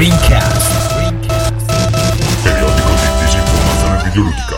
Rincast. Periodico di disinformazione videoludica.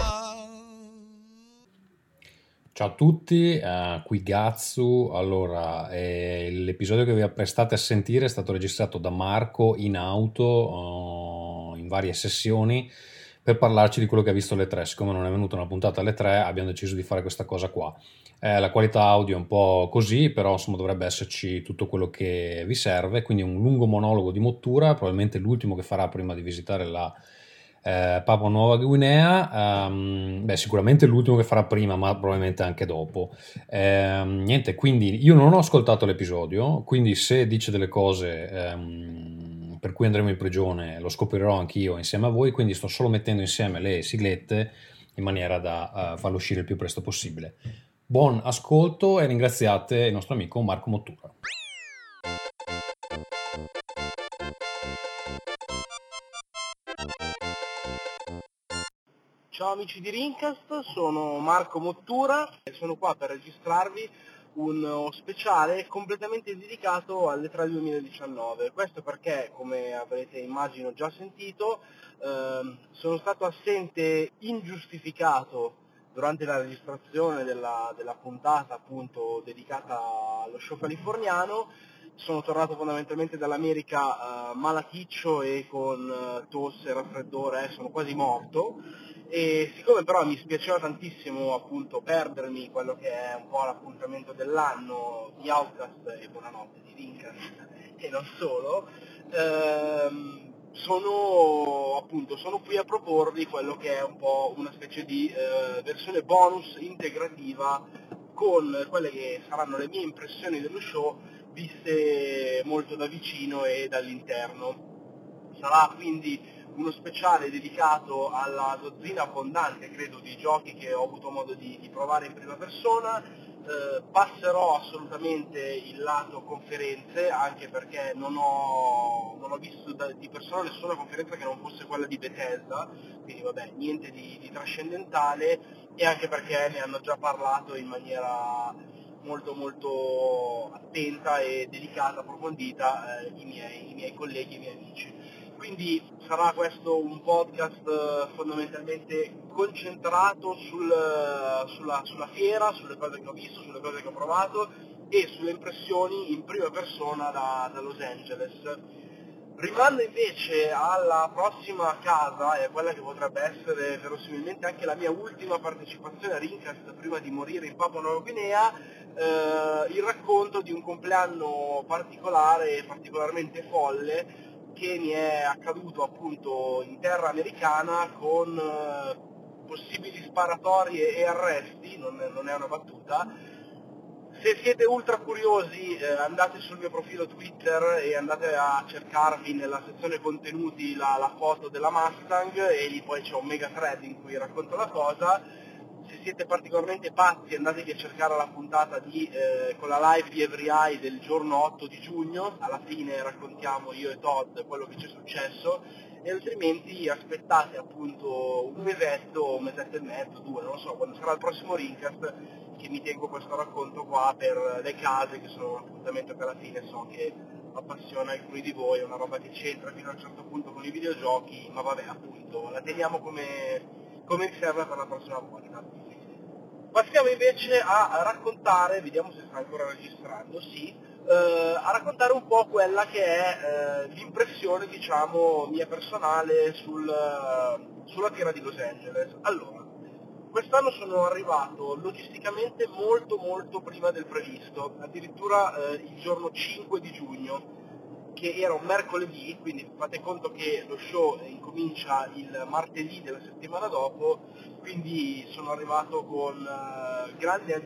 Ciao a tutti, qui Gazzu. Allora, l'episodio che vi apprestate a sentire è stato registrato da Marco in auto, in varie sessioni, per parlarci di quello che ha visto alle 3. Siccome non è venuta una puntata alle 3, abbiamo deciso di fare questa cosa qua. La qualità audio è un po' così, però insomma dovrebbe esserci tutto quello che vi serve, quindi un lungo monologo di Mottura, probabilmente l'ultimo che farà prima di visitare la Papua Nuova Guinea. Sicuramente l'ultimo che farà prima, ma probabilmente anche dopo. Niente, quindi io non ho ascoltato l'episodio, quindi se dice delle cose per cui andremo in prigione lo scoprirò anch'io insieme a voi, quindi sto solo mettendo insieme le siglette in maniera da farlo uscire il più presto possibile. Buon ascolto e ringraziate il nostro amico Marco Mottura. Ciao amici di Rincast, sono Marco Mottura e sono qua per registrarvi uno speciale completamente dedicato alle 3 2019. Questo perché, come avrete immagino già sentito, sono stato assente ingiustificato durante la registrazione della puntata appunto dedicata allo show californiano. Sono tornato fondamentalmente dall'America malaticcio e con tosse, raffreddore, sono quasi morto. E siccome però mi spiaceva tantissimo appunto perdermi quello che è un po' l'appuntamento dell'anno di Outcast e buonanotte di Rincast e non solo, sono qui a proporvi quello che è un po' una specie di versione bonus integrativa con quelle che saranno le mie impressioni dello show viste molto da vicino e dall'interno. Sarà quindi uno speciale dedicato alla dozzina abbondante, credo, di giochi che ho avuto modo di provare in prima persona. Passerò assolutamente il lato conferenze, anche perché non ho visto di persona nessuna conferenza che non fosse quella di Bethesda, quindi vabbè, niente di trascendentale, e anche perché ne hanno già parlato in maniera molto molto attenta e delicata, approfondita, i miei colleghi, i miei amici. Quindi sarà questo un podcast fondamentalmente concentrato sulla fiera, sulle cose che ho visto, sulle cose che ho provato e sulle impressioni in prima persona da Los Angeles. Rimando invece alla prossima casa e a quella che potrebbe essere verosimilmente anche la mia ultima partecipazione a Rincast prima di morire in Papua Nuova Guinea, il racconto di un compleanno particolare e particolarmente folle che mi è accaduto appunto in terra americana con possibili sparatorie e arresti, non è una battuta. Se siete ultra curiosi andate sul mio profilo Twitter e andate a cercarvi nella sezione contenuti la foto della Mustang e lì poi c'è un mega thread in cui racconto la cosa. Se siete particolarmente pazzi andatevi a cercare la puntata con la live di Every Eye del giorno 8 di giugno, alla fine raccontiamo io e Todd quello che ci è successo, e altrimenti aspettate appunto un mesetto e mezzo, 2, non lo so, quando sarà il prossimo Rincast, che mi tengo questo racconto qua per le case, che sono un appuntamento che alla fine so che appassiona alcuni di voi, è una roba che c'entra fino a un certo punto con i videogiochi, ma vabbè, appunto, la teniamo come riserva per la prossima volta. Passiamo invece a raccontare, vediamo se sta ancora registrando, sì, a raccontare un po' quella che è l'impressione, diciamo, mia personale sulla fiera di Los Angeles. Allora, quest'anno sono arrivato logisticamente molto molto prima del previsto, addirittura il giorno 5 di giugno, che era un mercoledì, quindi fate conto che lo show incomincia il martedì della settimana dopo, quindi sono arrivato con grande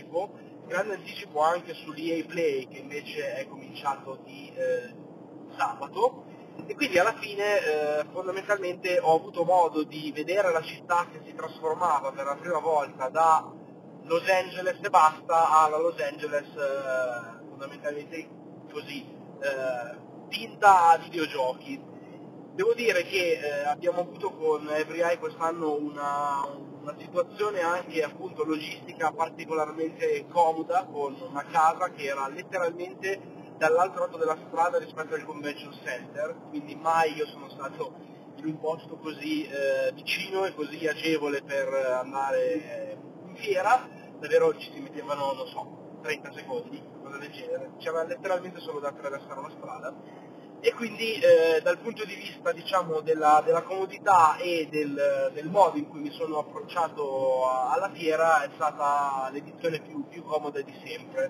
anticipo anche sull'EA Play, che invece è cominciato di sabato, e quindi alla fine fondamentalmente ho avuto modo di vedere la città che si trasformava per la prima volta da Los Angeles e basta alla Los Angeles fondamentalmente così tinta a videogiochi. Devo dire che abbiamo avuto con Every Eye quest'anno una situazione anche appunto logistica particolarmente comoda, con una casa che era letteralmente dall'altro lato della strada rispetto al convention center, quindi mai io sono stato in un posto così vicino e così agevole per andare in fiera. Davvero ci si mettevano, non so, 30 secondi, cosa del genere, c'era letteralmente solo da attraversare la strada. E quindi dal punto di vista, diciamo, della comodità e del modo in cui mi sono approcciato alla fiera è stata l'edizione più comoda di sempre.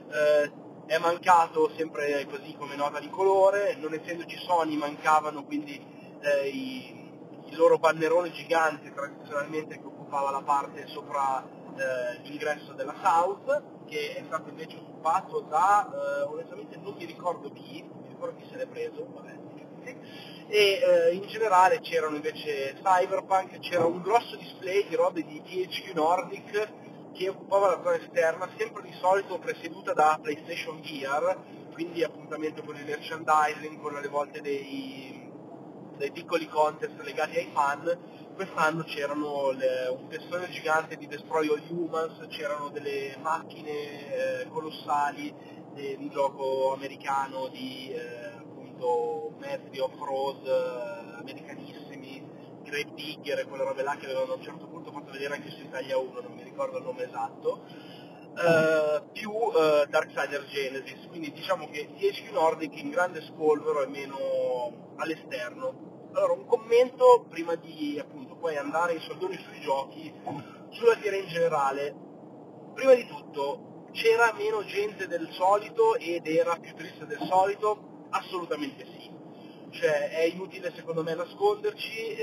È mancato sempre così come nota di colore, non essendoci Sony mancavano quindi i loro banneroni giganti tradizionalmente che occupava la parte sopra l'ingresso della South, che è stato invece occupato da, onestamente non mi ricordo chi se l'è preso, vabbè, e in generale c'erano invece Cyberpunk, c'era un grosso display di robe di THQ Nordic che occupava la zona esterna, sempre di solito presieduta da PlayStation Gear, quindi appuntamento con il merchandising, con alle volte dei piccoli contest legati ai fan. Quest'anno c'erano un testone gigante di Destroy All Humans, c'erano delle macchine colossali, un gioco americano di appunto mezzi off-road americanissimi, Grave Digger e quelle robe là che avevano a un certo punto fatto vedere anche su Italia 1, non mi ricordo il nome esatto, più Darksider Genesis, quindi diciamo che THQ Nordic in grande spolvero e meno all'esterno. Allora, un commento prima di appunto poi andare in soldoni sui giochi, sulla fiera in generale. Prima di tutto, c'era meno gente del solito ed era più triste del solito? Assolutamente sì. Cioè è inutile secondo me nasconderci,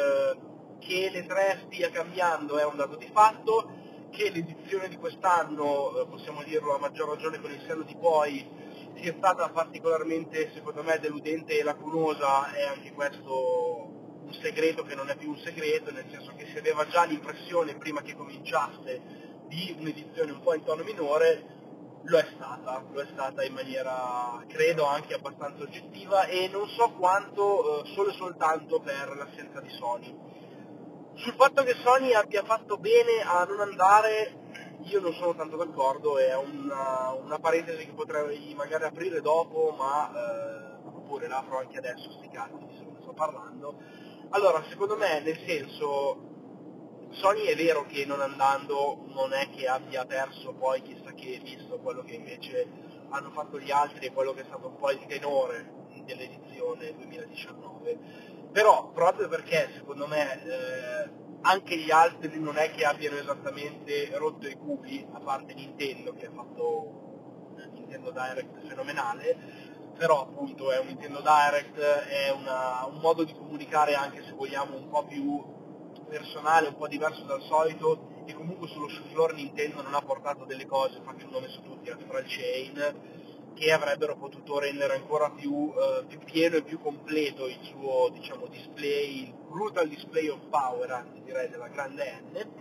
che le 3 stia cambiando è un dato di fatto, che l'edizione di quest'anno, possiamo dirlo a maggior ragione con il senno di poi, sia stata particolarmente secondo me deludente e lacunosa, è anche questo un segreto che non è più un segreto, nel senso che si aveva già l'impressione prima che cominciasse di un'edizione un po' in tono minore. Lo è stata in maniera credo anche abbastanza oggettiva e non so quanto solo e soltanto per l'assenza di Sony. Sul fatto che Sony abbia fatto bene a non andare io non sono tanto d'accordo, è una parentesi che potrei magari aprire dopo, ma oppure l'apro anche adesso, sti cazzi, visto che ne sto parlando. Allora, secondo me, nel senso, Sony è vero che non andando non è che abbia perso poi chissà che, visto quello che invece hanno fatto gli altri e quello che è stato un po' il tenore dell'edizione 2019, però proprio perché secondo me anche gli altri non è che abbiano esattamente rotto i cubi, a parte Nintendo che ha fatto un Nintendo Direct fenomenale, però appunto è un Nintendo Direct, è un modo di comunicare anche se vogliamo un po' più personale, un po' diverso dal solito, e comunque sullo show floor Nintendo non ha portato delle cose, faccio un nome su tutti, Astral Chain, che avrebbero potuto rendere ancora più pieno e più completo il suo, diciamo, display, il brutal display of power, anzi direi della grande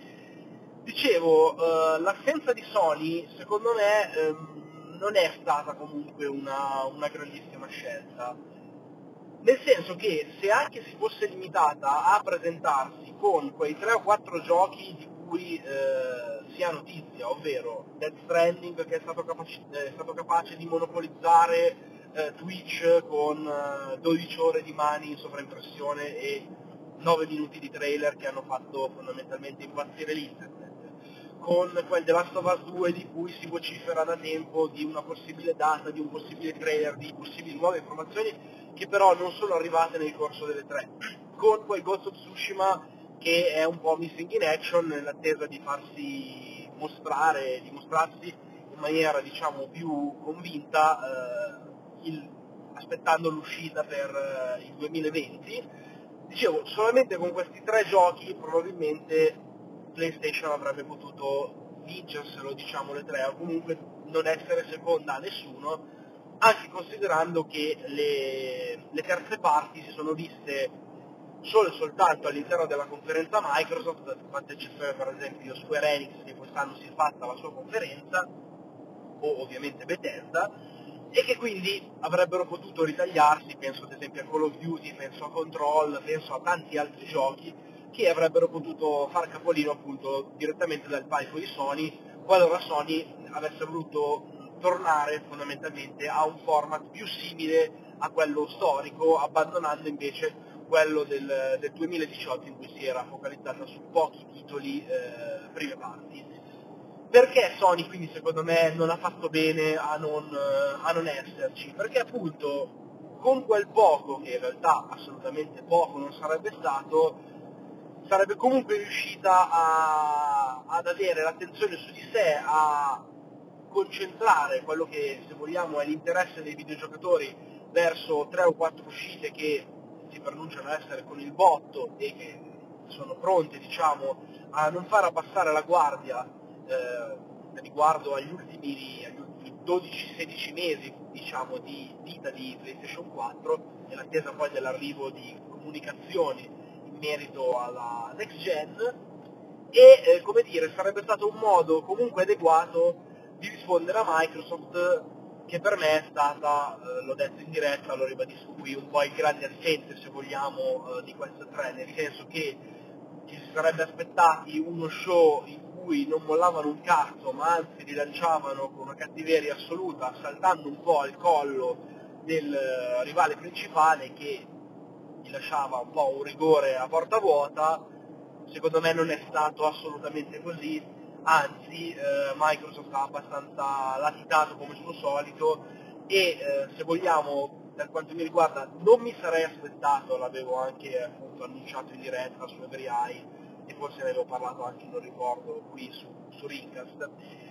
N. Dicevo, l'assenza di Sony, secondo me, non è stata comunque una grandissima scelta, nel senso che se anche si fosse limitata a presentarsi con quei 3 o 4 giochi di cui si ha notizia, ovvero Death Stranding che è stato capace di monopolizzare Twitch con 12 ore di mani in sovraimpressione e 9 minuti di trailer che hanno fatto fondamentalmente impazzire l'internet, con quel The Last of Us 2 di cui si vocifera da tempo di una possibile data, di un possibile trailer, di possibili nuove informazioni che però non sono arrivate nel corso delle 3, con quel Ghost of Tsushima che è un po' missing in action nell'attesa di farsi dimostrarsi in maniera diciamo più convinta, aspettando l'uscita per il 2020. Dicevo, solamente con questi 3 giochi probabilmente PlayStation avrebbe potuto vincerselo, diciamo, le 3, o comunque non essere seconda a nessuno, anche considerando che le terze parti si sono viste solo e soltanto all'interno della conferenza Microsoft, fatta eccezione per esempio Square Enix che quest'anno si è fatta la sua conferenza, o ovviamente Bethesda, e che quindi avrebbero potuto ritagliarsi, penso ad esempio a Call of Duty, penso a Control, penso a tanti altri giochi, che avrebbero potuto far capolino appunto direttamente dal palco di Sony, qualora Sony avesse voluto tornare fondamentalmente a un format più simile a quello storico, abbandonando invece quello del 2018 in cui si era focalizzata su pochi titoli prime parti. Perché Sony quindi secondo me non ha fatto bene a non esserci? Perché appunto con quel poco, che in realtà assolutamente poco non sarebbe stato, sarebbe comunque riuscita ad avere l'attenzione su di sé, a concentrare quello che, se vogliamo, è l'interesse dei videogiocatori verso 3 o 4 uscite che si pronunciano essere con il botto e che sono pronte, diciamo, a non far abbassare la guardia riguardo agli ultimi 12-16 mesi, diciamo, di vita di PlayStation 4, nell'attesa poi dell'arrivo di comunicazioni in merito alla next gen, e come dire, sarebbe stato un modo comunque adeguato di rispondere a Microsoft, che per me è stata, l'ho detto in diretta, lo ribadisco qui, un po' il grande assente, se vogliamo, di questo 3, nel senso che ci si sarebbe aspettati uno show in cui non mollavano un cazzo, ma anzi rilanciavano con una cattiveria assoluta, saltando un po' al collo del rivale principale, che gli lasciava un po' un rigore a porta vuota. Secondo me non è stato assolutamente così, anzi Microsoft ha abbastanza latitato come suo solito e se vogliamo, per quanto mi riguarda, non mi sarei aspettato, l'avevo anche appunto annunciato in diretta su Every Eye e forse ne avevo parlato anche, non ricordo, qui su Rincast,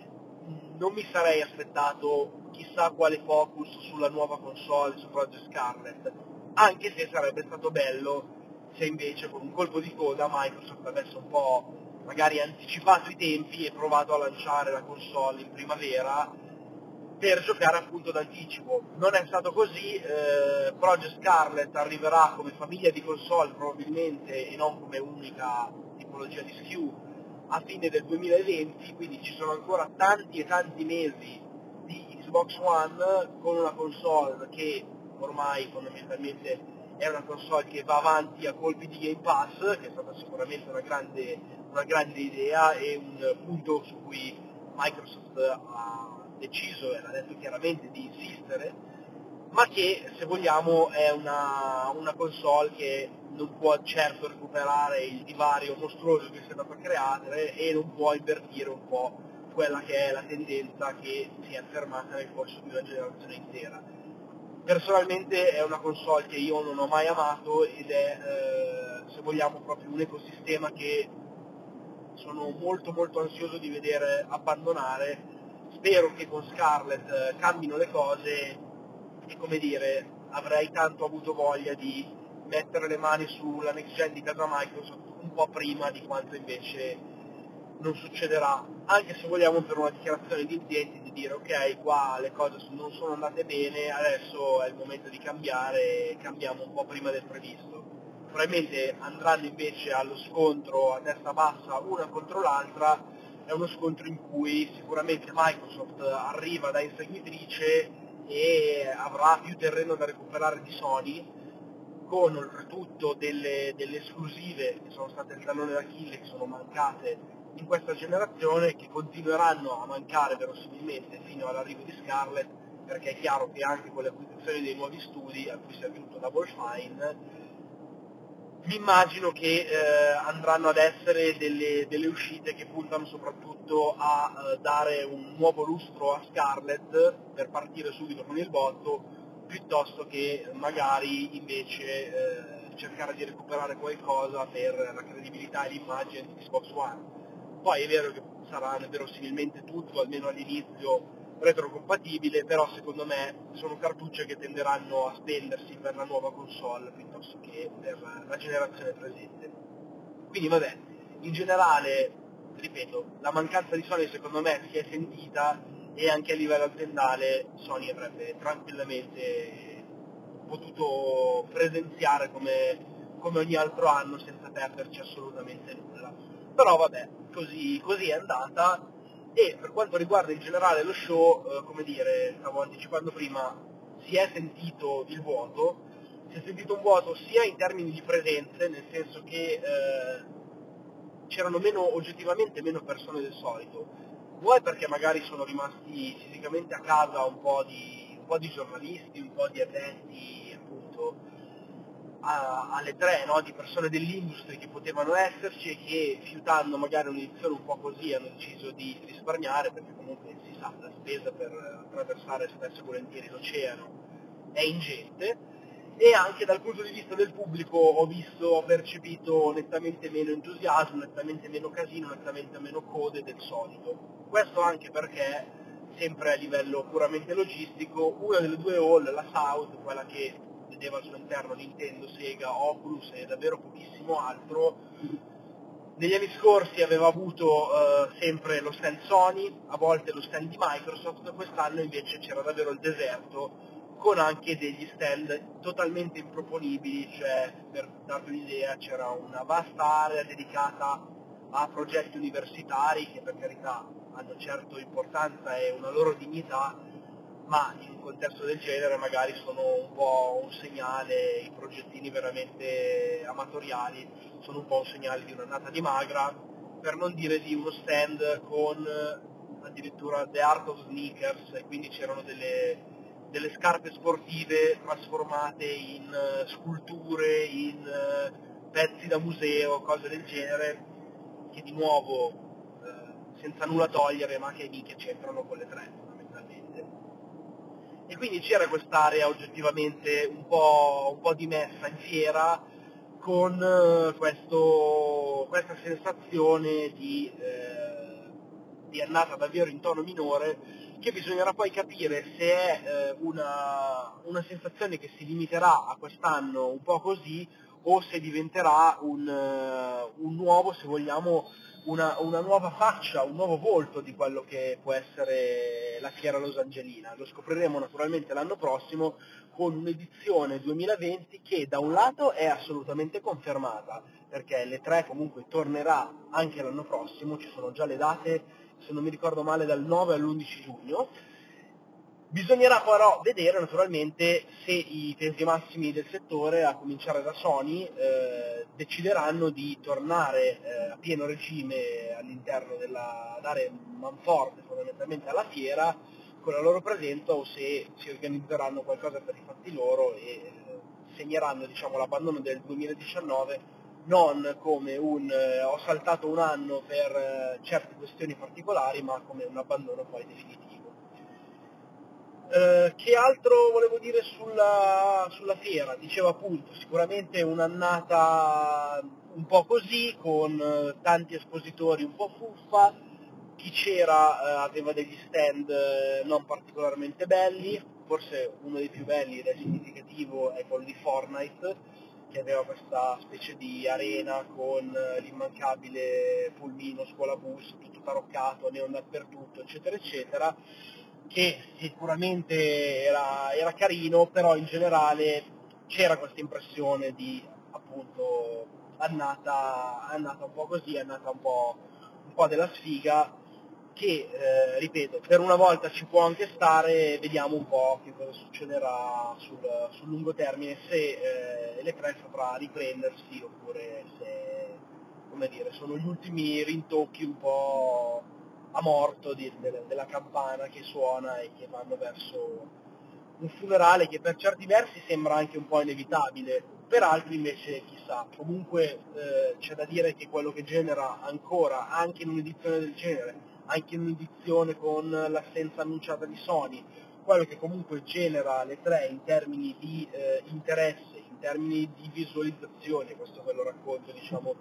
non mi sarei aspettato chissà quale focus sulla nuova console, su Project Scarlet, anche se sarebbe stato bello se invece con un colpo di coda Microsoft avesse un po' magari anticipato i tempi e provato a lanciare la console in primavera per giocare appunto d'anticipo. Non è stato così, Project Scarlet arriverà come famiglia di console probabilmente e non come unica tipologia di SKU a fine del 2020, quindi ci sono ancora tanti e tanti mesi di Xbox One con una console che ormai fondamentalmente è una console che va avanti a colpi di Game Pass, che è stata sicuramente una grande idea e un punto su cui Microsoft ha deciso e l'ha detto chiaramente di insistere, ma che se vogliamo è una console che non può certo recuperare il divario mostruoso che si è andato a creare e non può invertire un po' quella che è la tendenza che si è affermata nel corso di una generazione intera. Personalmente è una console che io non ho mai amato ed è, se vogliamo, proprio un ecosistema che sono molto molto ansioso di vedere abbandonare. Spero che con Scarlet cambino le cose e, come dire, avrei tanto avuto voglia di mettere le mani sulla next gen di casa Microsoft un po' prima di quanto invece non succederà, anche se vogliamo per una dichiarazione di intenti di dire ok, qua le cose non sono andate bene, adesso è il momento di cambiare e cambiamo un po' prima del previsto. Probabilmente andranno invece allo scontro a testa bassa una contro l'altra, è uno scontro in cui sicuramente Microsoft arriva da inseguitrice e avrà più terreno da recuperare di Sony, con oltretutto delle esclusive che sono state il tallone d'Achille, che sono mancate in questa generazione, che continueranno a mancare verosimilmente fino all'arrivo di Scarlet, perché è chiaro che anche con le acquisizioni dei nuovi studi a cui si è aggiunto Double Fine, mi immagino che andranno ad essere delle uscite che puntano soprattutto a dare un nuovo lustro a Scarlet per partire subito con il botto, piuttosto che magari invece cercare di recuperare qualcosa per la credibilità e l'immagine di Xbox One. Poi è vero che sarà verosimilmente tutto, almeno all'inizio, retrocompatibile, però secondo me sono cartucce che tenderanno a spendersi per la nuova console piuttosto che per la generazione presente. Quindi vabbè, in generale, ripeto, la mancanza di Sony secondo me si è sentita e anche a livello aziendale Sony avrebbe tranquillamente potuto presenziare come ogni altro anno senza perderci assolutamente nulla. Però vabbè, così è andata. E per quanto riguarda in generale lo show, come dire, stavo anticipando prima, si è sentito il vuoto, si è sentito un vuoto sia in termini di presenze, nel senso che c'erano oggettivamente meno persone del solito, vuoi perché magari sono rimasti fisicamente a casa un po' di giornalisti, un po' di addetti appunto alle tre, no? Di persone dell'industria che potevano esserci e che, fiutando magari un'edizione un po' così, hanno deciso di risparmiare, perché comunque si sa, la spesa per attraversare spesso e volentieri l'oceano è ingente. E anche dal punto di vista del pubblico ho percepito nettamente meno entusiasmo, nettamente meno casino, nettamente meno code del solito. Questo anche perché, sempre a livello puramente logistico, una delle due hall, la South, quella che vedeva al suo interno Nintendo, Sega, Oculus e davvero pochissimo altro, negli anni scorsi aveva avuto sempre lo stand Sony, a volte lo stand di Microsoft, quest'anno invece c'era davvero il deserto, con anche degli stand totalmente improponibili, cioè per darvi un'idea c'era una vasta area dedicata a progetti universitari che per carità hanno certo importanza e una loro dignità, ma in un contesto del genere magari sono un po' un segnale, i progettini veramente amatoriali sono un po' un segnale di un'annata di magra, per non dire di uno stand con addirittura The Art of Sneakers, e quindi c'erano delle scarpe sportive trasformate in sculture, in pezzi da museo, cose del genere, che di nuovo, senza nulla togliere, ma che c'entrano con le tre fondamentalmente. E quindi c'era quest'area oggettivamente un po' dimessa in fiera, con questa sensazione di annata davvero in tono minore, che bisognerà poi capire se è una sensazione che si limiterà a quest'anno un po' così, o se diventerà un nuovo, se vogliamo, una nuova faccia, un nuovo volto di quello che può essere la fiera losangelina. Lo scopriremo naturalmente l'anno prossimo con un'edizione 2020 che da un lato è assolutamente confermata, perché le tre comunque tornerà anche l'anno prossimo, ci sono già le date, se non mi ricordo male, dal 9 all'11 giugno. Bisognerà però vedere naturalmente se i pesi massimi del settore, a cominciare da Sony, decideranno di tornare a pieno regime all'interno dell'area Manford, fondamentalmente alla fiera, con la loro presenza, o se si organizzeranno qualcosa per i fatti loro e segneranno, diciamo, l'abbandono del 2019 non come un ho saltato un anno per certe questioni particolari, ma come un abbandono poi definitivo. Che altro volevo dire sulla fiera? Dicevo appunto, sicuramente un'annata un po' così, con tanti espositori un po' fuffa. Chi c'era aveva degli stand non particolarmente belli, forse uno dei più belli ed è significativo è quello di Fortnite, che aveva questa specie di arena con l'immancabile pulmino, scuola bus, tutto taroccato, neon dappertutto, eccetera eccetera, che sicuramente era carino, però in generale c'era questa impressione di appunto annata un po' così, annata un po' della sfiga, che ripeto, per una volta ci può anche stare, vediamo un po' che cosa succederà sul lungo termine, se le tre saprà riprendersi oppure se, come dire, sono gli ultimi rintocchi un po' a morto della campana che suona e che vanno verso un funerale che per certi versi sembra anche un po' inevitabile, per altri invece chissà. Comunque c'è da dire che quello che genera ancora, anche in un'edizione del genere, anche in un'edizione con l'assenza annunciata di Sony, quello che comunque genera le tre in termini di interesse, in termini di visualizzazione, questo ve lo racconto, diciamo,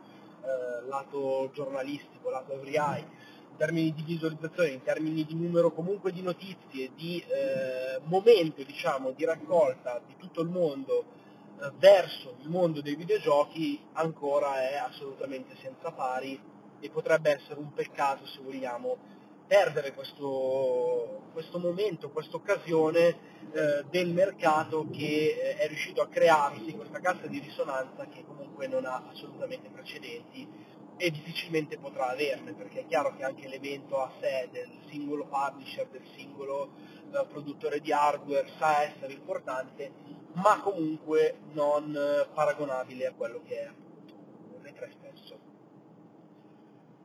lato giornalistico, lato every eye, in termini di visualizzazione, in termini di numero comunque di notizie, di momento, diciamo, di raccolta di tutto il mondo verso il mondo dei videogiochi, ancora è assolutamente senza pari, e potrebbe essere un peccato, se vogliamo, perdere questo momento, questa occasione del mercato che è riuscito a crearsi, questa cassa di risonanza che comunque non ha assolutamente precedenti e difficilmente potrà averne, perché è chiaro che anche l'evento a sé del singolo publisher, del singolo produttore di hardware sa essere importante, ma comunque non paragonabile a quello che è appunto le tre stesso.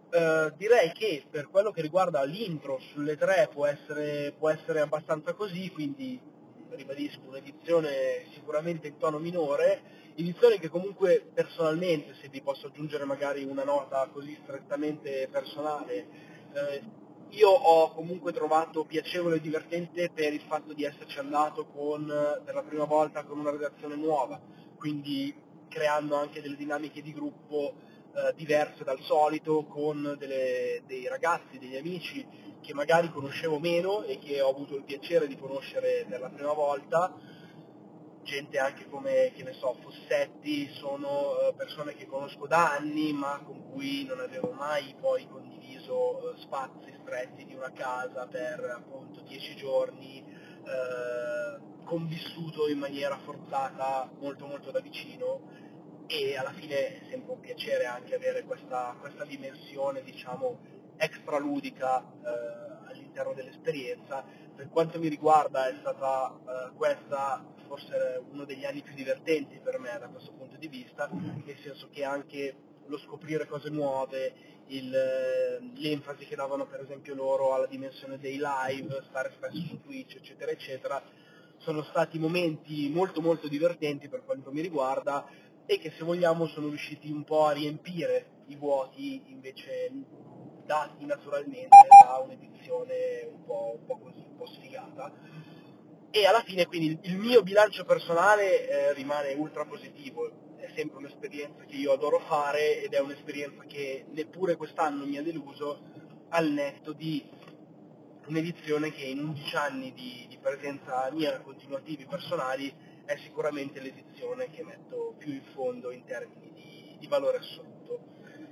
Direi che per quello che riguarda l'intro sulle 3 può essere abbastanza così, quindi ribadisco un'edizione sicuramente in tono minore, edizione che comunque personalmente, se vi posso aggiungere magari una nota così strettamente personale, eh, io ho comunque trovato piacevole e divertente per il fatto di esserci andato per la prima volta con una redazione nuova, quindi creando anche delle dinamiche di gruppo diverse dal solito, con dei ragazzi, degli amici che magari conoscevo meno e che ho avuto il piacere di conoscere per la prima volta, gente anche come, che ne so, Fossetti, sono persone che conosco da anni ma con cui non avevo mai poi condiviso spazi stretti di una casa per appunto 10 giorni, convissuto in maniera forzata molto molto da vicino, e alla fine è sempre un piacere anche avere questa dimensione, diciamo, extraludica all'interno dell'esperienza. Per quanto mi riguarda è stata questa forse uno degli anni più divertenti per me da questo punto di vista, nel senso che anche lo scoprire cose nuove, l'enfasi che davano per esempio loro alla dimensione dei live, stare spesso su Twitch, eccetera, eccetera, sono stati momenti molto molto divertenti per quanto mi riguarda, e che se vogliamo sono riusciti un po' a riempire i vuoti invece dati naturalmente da un'edizione un po' così, un po' sfigata. E alla fine quindi il mio bilancio personale rimane ultra positivo, è sempre un'esperienza che io adoro fare ed è un'esperienza che neppure quest'anno mi ha deluso, al netto di un'edizione che in 11 anni di presenza mia continuativi personali è sicuramente l'edizione che metto più in fondo in termini di valore assoluto.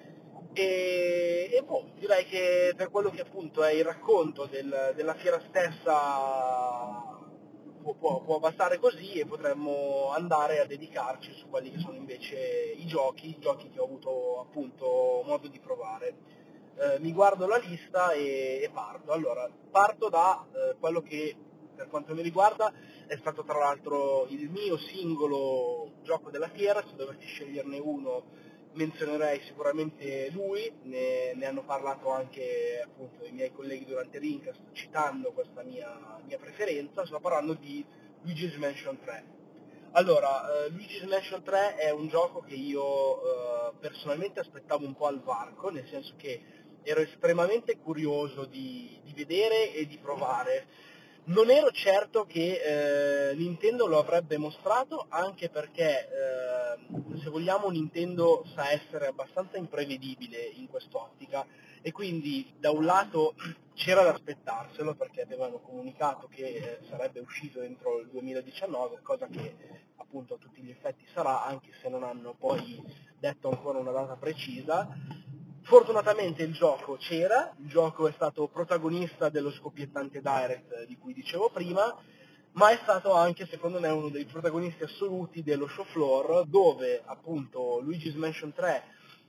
Direi che per quello che appunto è il racconto della fiera stessa può bastare così, e potremmo andare a dedicarci su quelli che sono invece i giochi che ho avuto appunto modo di provare. Mi guardo la lista e parto. Allora, parto da quello che per quanto mi riguarda è stato tra l'altro il mio singolo gioco della fiera. Se dovessi sceglierne uno menzionerei sicuramente lui, ne hanno parlato anche appunto i miei colleghi durante Rincast citando questa mia preferenza. Sto parlando di Luigi's Mansion 3. Allora, Luigi's Mansion 3 è un gioco che io personalmente aspettavo un po' al varco, nel senso che ero estremamente curioso di vedere e di provare. Non ero certo che Nintendo lo avrebbe mostrato, anche perché se vogliamo Nintendo sa essere abbastanza imprevedibile in quest'ottica, e quindi da un lato c'era da aspettarselo perché avevano comunicato che sarebbe uscito entro il 2019, cosa che appunto a tutti gli effetti sarà, anche se non hanno poi detto ancora una data precisa. Fortunatamente il gioco c'era, il gioco è stato protagonista dello scoppiettante Direct di cui dicevo prima, ma è stato anche, secondo me, uno dei protagonisti assoluti dello show floor, dove appunto Luigi's Mansion 3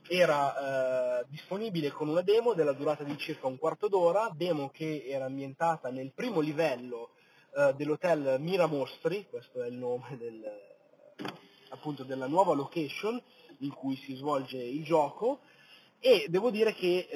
era disponibile con una demo della durata di circa un quarto d'ora, demo che era ambientata nel primo livello dell'hotel Mira Mostri, questo è il nome appunto della nuova location in cui si svolge il gioco, e devo dire che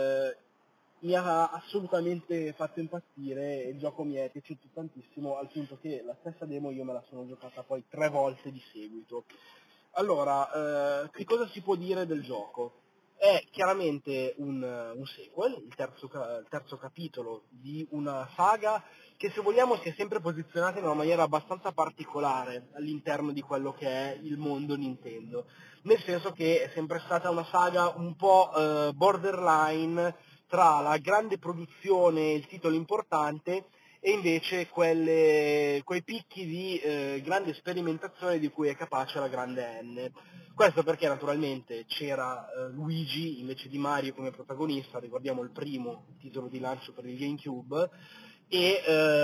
mi ha assolutamente fatto impazzire, il gioco mi è piaciuto tantissimo, al punto che la stessa demo io me la sono giocata poi 3 volte di seguito. Allora, che cosa si può dire del gioco? È chiaramente un sequel, il terzo capitolo di una saga che, se vogliamo, si è sempre posizionata in una maniera abbastanza particolare all'interno di quello che è il mondo Nintendo, nel senso che è sempre stata una saga un po' borderline tra la grande produzione e il titolo importante, e invece quei picchi di grande sperimentazione di cui è capace la grande N. Questo perché naturalmente c'era Luigi invece di Mario come protagonista, ricordiamo il primo titolo di lancio per il GameCube, e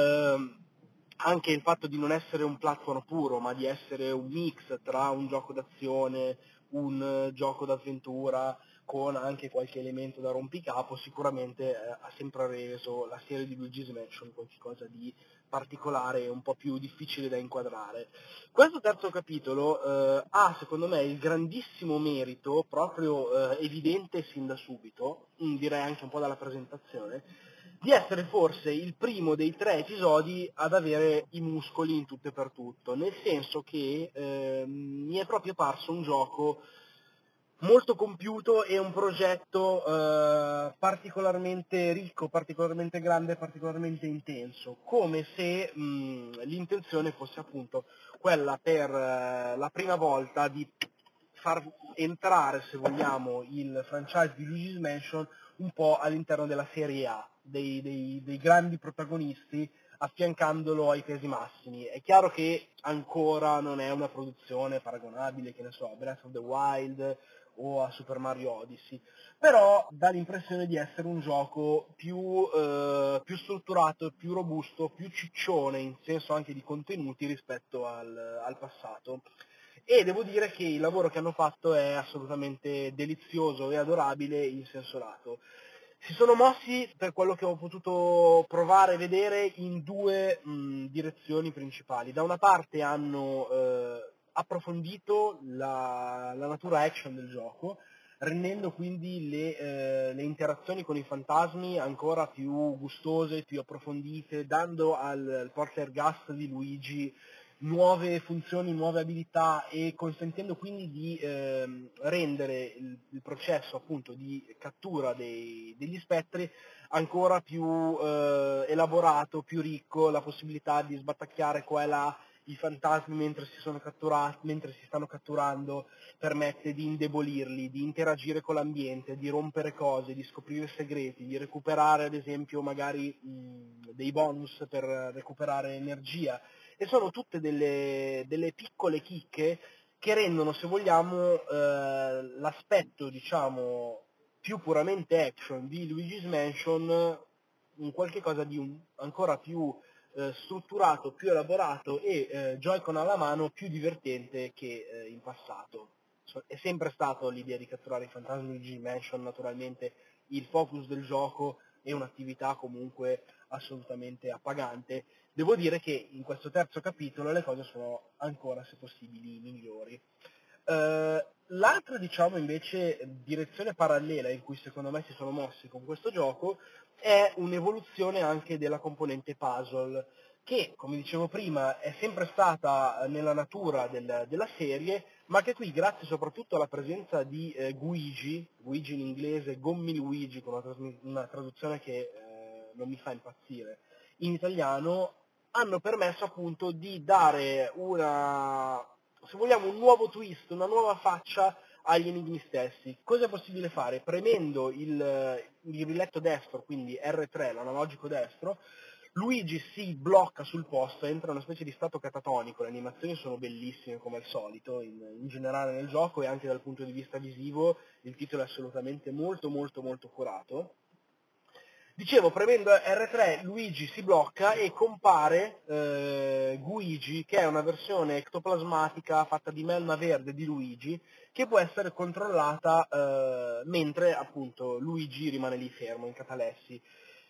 anche il fatto di non essere un platform puro, ma di essere un mix tra un gioco d'azione, un gioco d'avventura, con anche qualche elemento da rompicapo, sicuramente ha sempre reso la serie di Luigi's Mansion qualcosa di particolare e un po' più difficile da inquadrare. Questo terzo capitolo ha secondo me il grandissimo merito, proprio evidente sin da subito, direi anche un po' dalla presentazione, di essere forse il primo dei 3 episodi ad avere i muscoli in tutto e per tutto, nel senso che mi è proprio parso un gioco molto compiuto e un progetto particolarmente ricco, particolarmente grande, particolarmente intenso, come se l'intenzione fosse appunto quella per la prima volta di far entrare, se vogliamo, il franchise di Luigi's Mansion un po' all'interno della serie A, dei grandi protagonisti, affiancandolo ai pesi massimi. È chiaro che ancora non è una produzione paragonabile, che ne so, a Breath of the Wild o a Super Mario Odyssey, però dà l'impressione di essere un gioco più strutturato, più robusto, più ciccione in senso anche di contenuti rispetto al passato. E devo dire che il lavoro che hanno fatto è assolutamente delizioso e adorabile in senso lato. Si sono mossi, per quello che ho potuto provare e vedere, in 2 direzioni principali. Da una parte hanno approfondito la natura action del gioco, rendendo quindi le interazioni con i fantasmi ancora più gustose, più approfondite, dando al Poltergeist di Luigi nuove funzioni, nuove abilità e consentendo quindi di rendere il processo appunto di cattura degli spettri ancora più elaborato, più ricco, la possibilità di sbattacchiare qua e là i fantasmi mentre si stanno catturando, permette di indebolirli, di interagire con l'ambiente, di rompere cose, di scoprire segreti, di recuperare ad esempio magari dei bonus per recuperare energia. E sono tutte delle piccole chicche che rendono, se vogliamo, l'aspetto, diciamo, più puramente action di Luigi's Mansion un qualche cosa di ancora più strutturato, più elaborato e Joy-Con alla mano più divertente che in passato. È sempre stato l'idea di catturare i fantasmi di Luigi's Mansion, naturalmente il focus del gioco è un'attività comunque assolutamente appagante. Devo dire che in questo terzo capitolo le cose sono ancora, se possibili, migliori. L'altra, diciamo, invece, direzione parallela in cui secondo me si sono mossi con questo gioco è un'evoluzione anche della componente puzzle, che, come dicevo prima, è sempre stata nella natura della serie, ma che qui, grazie soprattutto alla presenza di Guigi in inglese, Gommi Luigi, con una traduzione che non mi fa impazzire, in italiano, hanno permesso appunto di dare se vogliamo, un nuovo twist, una nuova faccia agli enigmi stessi. Cosa è possibile fare? Premendo il riletto destro, quindi R3, l'analogico destro, Luigi si blocca sul posto, entra in una specie di stato catatonico, le animazioni sono bellissime come al solito, in generale nel gioco e anche dal punto di vista visivo, il titolo è assolutamente molto molto molto curato. Dicevo, premendo R3 Luigi si blocca e compare Guigi, che è una versione ectoplasmatica fatta di melma verde di Luigi, che può essere controllata mentre appunto Luigi rimane lì fermo in catalessi.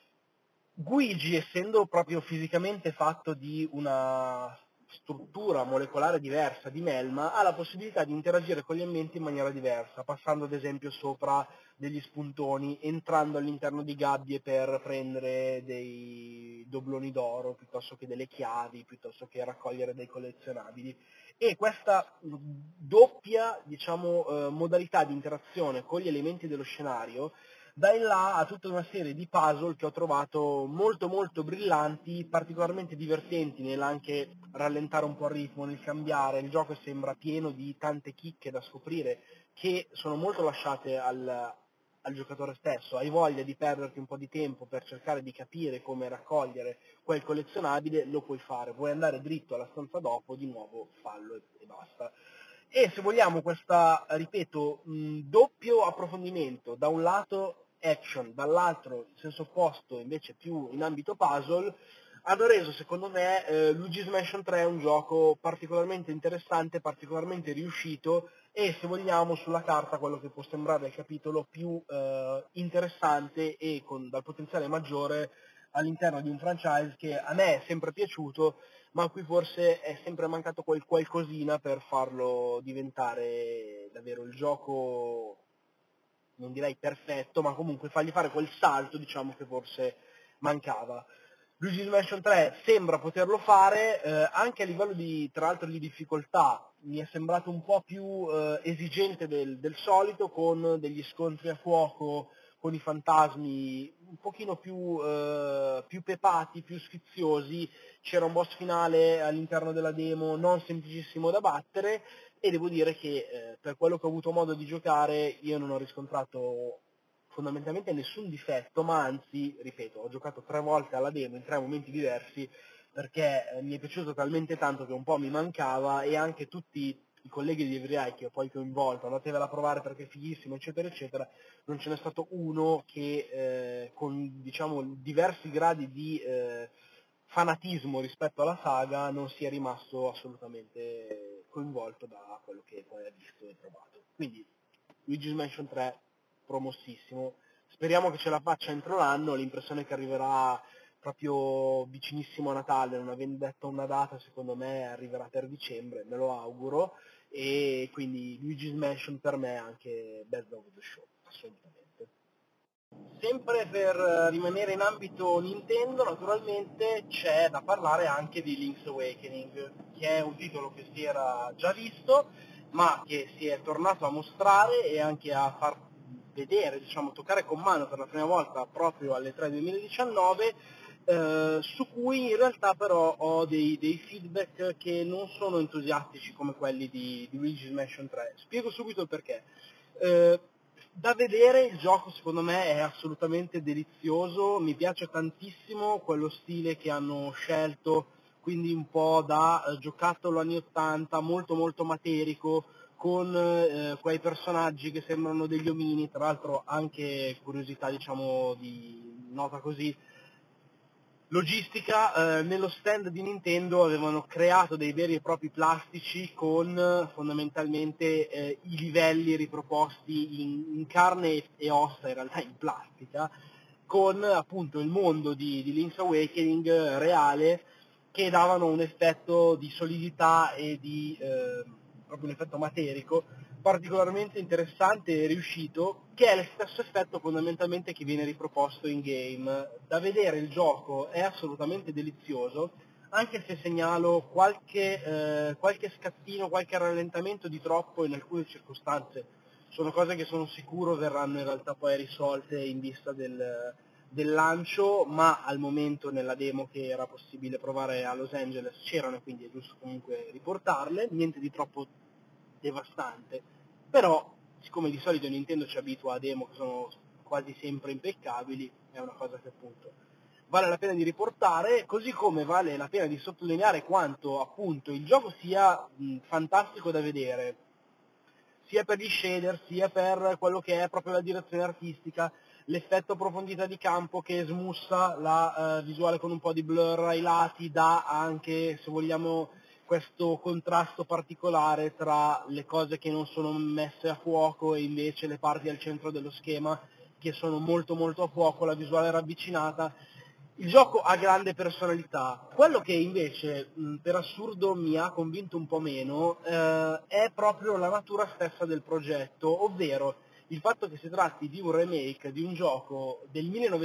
Guigi, essendo proprio fisicamente fatto di una struttura molecolare diversa di melma, ha la possibilità di interagire con gli ambienti in maniera diversa, passando ad esempio sopra degli spuntoni, entrando all'interno di gabbie per prendere dei dobloni d'oro, piuttosto che delle chiavi, piuttosto che raccogliere dei collezionabili. E questa doppia, diciamo, modalità di interazione con gli elementi dello scenario da in là a tutta una serie di puzzle che ho trovato molto molto brillanti, particolarmente divertenti nell'anche rallentare un po' il ritmo, nel cambiare. Il gioco sembra pieno di tante chicche da scoprire che sono molto lasciate al giocatore stesso. Hai voglia di perderti un po' di tempo per cercare di capire come raccogliere quel collezionabile, lo puoi fare. Vuoi andare dritto alla stanza dopo, di nuovo fallo e basta. E se vogliamo questa, ripeto, doppio approfondimento, da un lato action, dall'altro in senso opposto invece più in ambito puzzle, hanno reso secondo me Luigi's Mansion 3 un gioco particolarmente interessante, particolarmente riuscito e, se vogliamo, sulla carta quello che può sembrare il capitolo più interessante e dal potenziale maggiore all'interno di un franchise che a me è sempre piaciuto, ma a cui forse è sempre mancato qualcosina per farlo diventare davvero il gioco, non direi perfetto, ma comunque fargli fare quel salto, diciamo, che forse mancava. Luigi's Mansion 3 sembra poterlo fare, anche a livello tra l'altro di difficoltà mi è sembrato un po' più esigente del solito, con degli scontri a fuoco, con i fantasmi un pochino più pepati, più sfiziosi. C'era un boss finale all'interno della demo non semplicissimo da battere, e devo dire che per quello che ho avuto modo di giocare io non ho riscontrato fondamentalmente nessun difetto, ma anzi, ripeto, ho giocato 3 volte alla demo in 3 momenti diversi, perché mi è piaciuto talmente tanto che un po' mi mancava, e anche tutti i colleghi di Everai che ho poi coinvolto, andatevela a provare perché è fighissimo, eccetera eccetera, non ce n'è stato uno che con, diciamo, diversi gradi di fanatismo rispetto alla saga non sia rimasto assolutamente coinvolto da quello che poi ha visto e provato. Quindi Luigi's Mansion 3 promossissimo, speriamo che ce la faccia entro l'anno. L'impressione è che arriverà proprio vicinissimo a Natale, non avendo detto una data, secondo me arriverà per dicembre, me lo auguro, e quindi Luigi's Mansion per me è anche Best of the Show, assolutamente. Sempre per rimanere in ambito Nintendo, naturalmente c'è da parlare anche di Link's Awakening, che è un titolo che si era già visto, ma che si è tornato a mostrare e anche a far vedere, diciamo, toccare con mano per la prima volta proprio alle 3 2019, su cui in realtà però ho dei feedback che non sono entusiastici come quelli di Luigi's Mansion 3. Spiego subito il perché. Da vedere il gioco secondo me è assolutamente delizioso, mi piace tantissimo quello stile che hanno scelto, quindi un po' da giocattolo anni 80, molto molto materico, con quei personaggi che sembrano degli omini. Tra l'altro, anche curiosità, diciamo, di nota così, logistica, nello stand di Nintendo avevano creato dei veri e propri plastici con fondamentalmente i livelli riproposti in carne e ossa, in realtà in plastica, con appunto il mondo di Link's Awakening reale, che davano un effetto di solidità e di proprio un effetto materico particolarmente interessante e riuscito, che è lo stesso effetto fondamentalmente che viene riproposto in game. Da vedere il gioco è assolutamente delizioso, anche se segnalo qualche scattino, qualche rallentamento di troppo in alcune circostanze. Sono cose che sono sicuro verranno in realtà poi risolte in vista del lancio, ma al momento nella demo che era possibile provare a Los Angeles c'erano, e quindi è giusto comunque riportarle. Niente di troppo devastante, però siccome di solito Nintendo ci abitua a demo che sono quasi sempre impeccabili, è una cosa che appunto vale la pena di riportare, così come vale la pena di sottolineare quanto appunto il gioco sia fantastico da vedere, sia per gli shader, sia per quello che è proprio la direzione artistica, l'effetto profondità di campo che smussa la visuale con un po' di blur ai lati, dà anche, se vogliamo, questo contrasto particolare tra le cose che non sono messe a fuoco e invece le parti al centro dello schema che sono molto molto a fuoco, la visuale ravvicinata. Il gioco ha grande personalità. Quello che invece per assurdo mi ha convinto un po' meno è proprio la natura stessa del progetto, ovvero il fatto che si tratti di un remake di un gioco del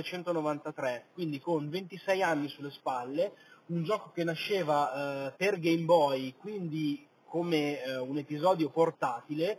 1993, quindi con 26 anni sulle spalle, un gioco che nasceva per Game Boy, quindi come un episodio portatile.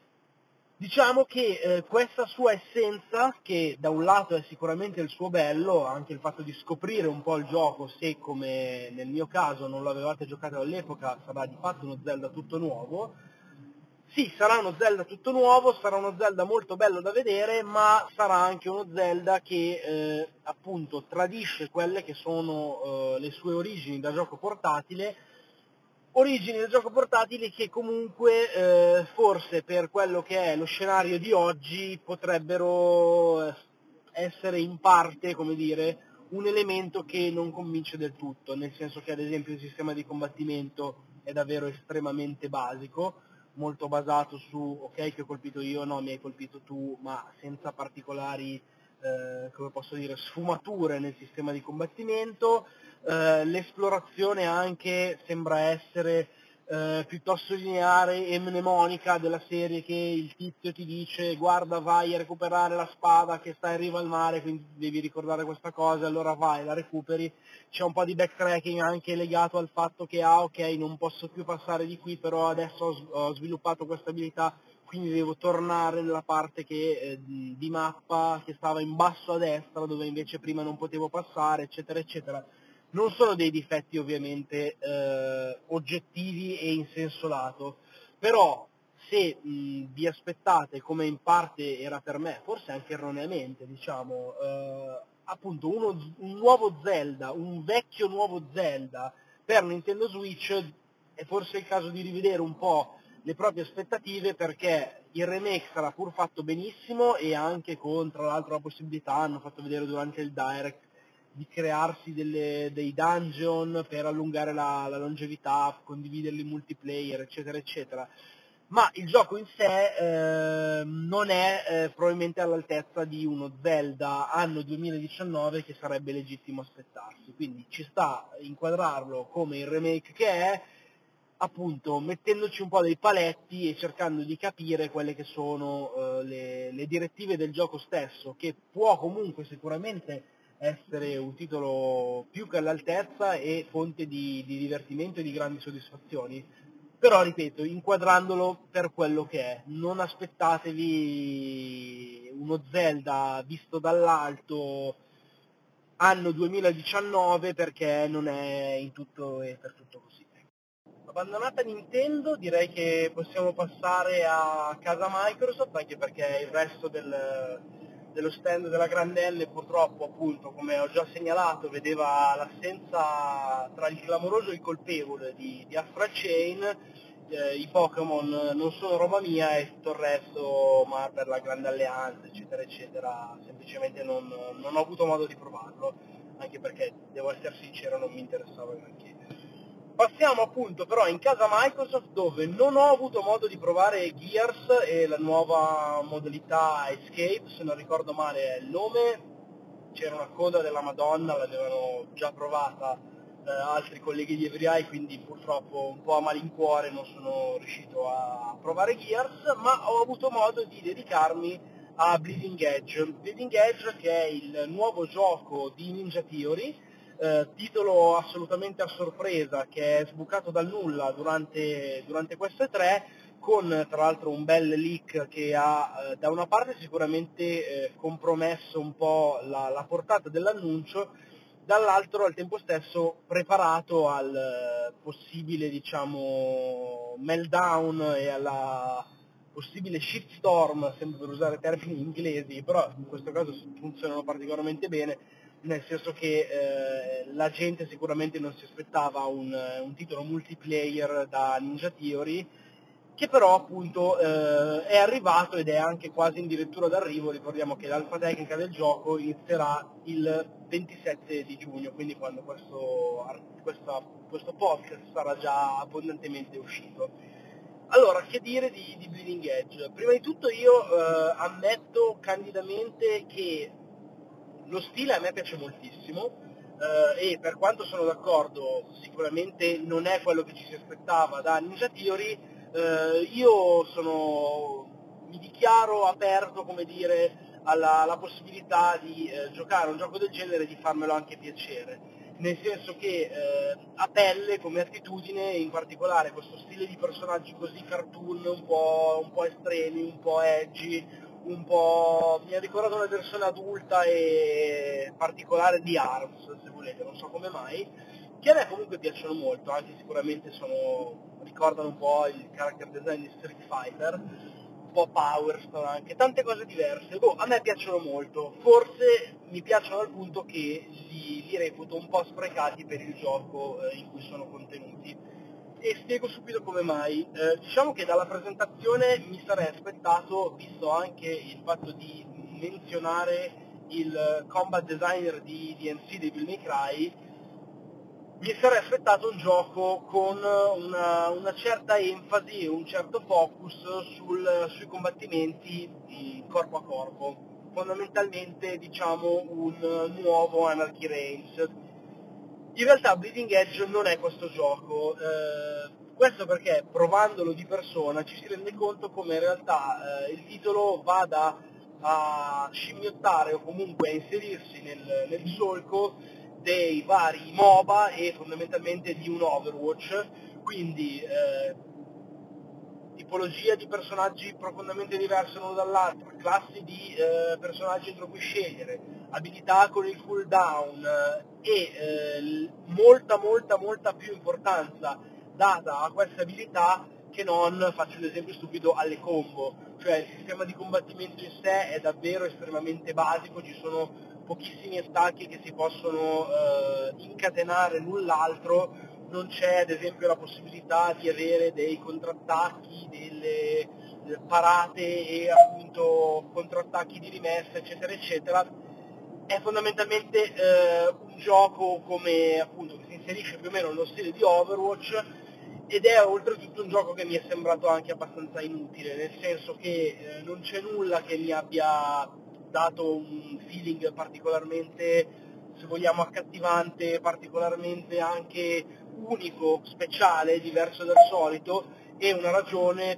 Diciamo che questa sua essenza, che da un lato è sicuramente il suo bello, anche il fatto di scoprire un po' il gioco, se come nel mio caso non lo avevate giocato all'epoca, sarà di fatto uno Zelda tutto nuovo. Sì, sarà uno Zelda tutto nuovo, sarà uno Zelda molto bello da vedere, ma sarà anche uno Zelda che appunto tradisce quelle che sono le sue origini da gioco portatile, che comunque forse per quello che è lo scenario di oggi potrebbero essere in parte, come dire, un elemento che non convince del tutto, nel senso che ad esempio il sistema di combattimento è davvero estremamente basico, molto basato su ok che ho colpito io, no mi hai colpito tu, ma senza particolari come posso dire, sfumature nel sistema di combattimento. L'esplorazione anche sembra essere piuttosto lineare e mnemonica, della serie che il tizio ti dice guarda vai a recuperare la spada che sta in riva al mare, quindi devi ricordare questa cosa, allora vai, la recuperi. C'è un po' di backtracking anche legato al fatto che ok non posso più passare di qui, però adesso ho sviluppato questa abilità, quindi devo tornare nella parte di mappa che stava in basso a destra dove invece prima non potevo passare, eccetera eccetera. Non sono dei difetti ovviamente oggettivi e in senso lato, però se vi aspettate, come in parte era per me, forse anche erroneamente, diciamo, appunto un nuovo Zelda, un vecchio nuovo Zelda per Nintendo Switch, è forse il caso di rivedere un po' le proprie aspettative, perché il remake sarà pur fatto benissimo e anche con tra l'altro la possibilità, hanno fatto vedere durante il Direct, di crearsi dei dungeon per allungare la longevità, condividerli in multiplayer, eccetera, eccetera. Ma il gioco in sé non è probabilmente all'altezza di uno Zelda anno 2019 che sarebbe legittimo aspettarsi. Quindi ci sta inquadrarlo come il remake che è, appunto mettendoci un po' dei paletti e cercando di capire quelle che sono le direttive del gioco stesso, che può comunque sicuramente essere un titolo più che all'altezza e fonte di divertimento e di grandi soddisfazioni, però ripeto, inquadrandolo per quello che è. Non aspettatevi uno Zelda visto dall'alto anno 2019, perché non è in tutto e per tutto così. Abbandonata Nintendo, direi che possiamo passare a casa Microsoft, anche perché il resto dello stand della Grande N purtroppo, appunto, come ho già segnalato, vedeva l'assenza tra il clamoroso e il colpevole di Astral Chain. I Pokémon non sono roba mia e tutto il resto, ma per la Grande Alleanza, eccetera, eccetera, semplicemente non ho avuto modo di provarlo, anche perché, devo essere sincero, non mi interessava granché. Passiamo appunto però in casa Microsoft, dove non ho avuto modo di provare Gears e la nuova modalità Escape, se non ricordo male è il nome. C'era una coda della Madonna, l'avevano già provata altri colleghi di Everai, quindi purtroppo un po' a malincuore non sono riuscito a provare Gears, ma ho avuto modo di dedicarmi a Bleeding Edge. Bleeding Edge, che è il nuovo gioco di Ninja Theory, titolo assolutamente a sorpresa, che è sbucato dal nulla durante queste tre, con tra l'altro un bel leak che ha da una parte sicuramente compromesso un po' la portata dell'annuncio, dall'altro al tempo stesso preparato al possibile, diciamo, meltdown e alla possibile shitstorm, sempre per usare termini inglesi, però in questo caso funzionano particolarmente bene, nel senso che la gente sicuramente non si aspettava un titolo multiplayer da Ninja Theory, che però appunto è arrivato ed è anche quasi addirittura d'arrivo. Ricordiamo che l'alfa tecnica del gioco inizierà il 27 di giugno, quindi quando questo podcast sarà già abbondantemente uscito. Allora, che dire di Bleeding Edge? Prima di tutto io ammetto candidamente che lo stile a me piace moltissimo, e per quanto sono d'accordo, sicuramente non è quello che ci si aspettava da Ninja Theory. Io mi dichiaro aperto, come dire, alla possibilità di giocare a un gioco del genere e di farmelo anche piacere, nel senso che a pelle come attitudine, in particolare questo stile di personaggi così cartoon, un po' estremi, un po' edgy, un po' mi ha ricordato una versione adulta e particolare di ARMS, se volete, non so come mai, che a me comunque piacciono molto, anche sicuramente ricordano un po' il character design di Street Fighter, un po' Power Stone, anche tante cose diverse. A me piacciono molto, forse mi piacciono al punto che li reputo un po' sprecati per il gioco in cui sono contenuti, e spiego subito come mai. Diciamo che dalla presentazione mi sarei aspettato, visto anche il fatto di menzionare il combat designer di DMC, Devil May Cry, mi sarei aspettato un gioco con una certa enfasi e un certo focus sui combattimenti di corpo a corpo, fondamentalmente diciamo un nuovo Anarchy Reigns. In realtà Bleeding Edge non è questo gioco, questo perché provandolo di persona ci si rende conto come in realtà il titolo vada a scimmiottare o comunque a inserirsi nel solco dei vari MOBA e fondamentalmente di un Overwatch, quindi tipologia di personaggi profondamente diverse l'uno dall'altro, classi di personaggi entro cui scegliere, abilità con il cooldown molta più importanza data a queste abilità che non, faccio un esempio stupido, alle combo. Cioè il sistema di combattimento in sé è davvero estremamente basico, ci sono pochissimi attacchi che si possono incatenare l'un l'altro, non c'è ad esempio la possibilità di avere dei contrattacchi, delle parate e appunto contrattacchi di rimessa, eccetera eccetera. È fondamentalmente un gioco come appunto che si inserisce più o meno nello stile di Overwatch ed è oltretutto un gioco che mi è sembrato anche abbastanza inutile, nel senso che non c'è nulla che mi abbia dato un feeling particolarmente, se vogliamo, accattivante, particolarmente anche unico, speciale, diverso dal solito, e una ragione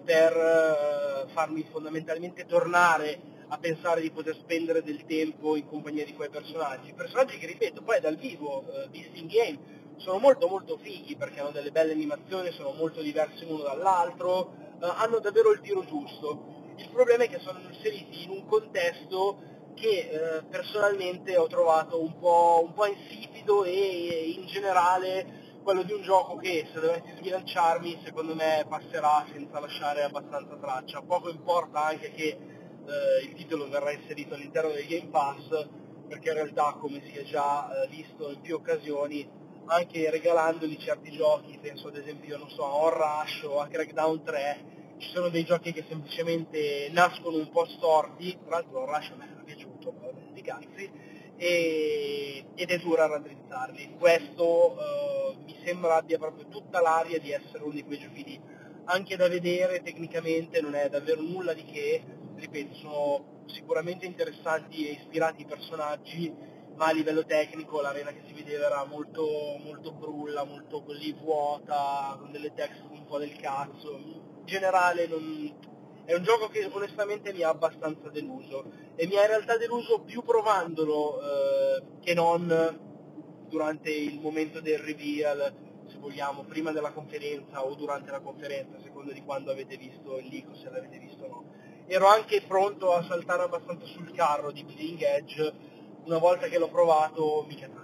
per farmi fondamentalmente tornare a pensare di poter spendere del tempo in compagnia di quei personaggi che ripeto poi dal vivo, visti in game, sono molto fighi perché hanno delle belle animazioni, sono molto diversi l'uno dall'altro, hanno davvero il tiro giusto. Il problema è che sono inseriti in un contesto che personalmente ho trovato un po' insipido e in generale quello di un gioco che, se dovessi sbilanciarmi, secondo me passerà senza lasciare abbastanza traccia. Poco importa anche che il titolo verrà inserito all'interno del Game Pass, perché in realtà, come si è già visto in più occasioni, anche regalandoli certi giochi, penso ad esempio, non so, a Horror Rush o a Crackdown 3, ci sono dei giochi che semplicemente nascono un po' storti, tra l'altro Horror Rush a me era piaciuto, ma vabbè, di cazzi, ed è dura raddrizzarli. Questo mi sembra abbia proprio tutta l'aria di essere uno di quei giochi lì, anche da vedere tecnicamente non è davvero nulla di che, ripeto, sono sicuramente interessanti e ispirati i personaggi, ma a livello tecnico l'arena che si vedeva era molto brulla, molto così vuota, con delle texture un po' del cazzo. In generale è un gioco che onestamente mi ha abbastanza deluso, e mi ha in realtà deluso più provandolo che non durante il momento del reveal, se vogliamo, prima della conferenza o durante la conferenza, a seconda di quando avete visto il leak o se l'avete visto o no. Ero anche pronto a saltare abbastanza sul carro di Bleeding Edge una volta che l'ho provato, mica tanto.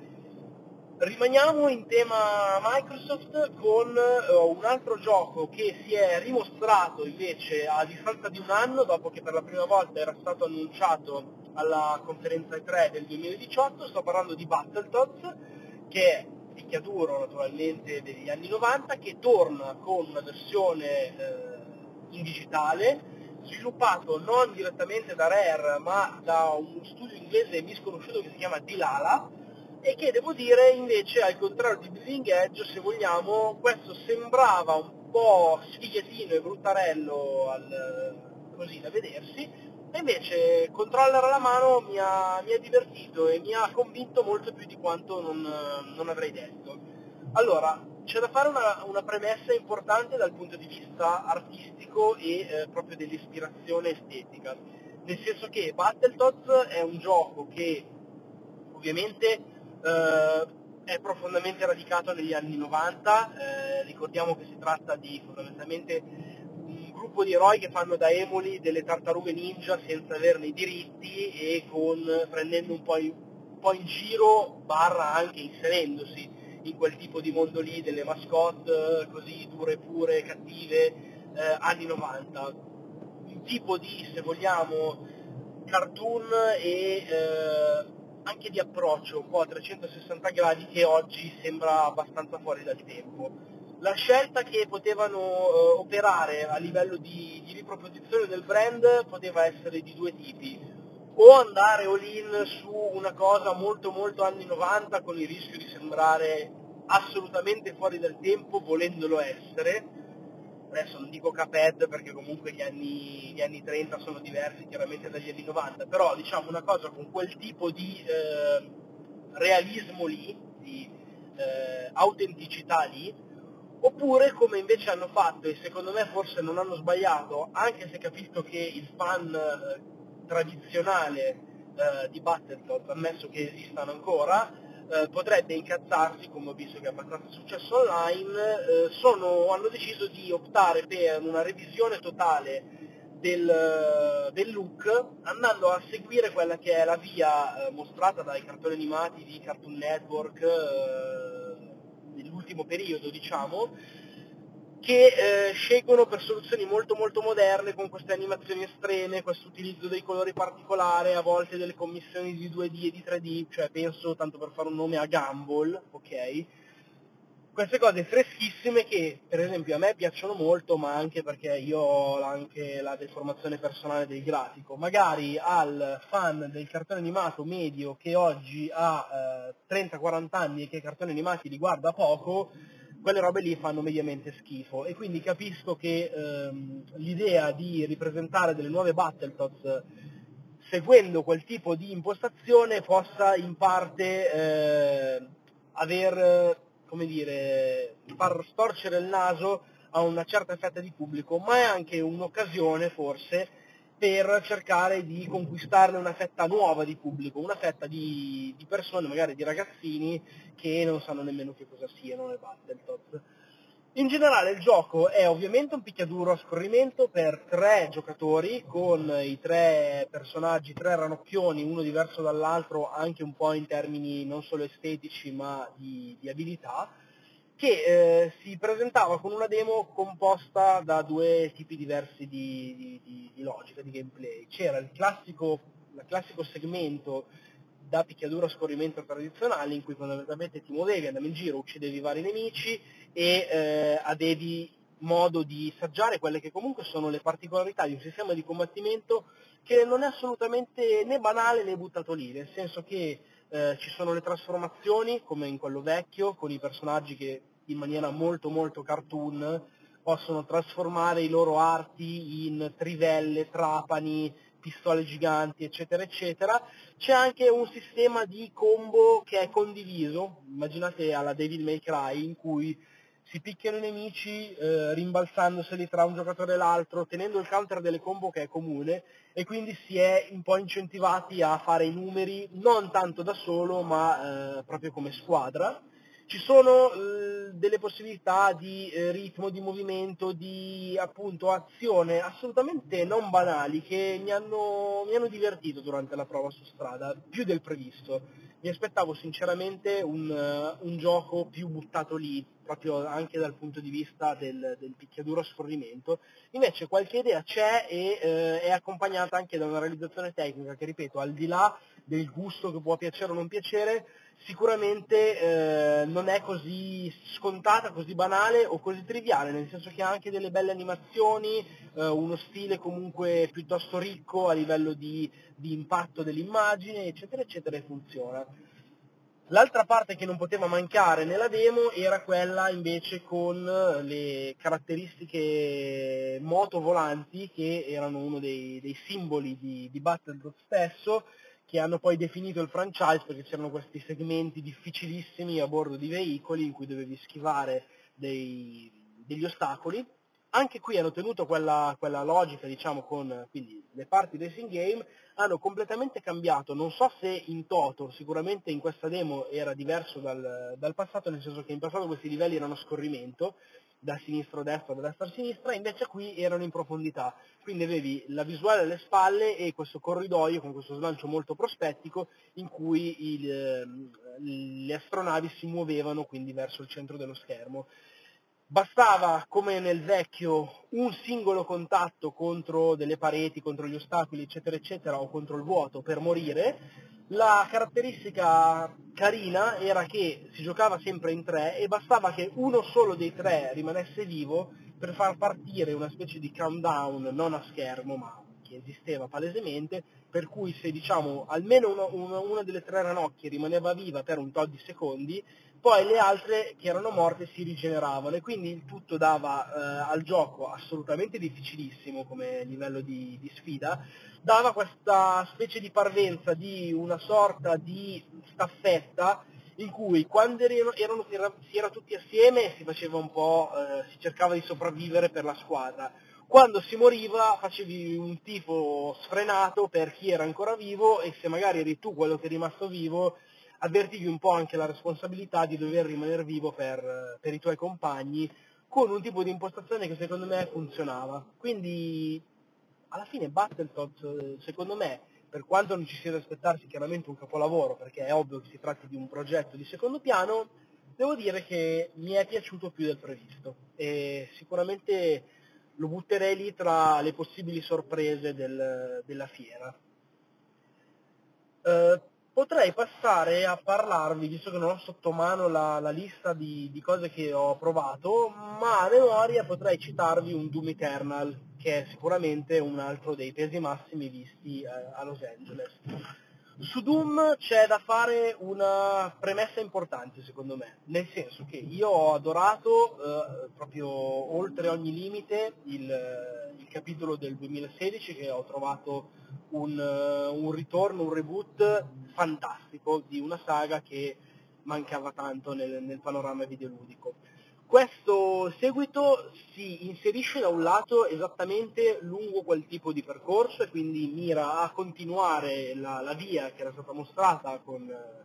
Rimaniamo in tema Microsoft con un altro gioco che si è rimostrato invece a distanza di un anno, dopo che per la prima volta era stato annunciato alla conferenza E3 del 2018. Sto parlando di Battletoads, che è picchiaduro naturalmente degli anni 90, che torna con una versione in digitale, sviluppato non direttamente da Rare ma da uno studio inglese misconosciuto che si chiama Dlala, e che devo dire invece, al contrario di Bleeding Edge, se vogliamo, questo sembrava un po' sfighettino e bruttarello così da vedersi, e invece controller alla mano mi ha divertito e mi ha convinto molto più di quanto non avrei detto. Allora, c'è da fare una premessa importante dal punto di vista artistico e proprio dell'ispirazione estetica, nel senso che Battletoads è un gioco che ovviamente è profondamente radicato negli anni 90, ricordiamo che si tratta di fondamentalmente un gruppo di eroi che fanno da emuli delle tartarughe ninja senza averne i diritti e prendendo un po' in giro, barra anche inserendosi in quel tipo di mondo lì, delle mascotte così dure, pure, cattive, anni 90. Un tipo di, se vogliamo, cartoon e anche di approccio un po' a 360 gradi che oggi sembra abbastanza fuori dal tempo. La scelta che potevano operare a livello di riproposizione del brand poteva essere di due tipi: o andare all-in su una cosa molto anni 90 con il rischio di sembrare assolutamente fuori dal tempo, volendolo essere. Adesso non dico Cuphead perché comunque gli anni 30 sono diversi chiaramente dagli anni 90, però diciamo una cosa con quel tipo di realismo lì, di autenticità lì, oppure come invece hanno fatto, e secondo me forse non hanno sbagliato, anche se capisco che il fan tradizionale di Battletoads, ammesso che esistano ancora, potrebbe incazzarsi, come ho visto che è abbastanza successo online, hanno deciso di optare per una revisione totale del look, andando a seguire quella che è la via mostrata dai cartoni animati di Cartoon Network nell'ultimo periodo, diciamo, che scelgono per soluzioni molto molto moderne, con queste animazioni estreme, questo utilizzo dei colori particolari, a volte delle commissioni di 2D e di 3D, cioè penso, tanto per fare un nome, a Gumball, ok? Queste cose freschissime che per esempio a me piacciono molto, ma anche perché io ho anche la deformazione personale del grafico. Magari al fan del cartone animato medio che oggi ha 30-40 anni e che i cartoni animati li guarda poco, quelle robe lì fanno mediamente schifo, e quindi capisco che l'idea di ripresentare delle nuove Battletoads seguendo quel tipo di impostazione possa in parte come dire, far storcere il naso a una certa fetta di pubblico, ma è anche un'occasione forse per cercare di conquistarne una fetta nuova di pubblico, una fetta di persone, magari di ragazzini, che non sanno nemmeno che cosa siano le Battletoads. In generale il gioco è ovviamente un picchiaduro a scorrimento per 3 giocatori, con i 3 personaggi, 3 ranocchioni, uno diverso dall'altro anche un po' in termini non solo estetici ma di abilità, che si presentava con una demo composta da 2 tipi diversi di logica, di gameplay. C'era il classico segmento da picchiaduro a scorrimento tradizionale, in cui fondamentalmente ti muovevi, andavi in giro, uccidevi vari nemici e avevi modo di saggiare quelle che comunque sono le particolarità di un sistema di combattimento che non è assolutamente né banale né buttato lì, nel senso che ci sono le trasformazioni come in quello vecchio, con i personaggi che in maniera molto molto cartoon possono trasformare i loro arti in trivelle, trapani, pistole giganti, eccetera eccetera. C'è anche un sistema di combo che è condiviso, immaginate alla Devil May Cry, in cui si picchiano i nemici rimbalzandoseli tra un giocatore e l'altro, tenendo il counter delle combo che è comune, e quindi si è un po' incentivati a fare i numeri non tanto da solo ma proprio come squadra. Ci sono delle possibilità di ritmo, di movimento, di appunto azione assolutamente non banali, che mi hanno divertito durante la prova su strada, più del previsto. Mi aspettavo sinceramente un gioco più buttato lì, proprio anche dal punto di vista del picchiaduro a scorrimento. Invece qualche idea c'è e è accompagnata anche da una realizzazione tecnica che, ripeto, al di là del gusto che può piacere o non piacere, sicuramente non è così scontata, così banale o così triviale, nel senso che ha anche delle belle animazioni, uno stile comunque piuttosto ricco a livello di impatto dell'immagine, eccetera eccetera, e funziona. L'altra parte che non poteva mancare nella demo era quella invece con le caratteristiche motovolanti, che erano uno dei simboli di Battletoads stesso, che hanno poi definito il franchise, perché c'erano questi segmenti difficilissimi a bordo di veicoli in cui dovevi schivare degli ostacoli. Anche qui hanno tenuto quella logica, diciamo, con quindi le parti racing game, hanno completamente cambiato, non so se in toto, sicuramente in questa demo era diverso dal passato, nel senso che in passato questi livelli erano a scorrimento, da sinistra a destra, da destra a sinistra, invece qui erano in profondità, quindi avevi la visuale alle spalle e questo corridoio con questo slancio molto prospettico in cui le astronavi si muovevano quindi verso il centro dello schermo. Bastava, come nel vecchio, un singolo contatto contro delle pareti, contro gli ostacoli, eccetera, eccetera, o contro il vuoto per morire. La caratteristica carina era che si giocava sempre in 3 e bastava che uno solo dei 3 rimanesse vivo per far partire una specie di countdown, non a schermo, ma che esisteva palesemente, per cui se diciamo almeno una delle 3 ranocchie rimaneva viva per un tot di secondi, poi le altre che erano morte si rigeneravano, e quindi il tutto dava al gioco, assolutamente difficilissimo come livello di sfida, dava questa specie di parvenza di una sorta di staffetta in cui quando si era tutti assieme si faceva un po', si cercava di sopravvivere per la squadra. Quando si moriva facevi un tifo sfrenato per chi era ancora vivo, e se magari eri tu quello che è rimasto vivo, avvertivi un po' anche la responsabilità di dover rimanere vivo per i tuoi compagni, con un tipo di impostazione che secondo me funzionava. Quindi alla fine Battletoads, secondo me, per quanto non ci sia da aspettarsi chiaramente un capolavoro, perché è ovvio che si tratti di un progetto di secondo piano, devo dire che mi è piaciuto più del previsto, e sicuramente lo butterei lì tra le possibili sorprese della fiera. Potrei passare a parlarvi, visto che non ho sotto mano la lista di cose che ho provato, ma a memoria potrei citarvi un Doom Eternal, che è sicuramente un altro dei pesi massimi visti a Los Angeles. Su Doom c'è da fare una premessa importante, secondo me, nel senso che io ho adorato proprio oltre ogni limite il capitolo del 2016, che ho trovato un ritorno, un reboot fantastico di una saga che mancava tanto nel panorama videoludico. Questo seguito si inserisce da un lato esattamente lungo quel tipo di percorso, e quindi mira a continuare la via che era stata mostrata con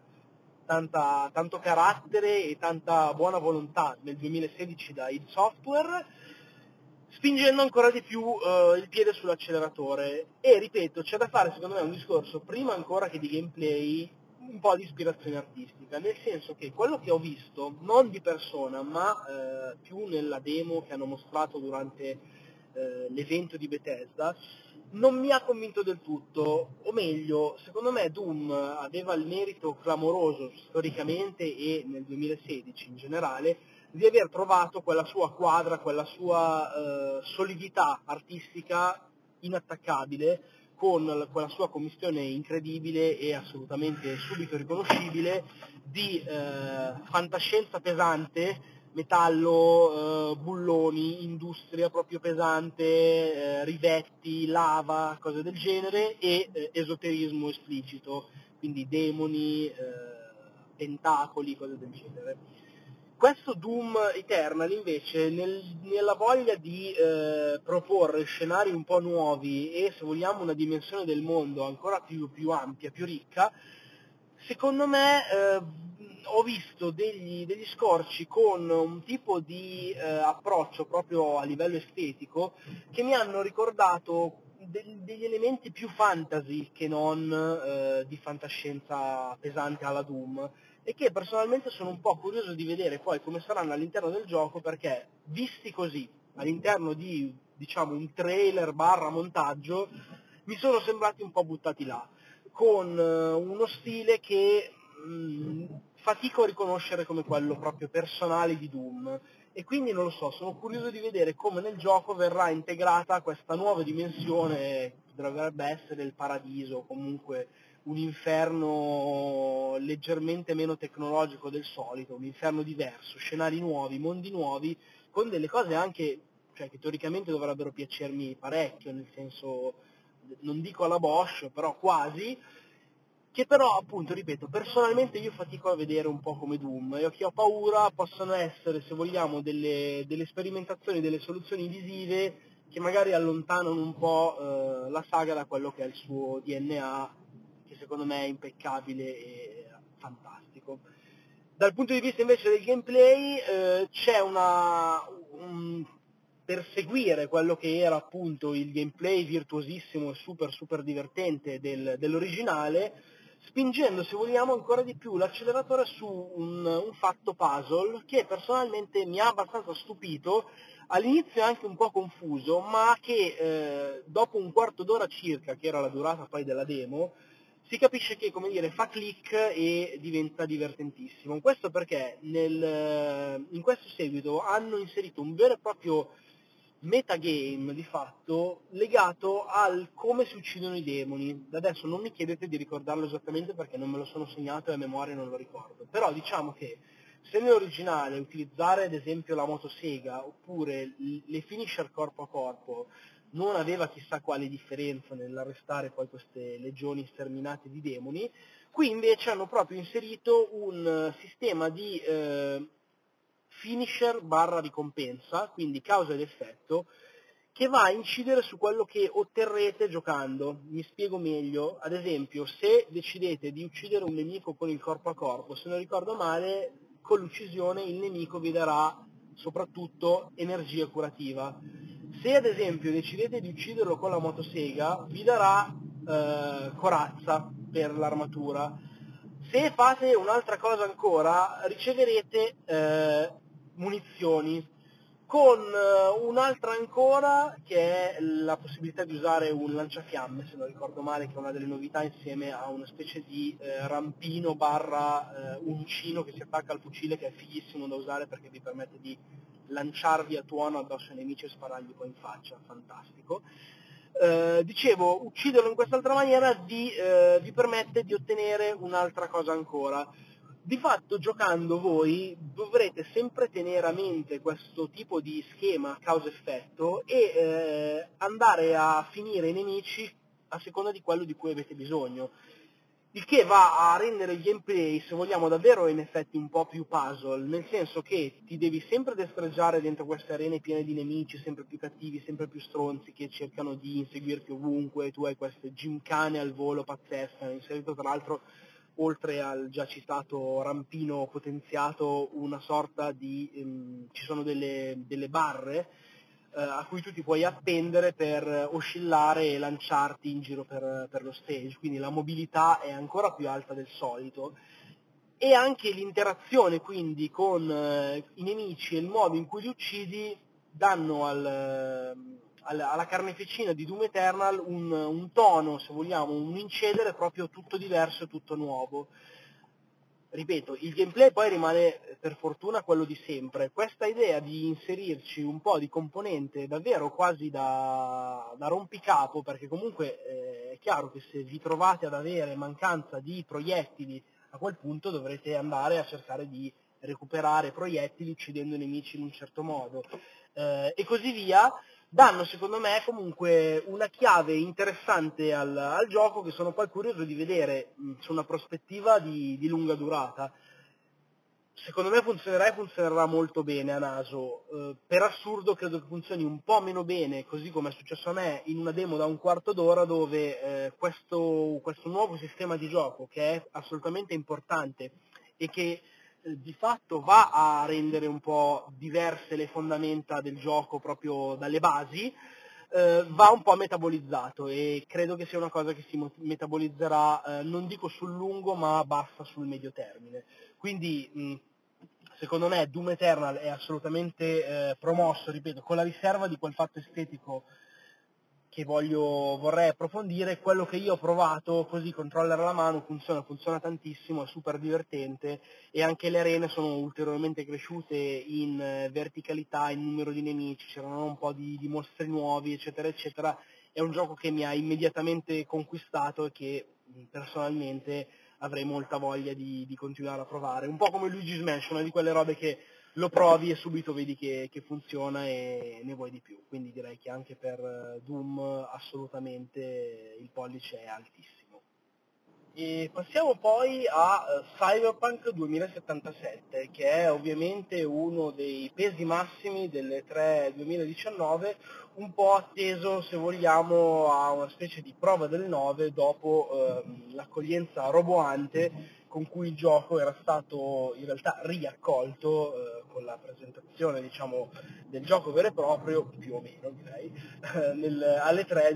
tanto carattere e tanta buona volontà nel 2016 da id Software, spingendo ancora di più il piede sull'acceleratore. E ripeto, c'è da fare secondo me un discorso, prima ancora che di gameplay, un po' di ispirazione artistica, nel senso che quello che ho visto, non di persona, ma più nella demo che hanno mostrato durante l'evento di Bethesda, non mi ha convinto del tutto, o meglio, secondo me Doom aveva il merito clamoroso storicamente e nel 2016 in generale di aver trovato quella sua quadra, quella sua solidità artistica inattaccabile, con quella sua commistione incredibile e assolutamente subito riconoscibile di fantascienza pesante, metallo, bulloni, industria proprio pesante, rivetti, lava, cose del genere, e esoterismo esplicito, quindi demoni, tentacoli, cose del genere. Questo Doom Eternal invece, nella voglia di proporre scenari un po' nuovi e, se vogliamo, una dimensione del mondo ancora più ampia, più ricca, secondo me ho visto degli scorci con un tipo di approccio proprio a livello estetico che mi hanno ricordato degli elementi più fantasy che non di fantascienza pesante alla Doom, e che personalmente sono un po' curioso di vedere poi come saranno all'interno del gioco, perché visti così all'interno di, diciamo, un trailer barra montaggio, mi sono sembrati un po' buttati là, con uno stile che fatico a riconoscere come quello proprio personale di Doom, e quindi non lo so, sono curioso di vedere come nel gioco verrà integrata questa nuova dimensione, che dovrebbe essere il paradiso, comunque un inferno leggermente meno tecnologico del solito, un inferno diverso, scenari nuovi, mondi nuovi, con delle cose anche, cioè, che teoricamente dovrebbero piacermi parecchio, nel senso, non dico alla Bosch, però quasi, che però, appunto, ripeto, personalmente io fatico a vedere un po' come Doom, e che ho paura possano essere, se vogliamo, delle sperimentazioni, delle soluzioni visive che magari allontanano un po' la saga da quello che è il suo DNA, che secondo me è impeccabile e fantastico. Dal punto di vista invece del gameplay c'è per seguire quello che era appunto il gameplay virtuosissimo e super divertente dell'originale, spingendo, se vogliamo, ancora di più l'acceleratore su un fatto puzzle che personalmente mi ha abbastanza stupito, all'inizio anche un po' confuso, ma che dopo un quarto d'ora circa, che era la durata poi della demo, si capisce che, come dire, fa click e diventa divertentissimo. Questo perché in questo seguito hanno inserito un vero e proprio metagame di fatto legato al come si uccidono i demoni. Adesso non mi chiedete di ricordarlo esattamente perché non me lo sono segnato e a memoria non lo ricordo, però diciamo che se nell'originale utilizzare ad esempio la motosega oppure le finisher corpo a corpo non aveva chissà quale differenza nell'arrestare poi queste legioni sterminate di demoni, qui invece hanno proprio inserito un sistema di finisher barra ricompensa, quindi causa ed effetto, che va a incidere su quello che otterrete giocando. Mi spiego meglio, ad esempio se decidete di uccidere un nemico con il corpo a corpo, se non ricordo male, con l'uccisione il nemico vi darà soprattutto energia curativa. Se ad esempio decidete di ucciderlo con la motosega, vi darà corazza per l'armatura. Se fate un'altra cosa ancora, riceverete munizioni, con un'altra ancora che è la possibilità di usare un lanciafiamme, se non ricordo male, che è una delle novità, insieme a una specie di rampino barra uncino che si attacca al fucile, che è fighissimo da usare perché vi permette di lanciarvi a tuono addosso ai nemici e sparargli poi in faccia, fantastico. Dicevo, ucciderlo in quest'altra maniera vi permette di ottenere un'altra cosa ancora. Di fatto, giocando voi dovrete sempre tenere a mente questo tipo di schema causa-effetto e andare a finire i nemici a seconda di quello di cui avete bisogno. Il che va a rendere il gameplay, se vogliamo, davvero in effetti un po' più puzzle, nel senso che ti devi sempre destreggiare dentro queste arene piene di nemici, sempre più cattivi, sempre più stronzi, che cercano di inseguirti ovunque, tu hai queste gimcane al volo pazzesche, hanno inserito tra l'altro, oltre al già citato rampino potenziato, una sorta di... ci sono delle barre a cui tu ti puoi appendere per oscillare e lanciarti in giro per lo stage, quindi la mobilità è ancora più alta del solito e anche l'interazione quindi con i nemici e il modo in cui li uccidi danno alla carneficina di Doom Eternal un tono, se vogliamo, un incedere proprio tutto diverso e tutto nuovo. Ripeto, il gameplay poi rimane per fortuna quello di sempre. Questa idea di inserirci un po' di componente davvero quasi da rompicapo, perché comunque è chiaro che se vi trovate ad avere mancanza di proiettili, a quel punto dovrete andare a cercare di recuperare proiettili uccidendo i nemici in un certo modo, e così via. Danno secondo me comunque una chiave interessante al gioco, che sono poi curioso di vedere su una prospettiva di lunga durata. Secondo me funzionerà e funzionerà molto bene a naso. Per assurdo credo che funzioni un po' meno bene, così come è successo a me in una demo da un quarto d'ora, dove questo nuovo sistema di gioco, che è assolutamente importante e che di fatto va a rendere un po' diverse le fondamenta del gioco proprio dalle basi, va un po' metabolizzato, e credo che sia una cosa che si metabolizzerà, non dico sul lungo, ma basta sul medio termine. Quindi secondo me Doom Eternal è assolutamente promosso, ripeto, con la riserva di quel fatto estetico che vorrei approfondire. Quello che io ho provato, così controller alla mano, funziona tantissimo, è super divertente, e anche le arene sono ulteriormente cresciute in verticalità, in numero di nemici, c'erano un po' di mostri nuovi, eccetera eccetera. È un gioco che mi ha immediatamente conquistato e che personalmente avrei molta voglia di continuare a provare, un po' come Luigi's Mansion, di quelle robe che lo provi e subito vedi che funziona e ne vuoi di più. Quindi direi che anche per Doom assolutamente il pollice è altissimo. E passiamo poi a Cyberpunk 2077, che è ovviamente uno dei pesi massimi delle 3 2019, un po' atteso, se vogliamo, a una specie di prova del 9 dopo l'accoglienza roboante con cui il gioco era stato in realtà riaccolto con la presentazione, diciamo, del gioco vero e proprio, più o meno direi, alle 3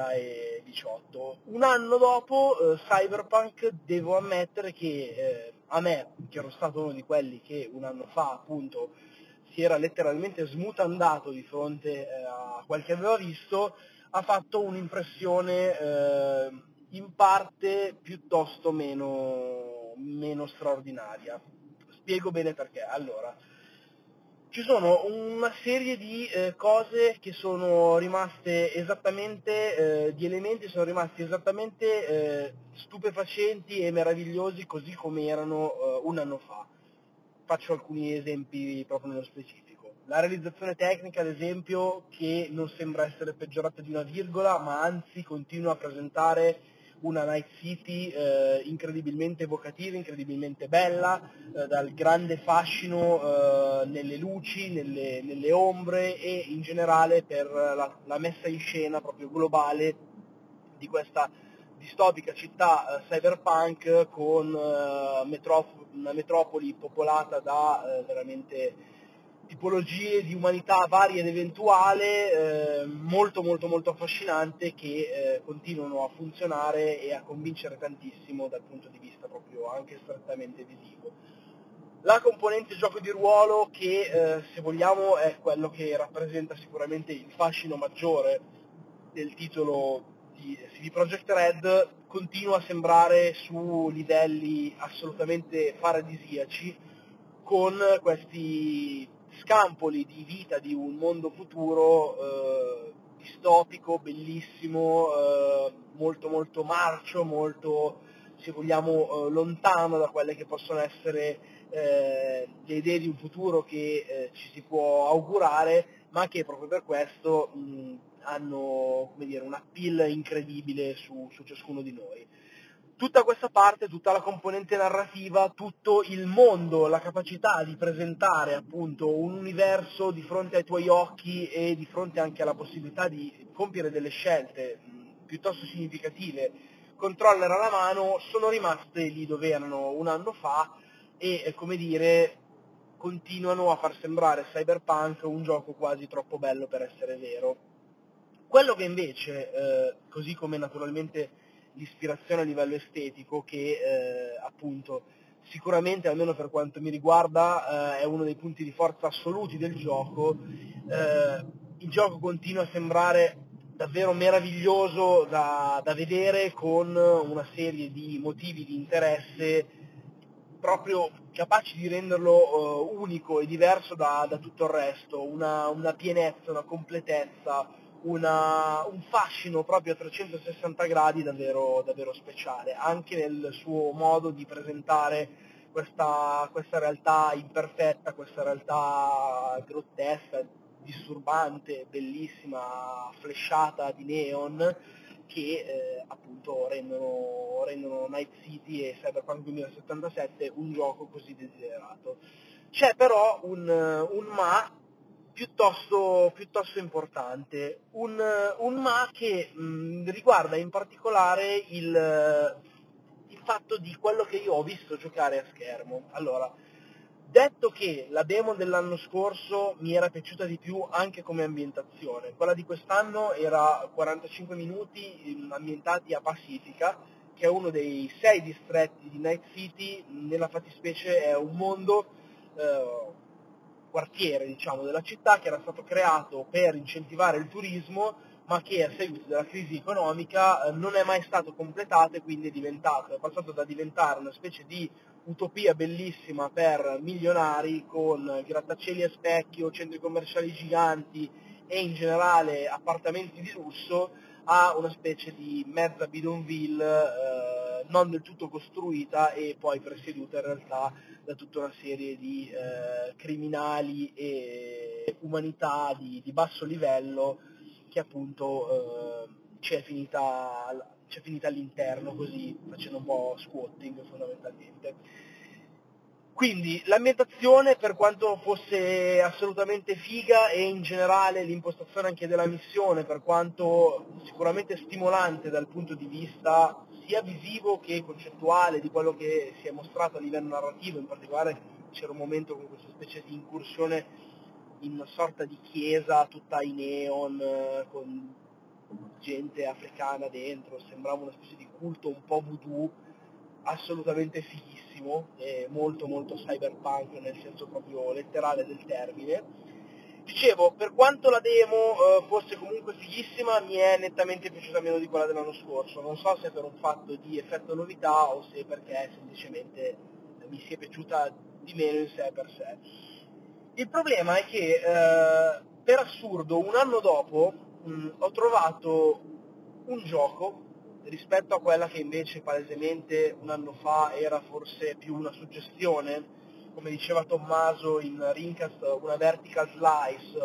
2018. Un anno dopo Cyberpunk, devo ammettere che a me, che ero stato uno di quelli che un anno fa appunto si era letteralmente smutandato di fronte a quel che aveva visto, ha fatto un'impressione in parte piuttosto meno straordinaria. Spiego bene perché. Allora, ci sono una serie di cose che sono rimaste esattamente, di elementi sono rimasti esattamente stupefacenti e meravigliosi così come erano un anno fa. Faccio alcuni esempi proprio nello specifico. La realizzazione tecnica, ad esempio, che non sembra essere peggiorata di una virgola, ma anzi continua a presentare una Night City incredibilmente evocativa, incredibilmente bella, dal grande fascino nelle luci, nelle ombre e in generale per la messa in scena proprio globale di questa distopica città cyberpunk con una metropoli popolata da veramente tipologie di umanità varie ed eventuale, molto molto molto affascinante, che continuano a funzionare e a convincere tantissimo dal punto di vista proprio anche strettamente visivo. La componente gioco di ruolo, che se vogliamo è quello che rappresenta sicuramente il fascino maggiore del titolo di CD Projekt Red, continua a sembrare su livelli assolutamente paradisiaci, con questi scampoli di vita di un mondo futuro distopico, bellissimo, molto molto marcio, molto, se vogliamo, lontano da quelle che possono essere le idee di un futuro che ci si può augurare, ma che proprio per questo hanno, come dire, un appeal incredibile su ciascuno di noi. Tutta questa parte, tutta la componente narrativa, tutto il mondo, la capacità di presentare appunto un universo di fronte ai tuoi occhi e di fronte anche alla possibilità di compiere delle scelte piuttosto significative, controller alla mano, sono rimaste lì dove erano un anno fa e, come dire, continuano a far sembrare Cyberpunk un gioco quasi troppo bello per essere vero. Quello che invece, così come naturalmente l'ispirazione a livello estetico, che appunto sicuramente, almeno per quanto mi riguarda, è uno dei punti di forza assoluti del gioco, il gioco continua a sembrare davvero meraviglioso da vedere, con una serie di motivi di interesse proprio capaci di renderlo unico e diverso da tutto il resto, una pienezza, una completezza, un fascino proprio a 360 gradi davvero, davvero speciale, anche nel suo modo di presentare questa realtà imperfetta, questa realtà grottesca, disturbante, bellissima, flashata di neon, che appunto rendono Night City e Cyberpunk 2077 un gioco così desiderato. C'è però un ma piuttosto importante, un ma che riguarda in particolare il fatto di quello che io ho visto giocare a schermo. Allora, detto che la demo dell'anno scorso mi era piaciuta di più anche come ambientazione, quella di quest'anno era 45 minuti ambientati a Pacifica, che è uno dei 6 distretti di Night City, nella fattispecie è un mondo, quartiere diciamo della città, che era stato creato per incentivare il turismo, ma che a seguito della crisi economica non è mai stato completato e quindi è passato da diventare una specie di utopia bellissima per milionari, con grattacieli a specchio, centri commerciali giganti e in generale appartamenti di lusso, a una specie di mezza bidonville non del tutto costruita e poi presieduta in realtà da tutta una serie di criminali e umanità di basso livello, che appunto c'è finita all'interno, così facendo un po' squatting fondamentalmente. Quindi l'ambientazione, per quanto fosse assolutamente figa, e in generale l'impostazione anche della missione, per quanto sicuramente stimolante dal punto di vista sia visivo che concettuale di quello che si è mostrato a livello narrativo, in particolare c'era un momento con questa specie di incursione in una sorta di chiesa tutta in neon, con gente africana dentro, sembrava una specie di culto un po' voodoo, assolutamente fighissimo e molto molto cyberpunk nel senso proprio letterale del termine. Dicevo, per quanto la demo fosse comunque fighissima, mi è nettamente piaciuta meno di quella dell'anno scorso. Non so se per un fatto di effetto novità o se perché semplicemente mi si è piaciuta di meno in sé per sé. Il problema è che per assurdo un anno dopo ho trovato un gioco rispetto a quella che invece palesemente un anno fa era forse più una suggestione, come diceva Tommaso in Rincast, una vertical slice,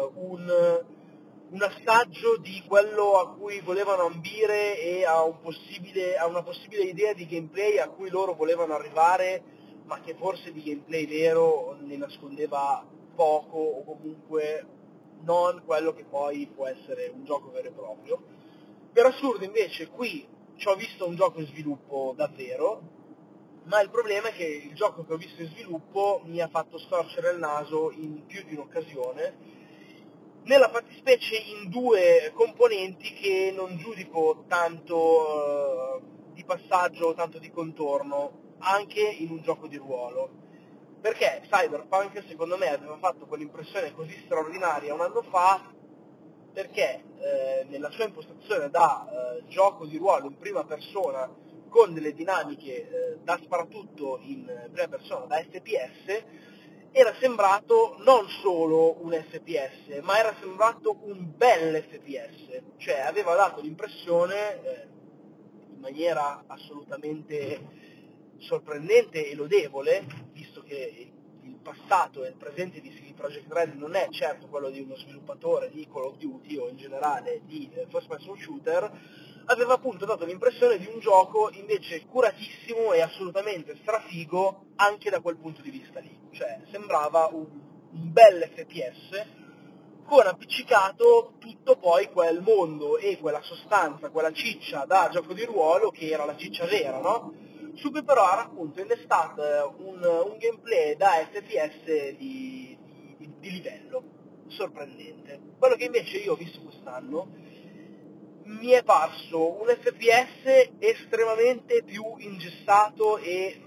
un assaggio di quello a cui volevano ambire e a una possibile idea di gameplay a cui loro volevano arrivare, ma che forse di gameplay vero ne nascondeva poco o comunque non quello che poi può essere un gioco vero e proprio. Per assurdo invece qui ci ho visto un gioco in sviluppo davvero, ma il problema è che il gioco che ho visto in sviluppo mi ha fatto storcere il naso in più di un'occasione, nella fattispecie in due componenti che non giudico tanto di passaggio, tanto di contorno, anche in un gioco di ruolo. Perché Cyberpunk secondo me aveva fatto quell'impressione così straordinaria un anno fa, perché nella sua impostazione da gioco di ruolo in prima persona, con delle dinamiche da sparatutto in prima persona, da FPS, era sembrato non solo un FPS, ma era sembrato un bel FPS, cioè aveva dato l'impressione, in maniera assolutamente sorprendente e lodevole, visto che il passato e il presente di CD Projekt Red non è certo quello di uno sviluppatore di Call of Duty o in generale di first person shooter, aveva appunto dato l'impressione di un gioco invece curatissimo e assolutamente strafigo anche da quel punto di vista lì, cioè sembrava un bel FPS con appiccicato tutto poi quel mondo e quella sostanza, quella ciccia da gioco di ruolo che era la ciccia vera, no? Su cui però ha appunto innestato un gameplay da FPS di livello sorprendente. Quello che invece io ho visto quest'anno mi è parso un FPS estremamente più ingessato e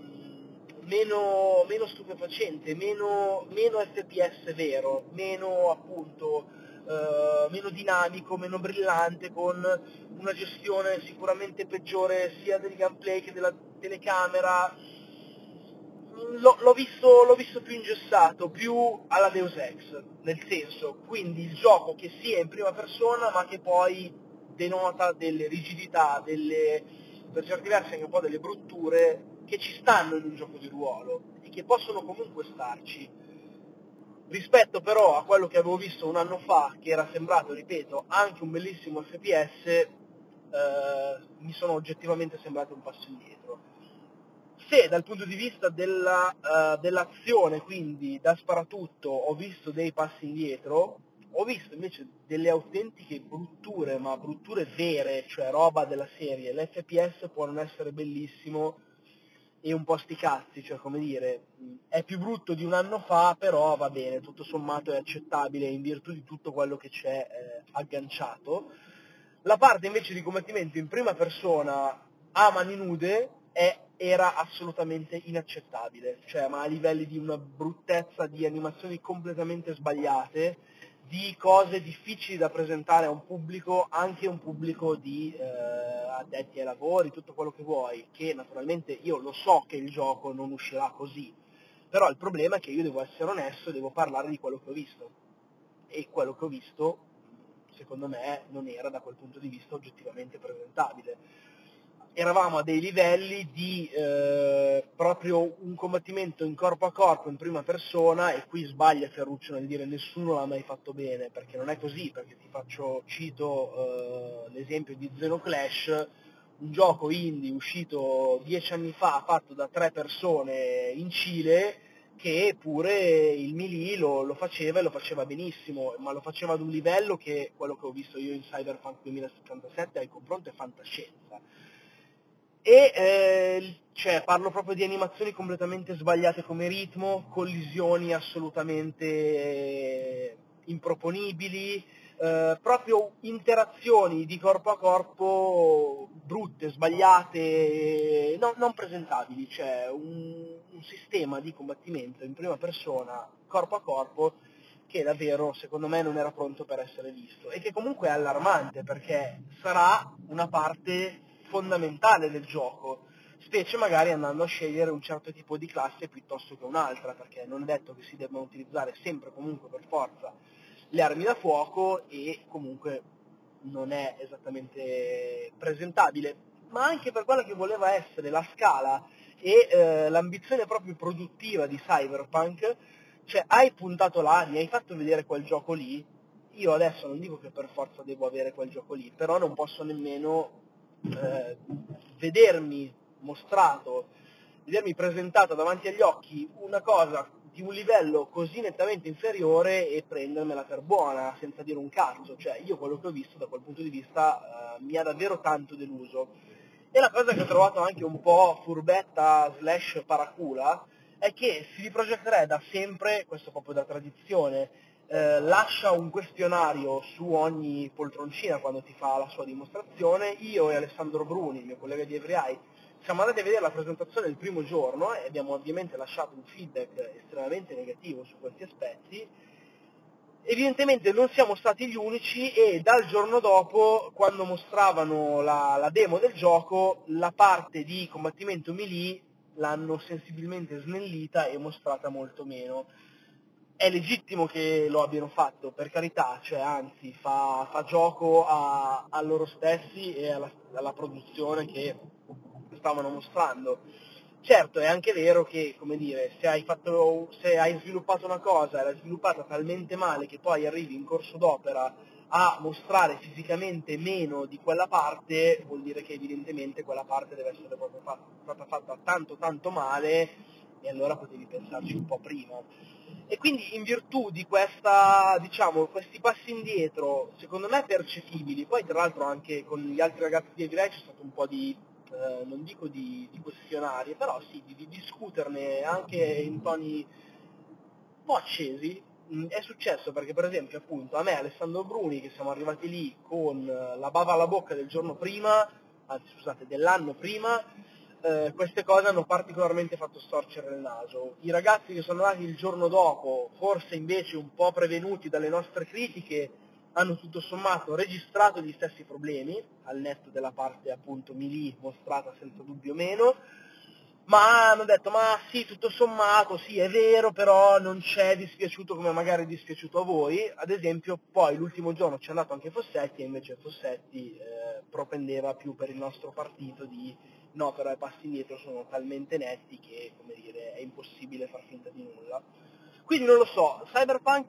meno stupefacente, meno FPS vero, meno appunto meno dinamico, meno brillante, con una gestione sicuramente peggiore sia del gameplay che della telecamera. L'ho visto più ingessato, più alla Deus Ex, nel senso, quindi il gioco che sia in prima persona ma che poi denota delle rigidità, per certi versi anche un po' delle brutture che ci stanno in un gioco di ruolo e che possono comunque starci. Rispetto però a quello che avevo visto un anno fa, che era sembrato, ripeto, anche un bellissimo FPS, mi sono oggettivamente sembrati un passo indietro. Se dal punto di vista dell'azione, quindi da sparatutto, ho visto dei passi indietro, ho visto invece delle autentiche brutture, ma brutture vere, cioè roba della serie. L'FPS può non essere bellissimo e un po' sti cazzi, cioè come dire, è più brutto di un anno fa, però va bene, tutto sommato è accettabile in virtù di tutto quello che c'è agganciato. La parte invece di combattimento in prima persona a mani nude era assolutamente inaccettabile, cioè ma a livelli di una bruttezza, di animazioni completamente sbagliate, di cose difficili da presentare a un pubblico, anche un pubblico di addetti ai lavori, tutto quello che vuoi, che naturalmente io lo so che il gioco non uscirà così, però il problema è che io devo essere onesto e devo parlare di quello che ho visto, e quello che ho visto secondo me non era da quel punto di vista oggettivamente presentabile. Eravamo a dei livelli di proprio un combattimento in corpo a corpo in prima persona, e qui sbaglia Ferruccio nel dire nessuno l'ha mai fatto bene, perché non è così, perché cito l'esempio di Xenoclash, un gioco indie uscito 10 anni fa, fatto da 3 persone in Cile, che pure il Melee lo faceva e lo faceva benissimo, ma lo faceva ad un livello che quello che ho visto io in Cyberpunk 2077 al confronto è fantascienza. E cioè, parlo proprio di animazioni completamente sbagliate come ritmo, collisioni assolutamente improponibili, proprio interazioni di corpo a corpo brutte, sbagliate, non presentabili, cioè un sistema di combattimento in prima persona, corpo a corpo, che davvero secondo me non era pronto per essere visto e che comunque è allarmante perché sarà una parte fondamentale del gioco. specie magari andando a scegliere un certo tipo di classe piuttosto che un'altra, perché non è detto che si debbano utilizzare sempre comunque per forza le armi da fuoco e comunque non è esattamente presentabile, ma anche per quella che voleva essere la scala e l'ambizione proprio produttiva di Cyberpunk, cioè hai puntato là, mi hai fatto vedere quel gioco lì, io adesso non dico che per forza devo avere quel gioco lì, però non posso nemmeno vedermi mostrato, vedermi presentata davanti agli occhi una cosa di un livello così nettamente inferiore e prendermela per buona, senza dire un cazzo. Cioè, io quello che ho visto da quel punto di vista mi ha davvero tanto deluso. E la cosa che ho trovato anche un po' furbetta / paracula è che CD Projekt Red ha sempre, questo proprio da tradizione, lascia un questionario su ogni poltroncina quando ti fa la sua dimostrazione. Io e Alessandro Bruni, il mio collega di EveryEye, siamo andati a vedere la presentazione il primo giorno e abbiamo ovviamente lasciato un feedback estremamente negativo su questi aspetti. Evidentemente non siamo stati gli unici e dal giorno dopo, quando mostravano la demo del gioco, la parte di combattimento melee l'hanno sensibilmente snellita e mostrata molto meno. È legittimo che lo abbiano fatto, per carità, cioè anzi fa gioco a loro stessi e alla produzione che stavano mostrando. Certo, è anche vero che, come dire, se hai sviluppato una cosa e l'hai sviluppata talmente male che poi arrivi in corso d'opera a mostrare fisicamente meno di quella parte, vuol dire che evidentemente quella parte deve essere proprio stata fatta tanto tanto male e allora potevi pensarci un po' prima. E quindi in virtù di questa, diciamo, questi passi indietro, secondo me percepibili, poi tra l'altro anche con gli altri ragazzi di Evrei c'è stato un po' di, non dico di questionari, però sì, di discuterne anche in toni un po' accesi. È successo perché per esempio appunto a me Alessandro Bruni, che siamo arrivati lì con la bava alla bocca del giorno prima, anzi scusate, dell'anno prima, queste cose hanno particolarmente fatto storcere il naso. I ragazzi che sono andati il giorno dopo, forse invece un po' prevenuti dalle nostre critiche, hanno tutto sommato registrato gli stessi problemi, al netto della parte appunto melee mostrata senza dubbio meno, ma hanno detto ma sì, tutto sommato, sì è vero, però non c'è dispiaciuto come magari è dispiaciuto a voi. Ad esempio poi l'ultimo giorno c'è andato anche Fossetti e invece Fossetti propendeva più per il nostro partito di no, però i passi indietro sono talmente netti che, come dire, è impossibile far finta di nulla. Quindi non lo so, Cyberpunk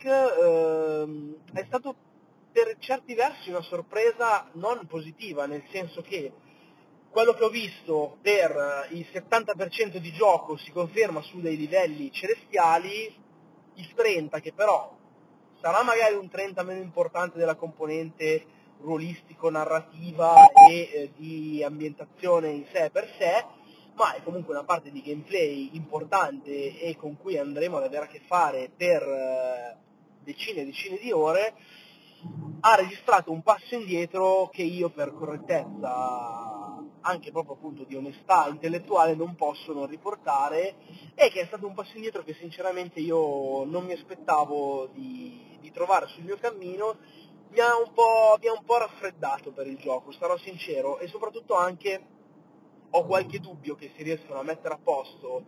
è stato per certi versi una sorpresa non positiva, nel senso che quello che ho visto per il 70% di gioco si conferma su dei livelli celestiali, il 30% che però sarà magari un 30% meno importante della componente ruolistico-narrativa e di ambientazione in sé per sé, ma è comunque una parte di gameplay importante e con cui andremo ad avere a che fare per decine e decine di ore, ha registrato un passo indietro che io per correttezza, anche proprio appunto di onestà intellettuale, non posso non riportare, e che è stato un passo indietro che sinceramente io non mi aspettavo di trovare sul mio cammino. Mi ha un po' raffreddato per il gioco, sarò sincero, e soprattutto anche ho qualche dubbio che si riescano a mettere a posto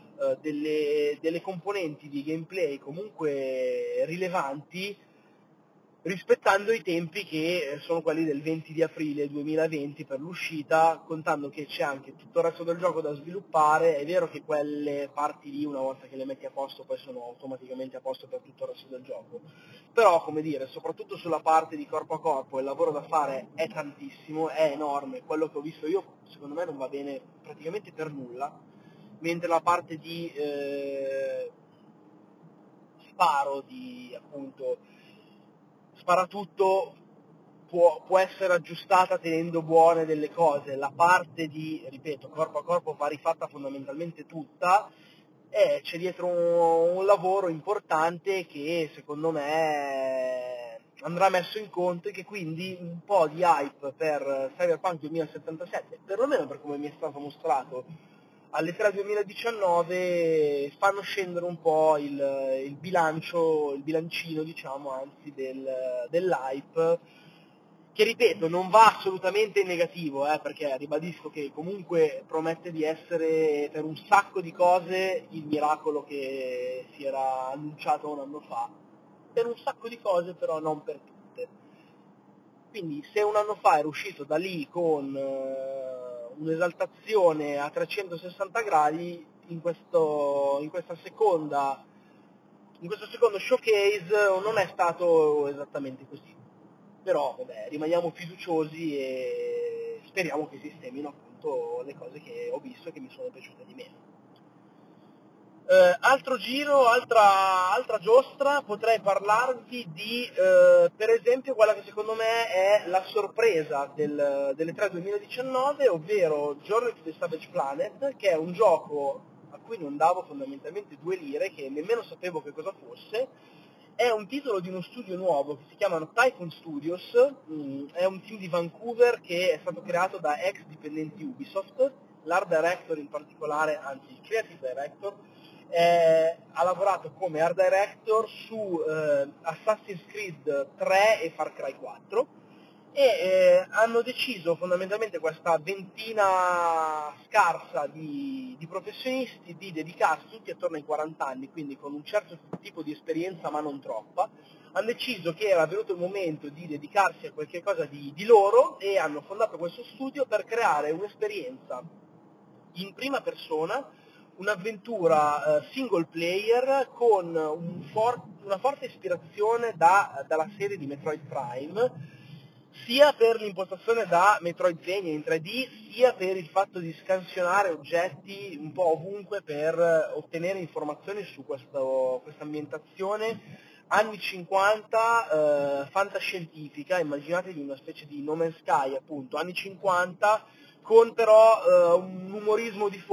delle componenti di gameplay comunque rilevanti, rispettando i tempi che sono quelli del 20 di aprile 2020 per l'uscita, contando che c'è anche tutto il resto del gioco da sviluppare. È vero che quelle parti lì, una volta che le metti a posto, poi sono automaticamente a posto per tutto il resto del gioco, però, come dire, soprattutto sulla parte di corpo a corpo il lavoro da fare è tantissimo, è enorme. Quello che ho visto io, secondo me, non va bene praticamente per nulla, mentre la parte di sparo, di appunto sparatutto, può essere aggiustata tenendo buone delle cose. La parte di, ripeto, corpo a corpo va rifatta fondamentalmente tutta, e c'è dietro un lavoro importante che secondo me andrà messo in conto, e che quindi un po' di hype per Cyberpunk 2077, perlomeno per come mi è stato mostrato alle 3 2019, fanno scendere un po' il bilancino, diciamo, anzi, dell'hype, che ripeto non va assolutamente in negativo, perché ribadisco che comunque promette di essere per un sacco di cose il miracolo che si era annunciato un anno fa, per un sacco di cose però non per tutte. Quindi se un anno fa era uscito da lì con un'esaltazione a 360 gradi, in questo secondo showcase non è stato esattamente così. Però vabbè, rimaniamo fiduciosi e speriamo che sistemino appunto le cose che ho visto e che mi sono piaciute di meno. Altro giro, altra giostra, potrei parlarvi di per esempio quella che secondo me è la sorpresa delle 3 2019, ovvero Journey to the Savage Planet, che è un gioco a cui non davo fondamentalmente 2 lire, che nemmeno sapevo che cosa fosse. È un titolo di uno studio nuovo che si chiamano Typhoon Studios, è un team di Vancouver che è stato creato da ex dipendenti Ubisoft, l'art director in particolare, anzi il creative director, ha lavorato come art director su Assassin's Creed 3 e Far Cry 4 e hanno deciso fondamentalmente questa ventina scarsa di professionisti di dedicarsi tutti attorno ai 40 anni, quindi con un certo tipo di esperienza ma non troppa. Hanno deciso che era venuto il momento di dedicarsi a qualche cosa di loro e hanno fondato questo studio per creare un'esperienza in prima persona, un'avventura single player con una forte ispirazione dalla serie di Metroid Prime, sia per l'impostazione da Metroidvania in 3D, sia per il fatto di scansionare oggetti un po' ovunque per ottenere informazioni su questa ambientazione anni 50, fantascientifica. Immaginatevi una specie di No Man's Sky, appunto, anni 50, con però un umorismo di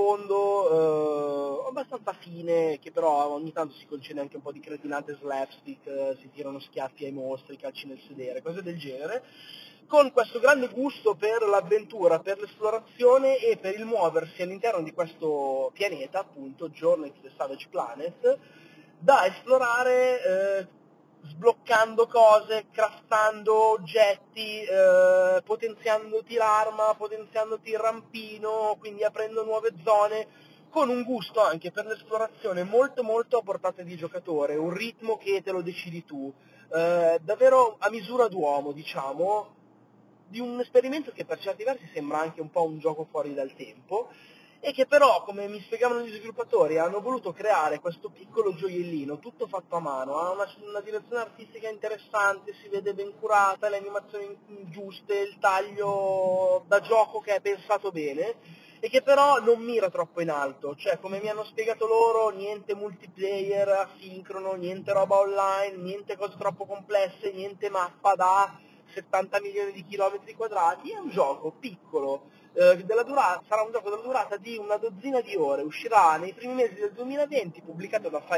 fondo abbastanza fine, che però ogni tanto si concede anche un po' di cretinate slapstick, si tirano schiaffi ai mostri, calci nel sedere, cose del genere, con questo grande gusto per l'avventura, per l'esplorazione e per il muoversi all'interno di questo pianeta, appunto, Journey to the Savage Planet, da esplorare sbloccando cose, craftando oggetti, potenziandoti l'arma, potenziandoti il rampino, quindi aprendo nuove zone, con un gusto anche per l'esplorazione molto molto a portata di giocatore, un ritmo che te lo decidi tu, davvero a misura d'uomo, diciamo, di un esperimento che per certi versi sembra anche un po' un gioco fuori dal tempo, e che però, come mi spiegavano gli sviluppatori, hanno voluto creare questo piccolo gioiellino, tutto fatto a mano, ha una direzione artistica interessante, si vede ben curata, le animazioni giuste, il taglio da gioco che è pensato bene, e che però non mira troppo in alto, cioè come mi hanno spiegato loro, niente multiplayer asincrono, niente roba online, niente cose troppo complesse, niente mappa da 70 milioni di chilometri quadrati, è un gioco piccolo, sarà un gioco della durata di una dozzina di ore, uscirà nei primi mesi del 2020, pubblicato da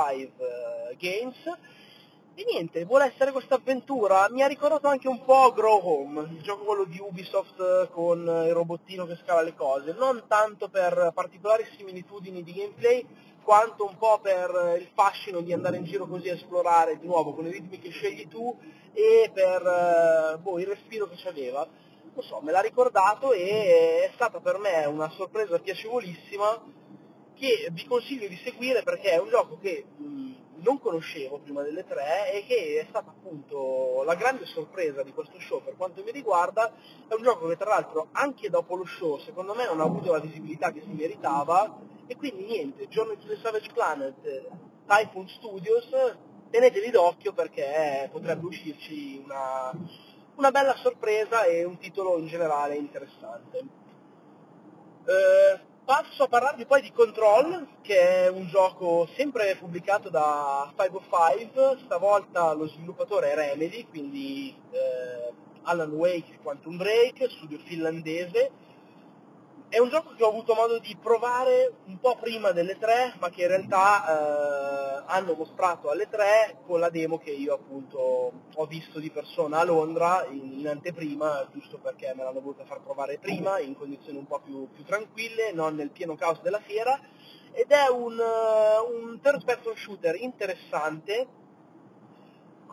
505 Games, e niente, vuole essere questa avventura. Mi ha ricordato anche un po' Grow Home, il gioco quello di Ubisoft con il robottino che scala le cose, non tanto per particolari similitudini di gameplay, quanto un po' per il fascino di andare in giro così a esplorare, di nuovo con i ritmi che scegli tu, e per il respiro che c'aveva. Non so, me l'ha ricordato e è stata per me una sorpresa piacevolissima che vi consiglio di seguire, perché è un gioco che non conoscevo prima delle 3 e che è stata appunto la grande sorpresa di questo show per quanto mi riguarda. È un gioco che tra l'altro anche dopo lo show secondo me non ha avuto la visibilità che si meritava, e quindi niente, Journey to the Savage Planet, Typhoon Studios, tenetevi d'occhio perché potrebbe uscirci una bella sorpresa e un titolo in generale interessante. Passo a parlarvi poi di Control, che è un gioco sempre pubblicato da 505, stavolta lo sviluppatore è Remedy, quindi Alan Wake Quantum Break, studio finlandese. È un gioco che ho avuto modo di provare un po' prima delle 3, ma che in realtà hanno mostrato alle 3 con la demo che io appunto ho visto di persona a Londra in anteprima, giusto perché me l'hanno voluta far provare prima, in condizioni un po' più tranquille, non nel pieno caos della fiera, ed è un third person shooter interessante,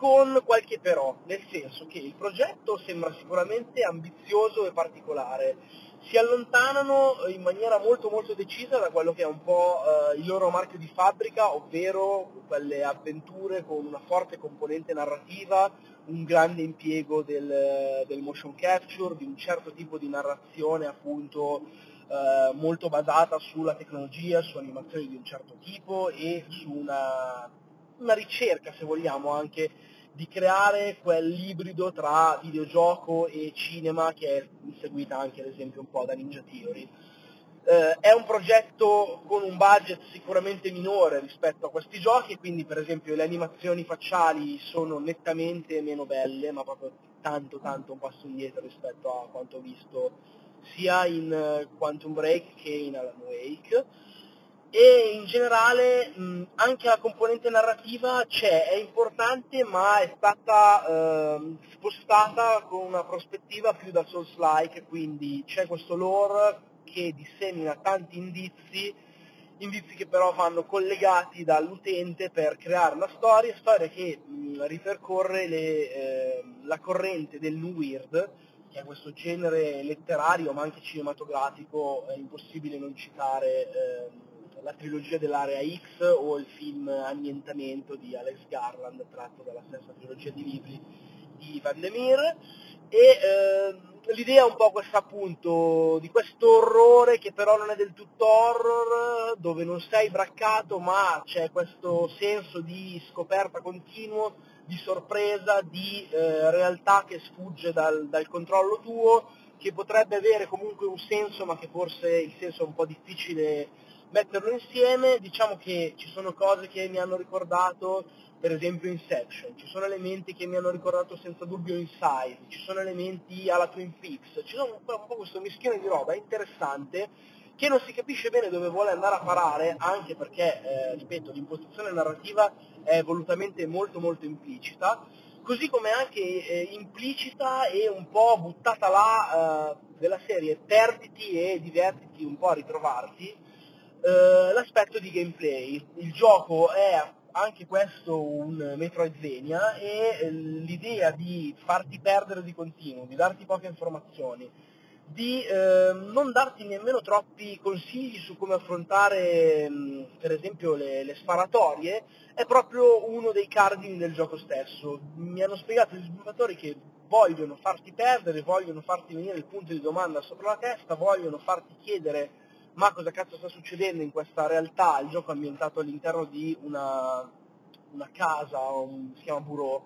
con qualche però, nel senso che il progetto sembra sicuramente ambizioso e particolare. Si allontanano in maniera molto molto decisa da quello che è un po' il loro marchio di fabbrica, ovvero quelle avventure con una forte componente narrativa, un grande impiego del motion capture, di un certo tipo di narrazione appunto molto basata sulla tecnologia, su animazioni di un certo tipo e su una ricerca, se vogliamo, anche di creare quell'ibrido tra videogioco e cinema che è seguita anche ad esempio un po' da Ninja Theory. È un progetto con un budget sicuramente minore rispetto a questi giochi, quindi per esempio le animazioni facciali sono nettamente meno belle, ma proprio tanto un passo indietro rispetto a quanto ho visto sia in Quantum Break che in Alan Wake. E in generale anche la componente narrativa c'è, è importante, ma è stata spostata con una prospettiva più da Souls-like, quindi c'è questo lore che dissemina tanti indizi che però vanno collegati dall'utente per creare una storia che ripercorre la corrente del New Weird, che è questo genere letterario ma anche cinematografico. È impossibile non citare la trilogia dell'Area X o il film Annientamento di Alex Garland, tratto dalla stessa trilogia di libri di Van der Meer. E l'idea è un po' questa appunto di questo orrore che però non è del tutto horror, dove non sei braccato ma c'è questo senso di scoperta continuo, di sorpresa, di realtà che sfugge dal controllo tuo, che potrebbe avere comunque un senso ma che forse il senso è un po' difficile metterlo insieme. Diciamo che ci sono cose che mi hanno ricordato per esempio Inception, ci sono elementi che mi hanno ricordato senza dubbio Inside, ci sono elementi alla Twin Peaks, ci sono un po' questo mischione di roba interessante che non si capisce bene dove vuole andare a parare, anche perché, ripeto, l'impostazione narrativa è volutamente molto molto implicita, così come anche implicita e un po' buttata là della serie perditi e divertiti un po' a ritrovarti, l'aspetto di gameplay. Il gioco è anche questo un Metroidvania e l'idea di farti perdere di continuo, di darti poche informazioni, di non darti nemmeno troppi consigli su come affrontare per esempio le sparatorie, è proprio uno dei cardini del gioco stesso. Mi hanno spiegato gli sviluppatori che vogliono farti perdere, vogliono farti venire il punto di domanda sopra la testa, vogliono farti chiedere ma cosa cazzo sta succedendo in questa realtà. Il gioco è ambientato all'interno di una casa, si chiama Bureau,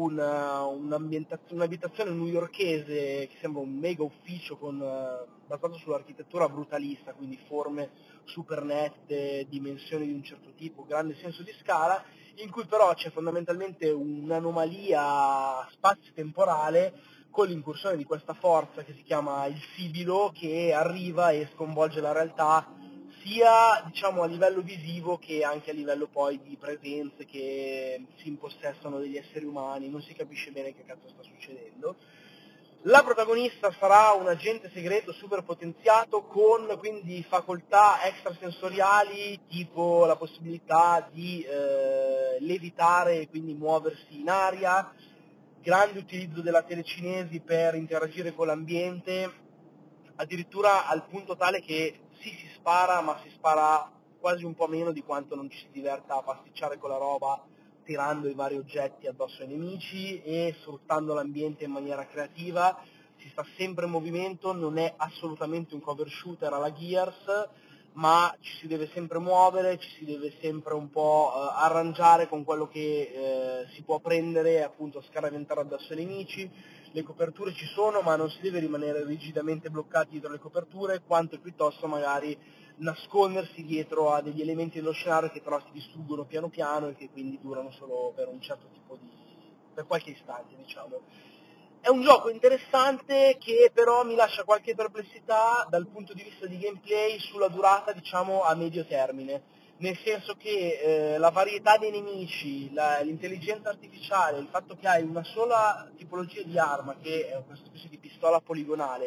un'abitazione newyorkese che sembra un mega ufficio basato sull'architettura brutalista, quindi forme super nette, dimensioni di un certo tipo, grande senso di scala, in cui però c'è fondamentalmente un'anomalia spazio-temporale con l'incursione di questa forza che si chiama il Sibilo, che arriva e sconvolge la realtà sia diciamo a livello visivo che anche a livello poi di presenze che si impossessano degli esseri umani. Non si capisce bene che cazzo sta succedendo. La protagonista sarà un agente segreto super potenziato con quindi facoltà extrasensoriali, tipo la possibilità di levitare e quindi muoversi in aria, grande utilizzo della telecinesi per interagire con l'ambiente, addirittura al punto tale che sì, si spara, ma si spara quasi un po' meno di quanto non ci si diverta a pasticciare con la roba, tirando i vari oggetti addosso ai nemici e sfruttando l'ambiente in maniera creativa. Si sta sempre in movimento, non è assolutamente un cover shooter alla Gears, ma ci si deve sempre muovere, ci si deve sempre un po' arrangiare con quello che si può prendere e appunto scaraventare addosso ai nemici. Le coperture ci sono, ma non si deve rimanere rigidamente bloccati dietro le coperture, quanto piuttosto magari nascondersi dietro a degli elementi dello scenario che però si distruggono piano piano e che quindi durano solo per un certo tipo per qualche istante, diciamo. È un gioco interessante che però mi lascia qualche perplessità dal punto di vista di gameplay sulla durata, diciamo, a medio termine, nel senso che la varietà dei nemici, l'intelligenza artificiale, il fatto che hai una sola tipologia di arma, che è questa specie di pistola poligonale,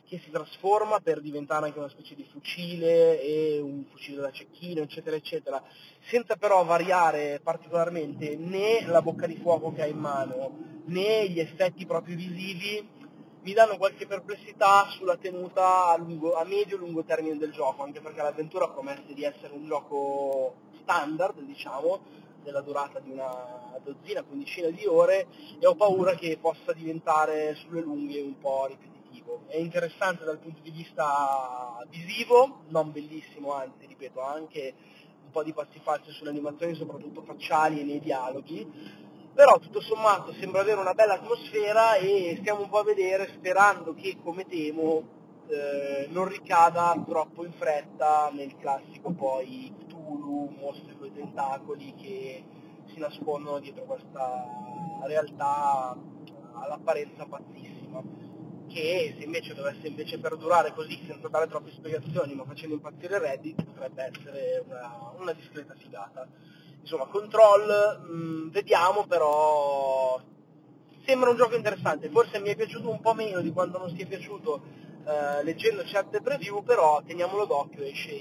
che si trasforma per diventare anche una specie di fucile e un fucile da cecchino, eccetera, eccetera, senza però variare particolarmente né la bocca di fuoco che ha in mano, né gli effetti proprio visivi, mi danno qualche perplessità sulla tenuta a medio-lungo termine del gioco, anche perché l'avventura promette di essere un gioco standard, diciamo, della durata di una dozzina, quindicina di ore, e ho paura che possa diventare sulle lunghe un po' ripetitivo. È interessante dal punto di vista visivo, non bellissimo, anzi, ripeto, ha anche un po' di passi falsi sulle animazioni, soprattutto facciali e nei dialoghi, però tutto sommato sembra avere una bella atmosfera e stiamo un po' a vedere, sperando che, come temo, non ricada troppo in fretta nel classico poi Cthulhu, mostri coi tentacoli che si nascondono dietro questa realtà all'apparenza pazzissima, che se invece dovesse invece perdurare così senza dare troppe spiegazioni ma facendo impazzire Reddit, potrebbe essere una discreta figata. Insomma, Control, vediamo, però sembra un gioco interessante, forse mi è piaciuto un po' meno di quanto non sia piaciuto leggendo certe preview, però teniamolo d'occhio, esce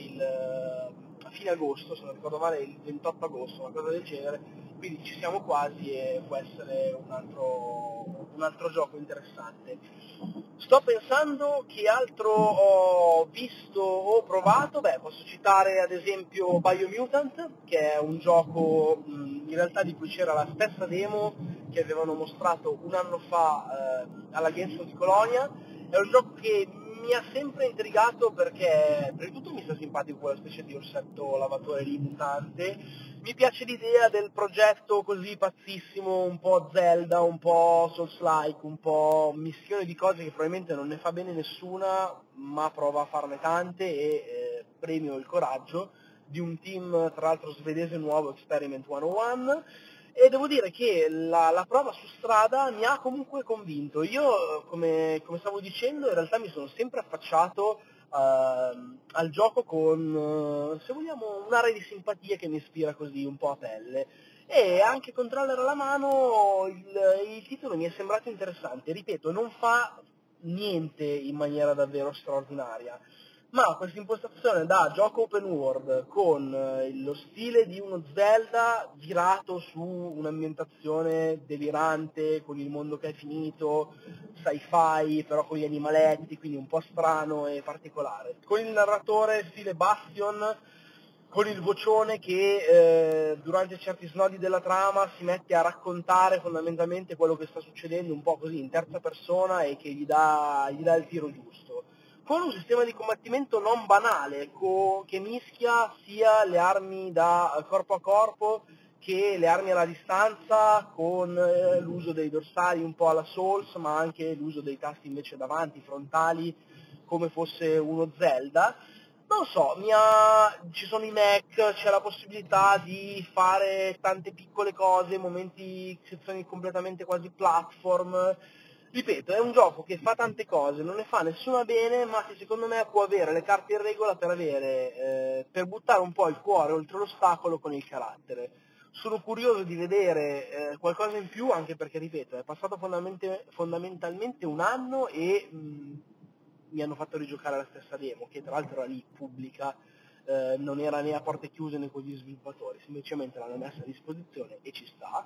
a fine agosto, se non ricordo male il 28 agosto, una cosa del genere, quindi ci siamo quasi e può essere un altro gioco interessante. Sto pensando che altro ho visto o provato, posso citare ad esempio Biomutant, che è un gioco in realtà di cui c'era la stessa demo che avevano mostrato un anno fa alla Gamescom di Colonia. È un gioco che mi ha sempre intrigato perché prima di tutto mi sta simpatico quella specie di orsetto lavatore lì mutante, mi piace l'idea del progetto così pazzissimo, un po' Zelda, un po' Souls-like, un po' missione di cose che probabilmente non ne fa bene nessuna, ma prova a farne tante e premio il coraggio di un team tra l'altro svedese nuovo, Experiment 101, e devo dire che la prova su strada mi ha comunque convinto. Io, come stavo dicendo, in realtà mi sono sempre affacciato al gioco con, se vogliamo, un'area di simpatia che mi ispira così un po' a pelle. E anche controller alla mano il titolo mi è sembrato interessante. Ripeto, non fa niente in maniera davvero straordinaria, ma questa impostazione da gioco open world con lo stile di uno Zelda girato su un'ambientazione delirante, con il mondo che è finito, sci-fi, però con gli animaletti, quindi un po' strano e particolare. Con il narratore stile Bastion, con il vocione che durante certi snodi della trama si mette a raccontare fondamentalmente quello che sta succedendo un po' così in terza persona e che gli dà il tiro giusto, con un sistema di combattimento non banale, che mischia sia le armi da corpo a corpo che le armi alla distanza, con l'uso dei dorsali un po' alla Souls, ma anche l'uso dei tasti invece davanti, frontali, come fosse uno Zelda. Non so, ci sono i mech, c'è la possibilità di fare tante piccole cose, momenti, sezioni completamente quasi platform. Ripeto, è un gioco che fa tante cose, non ne fa nessuna bene, ma che secondo me può avere le carte in regola per buttare un po' il cuore oltre l'ostacolo con il carattere. Sono curioso di vedere qualcosa in più, anche perché, ripeto, è passato fondamentalmente un anno e mi hanno fatto rigiocare la stessa demo, che tra l'altro era lì pubblica, non era né a porte chiuse né con gli sviluppatori, semplicemente l'hanno messa a disposizione e ci sta.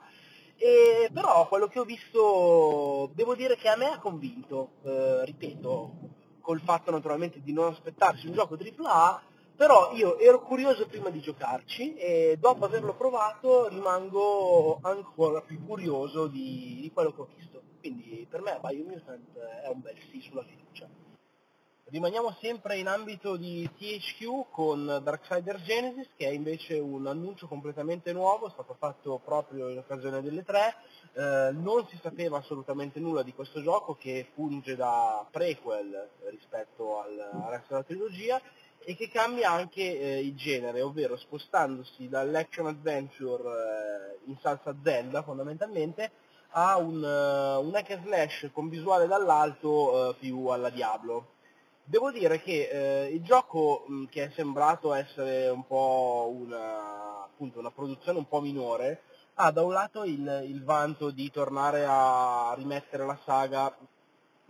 Però quello che ho visto devo dire che a me ha convinto, ripeto, col fatto naturalmente di non aspettarsi un gioco AAA, però io ero curioso prima di giocarci e dopo averlo provato rimango ancora più curioso di quello che ho visto. Quindi per me Biomutant è un bel sì sulla fiducia. Rimaniamo sempre in ambito di THQ con Darksiders Genesis, che è invece un annuncio completamente nuovo, è stato fatto proprio in occasione delle 3. Non si sapeva assolutamente nulla di questo gioco, che funge da prequel rispetto al resto della trilogia e che cambia anche il genere, ovvero spostandosi dall'action adventure in salsa Zelda fondamentalmente a un hack and slash con visuale dall'alto più alla Diablo. Devo dire che il gioco, che è sembrato essere un po' appunto una produzione un po' minore, ha da un lato il vanto di tornare a rimettere la saga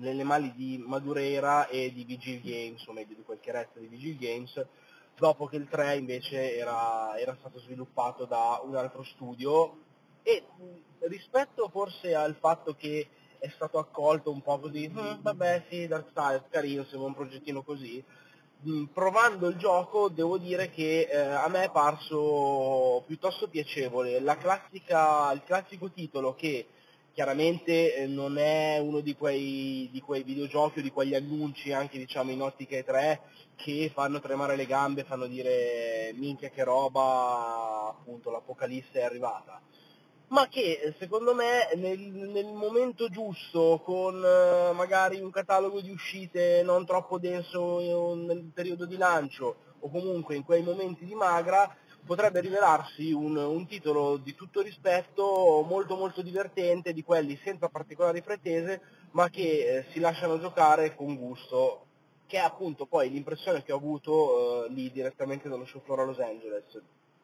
nelle mani di Madureira e di Vigil Games, o meglio di quel che resta di Vigil Games, dopo che il 3 invece era stato sviluppato da un altro studio. E rispetto forse al fatto che è stato accolto un po' così, vabbè sì, Darksiders, carino, sembra un progettino così, provando il gioco devo dire che a me è parso piuttosto piacevole. Il classico titolo che chiaramente non è uno di quei videogiochi o di quegli annunci anche diciamo in ottica E3 che fanno tremare le gambe, fanno dire minchia che roba, appunto l'apocalisse è arrivata, ma che secondo me nel momento giusto, con magari un catalogo di uscite non troppo denso nel periodo di lancio, o comunque in quei momenti di magra, potrebbe rivelarsi un titolo di tutto rispetto, molto molto divertente, di quelli senza particolari pretese, ma che si lasciano giocare con gusto, che è appunto poi l'impressione che ho avuto lì direttamente dallo show floor a Los Angeles.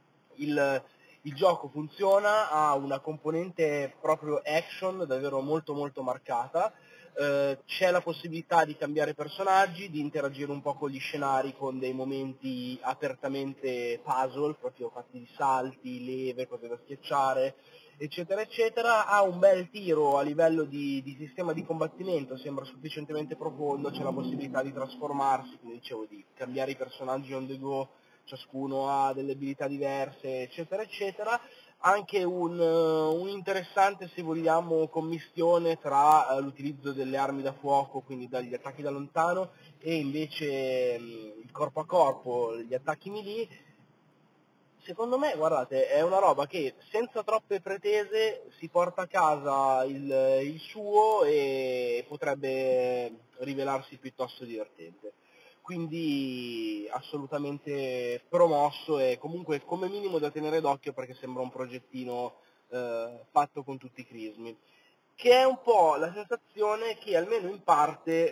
Il gioco funziona, ha una componente proprio action davvero molto molto marcata, c'è la possibilità di cambiare personaggi, di interagire un po' con gli scenari con dei momenti apertamente puzzle, proprio fatti di salti, leve, cose da schiacciare, eccetera eccetera. Ha un bel tiro a livello di sistema di combattimento, sembra sufficientemente profondo, c'è la possibilità di trasformarsi, come dicevo, di cambiare i personaggi on the go, ciascuno ha delle abilità diverse, eccetera eccetera. Anche un interessante, se vogliamo, commistione tra l'utilizzo delle armi da fuoco, quindi dagli attacchi da lontano, e invece il corpo a corpo, gli attacchi melee. Secondo me, guardate, è una roba che senza troppe pretese si porta a casa il suo e potrebbe rivelarsi piuttosto divertente. Quindi assolutamente promosso e comunque come minimo da tenere d'occhio, perché sembra un progettino fatto con tutti i crismi. Che è un po' la sensazione che almeno in parte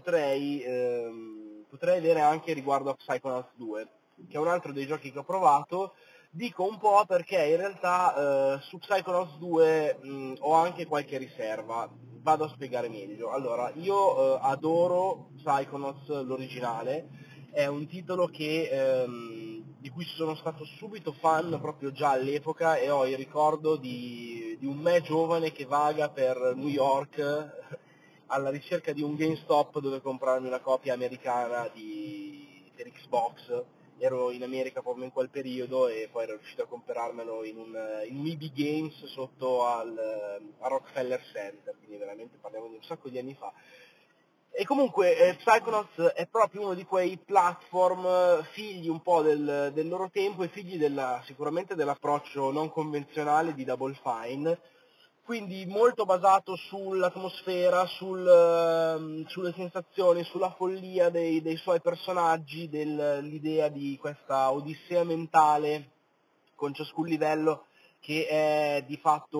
potrei avere anche riguardo a Psychonauts 2, che è un altro dei giochi che ho provato. Dico un po' perché in realtà su Psychonauts 2 ho anche qualche riserva. Vado a spiegare meglio. Allora, io adoro Psychonauts l'originale, è un titolo di cui sono stato subito fan proprio già all'epoca, e ho il ricordo di un me giovane che vaga per New York alla ricerca di un GameStop dove comprarmi una copia americana per Xbox. Ero in America proprio in quel periodo e poi ero riuscito a comprarmelo in un EB Games sotto a Rockefeller Center, quindi veramente parliamo di un sacco di anni fa. E comunque Psychonauts è proprio uno di quei platform figli un po' del loro tempo e figli sicuramente dell'approccio non convenzionale di Double Fine, quindi molto basato sull'atmosfera, sulle sensazioni, sulla follia dei suoi personaggi, dell'idea di questa odissea mentale con ciascun livello che è di fatto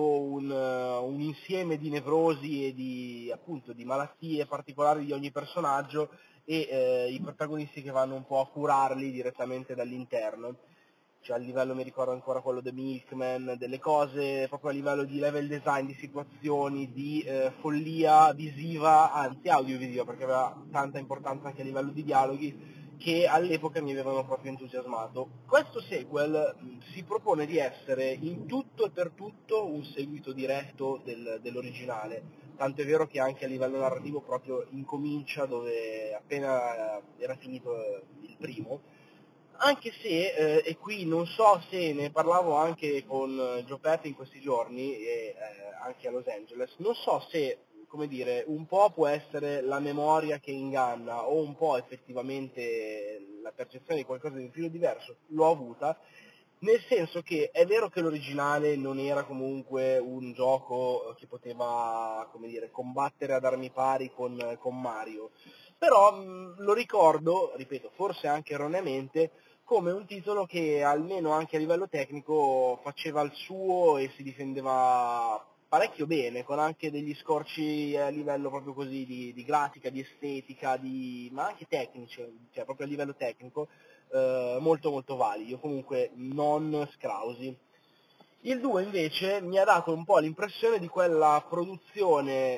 un insieme di nevrosi e appunto di malattie particolari di ogni personaggio, e i protagonisti che vanno un po' a curarli direttamente dall'interno. Cioè a livello, mi ricordo ancora quello The Milkman, delle cose proprio a livello di level design, di situazioni, di follia visiva, anzi audiovisiva, perché aveva tanta importanza anche a livello di dialoghi, che all'epoca mi avevano proprio entusiasmato. Questo sequel si propone di essere in tutto e per tutto un seguito diretto dell'originale, tanto è vero che anche a livello narrativo proprio incomincia dove appena era finito il primo, anche se, e qui non so se ne parlavo anche con Joe Pepe in questi giorni, e anche a Los Angeles, non so se, come dire, un po' può essere la memoria che inganna o un po' effettivamente la percezione di qualcosa di un filo diverso, l'ho avuta, nel senso che è vero che l'originale non era comunque un gioco che poteva, come dire, combattere ad armi pari con Mario, però lo ricordo, ripeto, forse anche erroneamente, come un titolo che almeno anche a livello tecnico faceva il suo e si difendeva parecchio bene, con anche degli scorci a livello proprio così di grafica, di estetica, ma anche tecnici, cioè proprio a livello tecnico, molto molto validi, o comunque non scrausi. Il 2 invece mi ha dato un po' l'impressione di quella produzione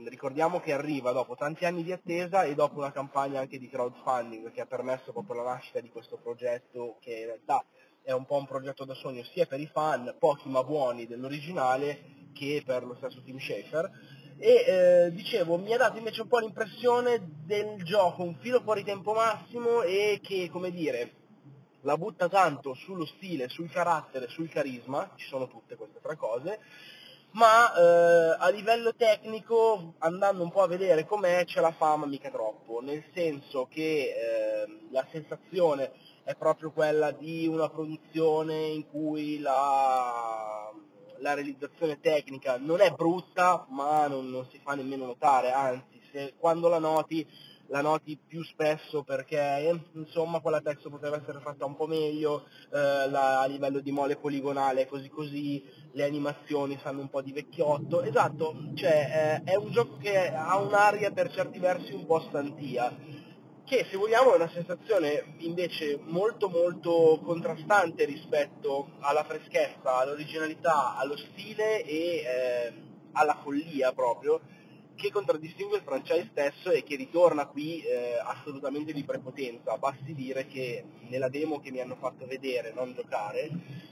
ricordiamo che arriva dopo tanti anni di attesa e dopo una campagna anche di crowdfunding che ha permesso proprio la nascita di questo progetto, che in realtà è un po' un progetto da sogno sia per i fan, pochi ma buoni dell'originale, che per lo stesso Tim Schafer. E dicevo, mi ha dato invece un po' l'impressione del gioco un filo fuori tempo massimo e che, come dire, la butta tanto sullo stile, sul carattere, sul carisma, ci sono tutte queste tre cose, ma a livello tecnico, andando un po' a vedere com'è, ce la fa ma mica troppo, nel senso che la sensazione è proprio quella di una produzione in cui la realizzazione tecnica non è brutta, ma non si fa nemmeno notare, anzi, quando la noti più spesso perché insomma quella testo poteva essere fatta un po' meglio, a livello di mole poligonale così, le animazioni fanno un po' di vecchiotto, esatto, cioè è un gioco che ha un'aria per certi versi un po' stantia, che se vogliamo è una sensazione invece molto molto contrastante rispetto alla freschezza, all'originalità, allo stile e alla follia proprio, che contraddistingue il franchise stesso e che ritorna qui assolutamente di prepotenza. Basti dire che nella demo che mi hanno fatto vedere, non giocare,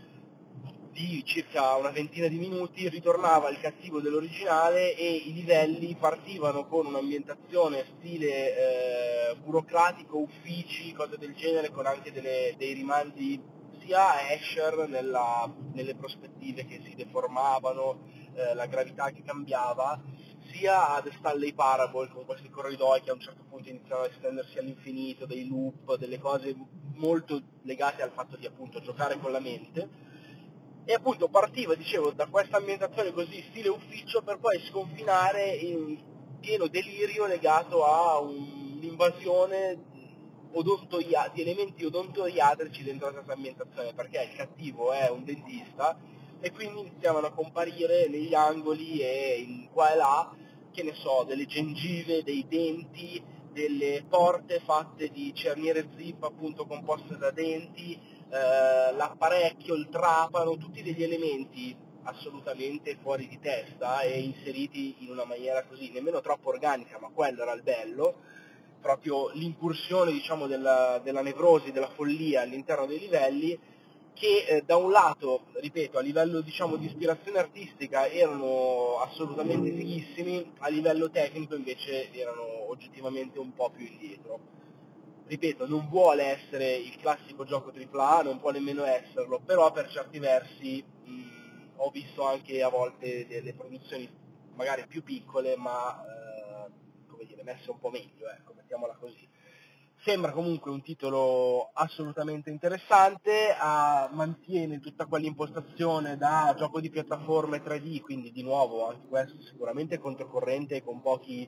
di circa una ventina di minuti ritornava il cattivo dell'originale e i livelli partivano con un'ambientazione stile burocratico, uffici, cose del genere, con anche dei rimandi sia a Escher nelle prospettive che si deformavano, la gravità che cambiava, sia ad Stanley Parable con questi corridoi che a un certo punto iniziano a estendersi all'infinito, dei loop, delle cose molto legate al fatto di appunto giocare con la mente. E appunto partiva, dicevo, da questa ambientazione così stile ufficio per poi sconfinare in pieno delirio legato a un'invasione di elementi odontoiatrici dentro la stessa ambientazione, perché il cattivo è un dentista e quindi iniziavano a comparire negli angoli e in qua e là, che ne so, delle gengive, dei denti, delle porte fatte di cerniere zip appunto composte da denti, l'apparecchio, il trapano, tutti degli elementi assolutamente fuori di testa e inseriti in una maniera così, nemmeno troppo organica, ma quello era il bello, proprio l'incursione diciamo della nevrosi, della follia all'interno dei livelli, che da un lato, ripeto, a livello diciamo di ispirazione artistica erano assolutamente fighissimi, a livello tecnico invece erano oggettivamente un po' più indietro. Ripeto, non vuole essere il classico gioco AAA, non può nemmeno esserlo, però per certi versi ho visto anche a volte delle produzioni magari più piccole, ma come dire, messe un po' meglio, ecco, mettiamola così. Sembra comunque un titolo assolutamente interessante, mantiene tutta quell'impostazione da gioco di piattaforme 3D, quindi di nuovo anche questo sicuramente controcorrente con pochi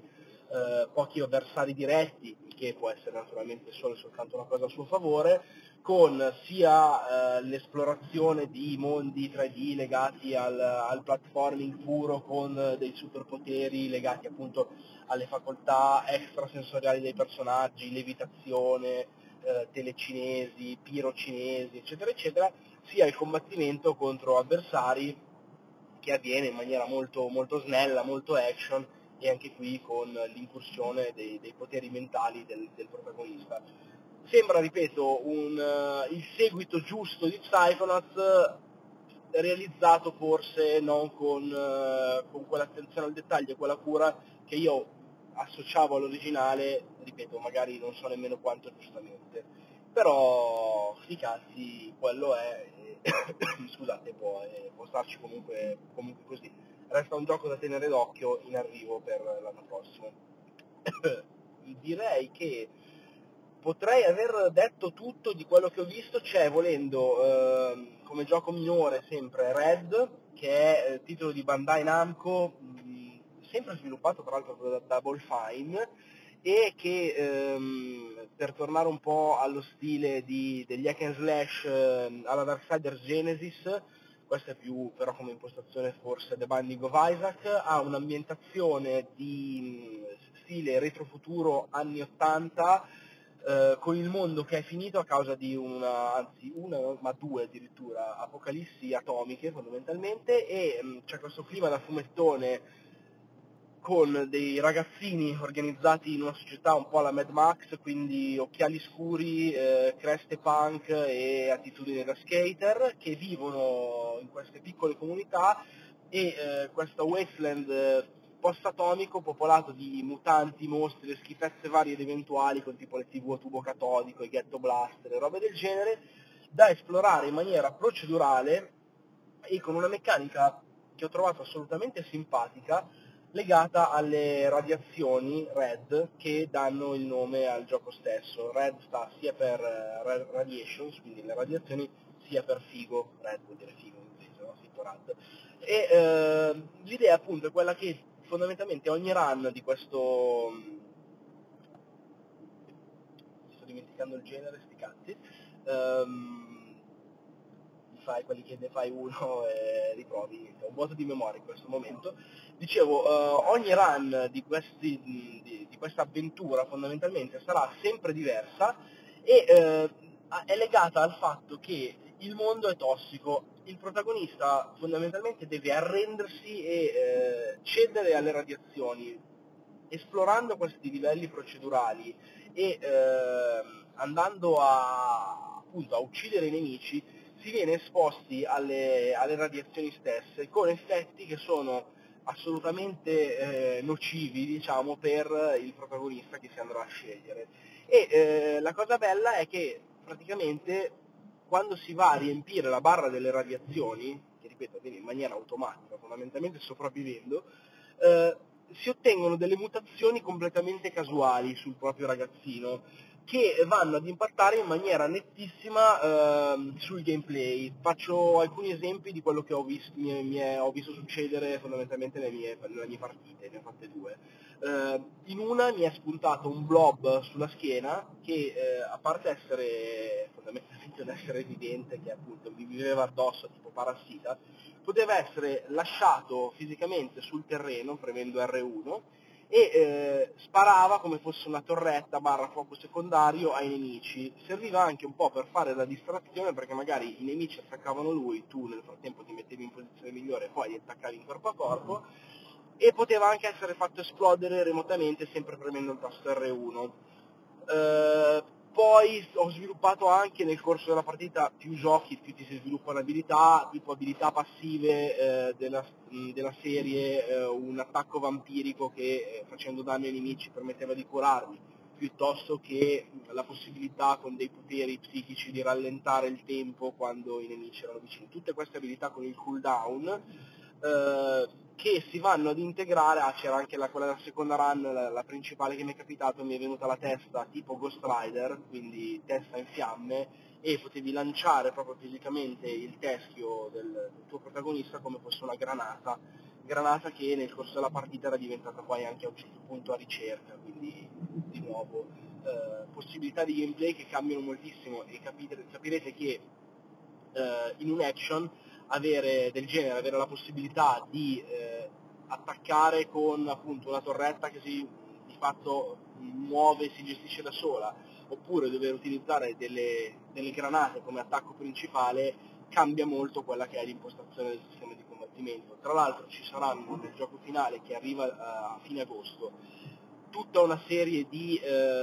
avversari diretti, che può essere naturalmente solo e soltanto una cosa a suo favore, con sia l'esplorazione di mondi 3D legati al platforming puro con dei superpoteri legati appunto alle facoltà extrasensoriali dei personaggi, levitazione, telecinesi, pirocinesi, eccetera, eccetera, sia il combattimento contro avversari che avviene in maniera molto, molto snella, molto action, e anche qui con l'incursione dei poteri mentali del protagonista. Sembra, ripeto, il seguito giusto di Psychonauts, realizzato forse non con quell'attenzione al dettaglio e quella cura che io associavo all'originale, ripeto, magari non so nemmeno quanto giustamente, però sti cazzi, quello è, scusate, può starci comunque così. Resta un gioco da tenere d'occhio in arrivo per l'anno prossimo. Direi che potrei aver detto tutto di quello che ho visto. C'è, volendo, come gioco minore sempre Red, che è titolo di Bandai Namco, sempre sviluppato tra l'altro da Double Fine, e che per tornare un po' allo stile degli hack and slash alla Darksiders Genesis, questa è più però come impostazione forse The Binding of Isaac, ha un'ambientazione di stile retrofuturo anni 80, con il mondo che è finito a causa di una ma due addirittura apocalissi atomiche fondamentalmente, e c'è questo clima da fumettone con dei ragazzini organizzati in una società un po' alla Mad Max, quindi occhiali scuri, creste punk e attitudini da skater, che vivono in queste piccole comunità e questa wasteland post-atomico popolato di mutanti, mostri e schifezze varie ed eventuali, con tipo le TV a tubo catodico, i ghetto blaster e robe del genere, da esplorare in maniera procedurale e con una meccanica che ho trovato assolutamente simpatica, legata alle radiazioni RED che danno il nome al gioco stesso. RED sta sia per radiations, quindi le radiazioni, sia per figo. RED vuol dire figo in inglese, no? Scritto RAD. E l'idea appunto è quella che fondamentalmente ogni run di questo... sto dimenticando il genere, sti cazzi. Fai quelli che ne fai uno e riprovi, ho un vuoto di memoria in questo momento. Dicevo, ogni run di questa avventura fondamentalmente sarà sempre diversa e è legata al fatto che il mondo è tossico, il protagonista fondamentalmente deve arrendersi e cedere alle radiazioni, esplorando questi livelli procedurali e andando appunto a uccidere i nemici, si viene esposti alle radiazioni stesse, con effetti che sono assolutamente nocivi, diciamo, per il protagonista che si andrà a scegliere. E la cosa bella è che praticamente quando si va a riempire la barra delle radiazioni, che ripeto avviene in maniera automatica, fondamentalmente sopravvivendo, si ottengono delle mutazioni completamente casuali sul proprio ragazzino, che vanno ad impattare in maniera nettissima sul gameplay. Faccio alcuni esempi di quello che ho visto succedere fondamentalmente nelle mie partite, ne ho fatte 2. In una mi è spuntato un blob sulla schiena che, a parte essere fondamentalmente un essere vivente che appunto mi viveva addosso tipo parassita, poteva essere lasciato fisicamente sul terreno premendo R1 e sparava come fosse una torretta / fuoco secondario ai nemici. Serviva anche un po' per fare la distrazione, perché magari i nemici attaccavano lui, tu nel frattempo ti mettevi in posizione migliore e poi li attaccavi in corpo a corpo, e poteva anche essere fatto esplodere remotamente sempre premendo il tasto R1. Poi ho sviluppato anche nel corso della partita più giochi, più ti si sviluppano abilità, tipo abilità passive della serie, un attacco vampirico che facendo danno ai nemici permetteva di curarmi, piuttosto che la possibilità con dei poteri psichici di rallentare il tempo quando i nemici erano vicini. Tutte queste abilità con il cooldown che si vanno ad integrare. C'era anche quella della seconda run, la principale che mi è capitato, mi è venuta la testa tipo Ghost Rider, quindi testa in fiamme, e potevi lanciare proprio fisicamente il teschio del tuo protagonista come fosse una granata che nel corso della partita era diventata poi anche a un certo punto a ricerca, quindi di nuovo possibilità di gameplay che cambiano moltissimo, e capirete che in un action del genere, avere la possibilità di attaccare con appunto una torretta che di fatto muove e si gestisce da sola, oppure dover utilizzare delle granate come attacco principale, cambia molto quella che è l'impostazione del sistema di combattimento. Tra l'altro ci saranno nel gioco finale, che arriva a fine agosto, tutta una serie di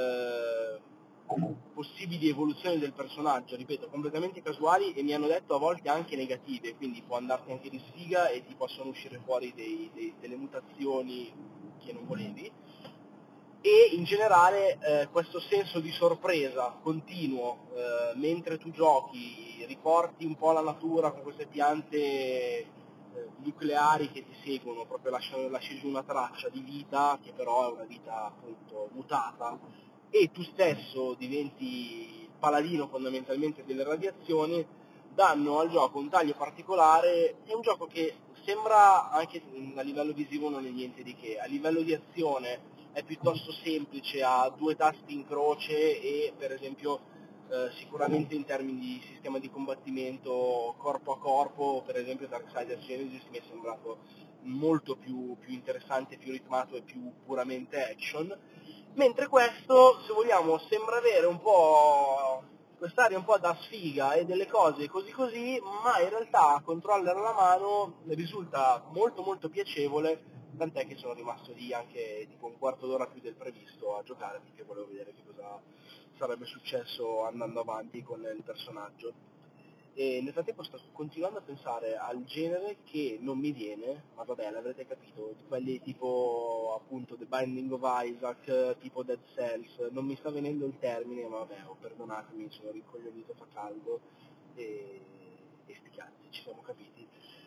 possibili evoluzioni del personaggio, ripeto, completamente casuali, e mi hanno detto a volte anche negative, quindi può andarti anche di sfiga e ti possono uscire fuori delle mutazioni che non volevi. E in generale questo senso di sorpresa continuo mentre tu giochi, riporti un po' la natura con queste piante nucleari che ti seguono, proprio lasci giù una traccia di vita che però è una vita appunto mutata, e tu stesso diventi paladino fondamentalmente delle radiazioni, danno al gioco un taglio particolare. È un gioco che sembra, anche a livello visivo non è niente di che, a livello di azione è piuttosto semplice, ha 2 tasti in croce e per esempio sicuramente in termini di sistema di combattimento corpo a corpo, per esempio Darksiders Genesis mi è sembrato molto più interessante, più ritmato e più puramente action, mentre questo, se vogliamo, sembra avere un po' quest'aria un po' da sfiga e delle cose così, ma in realtà a controller alla mano risulta molto molto piacevole, tant'è che sono rimasto lì anche tipo un quarto d'ora più del previsto a giocare, perché volevo vedere che cosa sarebbe successo andando avanti con il personaggio. E nel frattempo sto continuando a pensare al genere che non mi viene, ma vabbè, l'avrete capito, quelli tipo appunto The Binding of Isaac, tipo Dead Cells, non mi sta venendo il termine, ma vabbè, perdonatemi, sono rincoglionito, fa caldo, e sti cazzi, ci siamo capiti.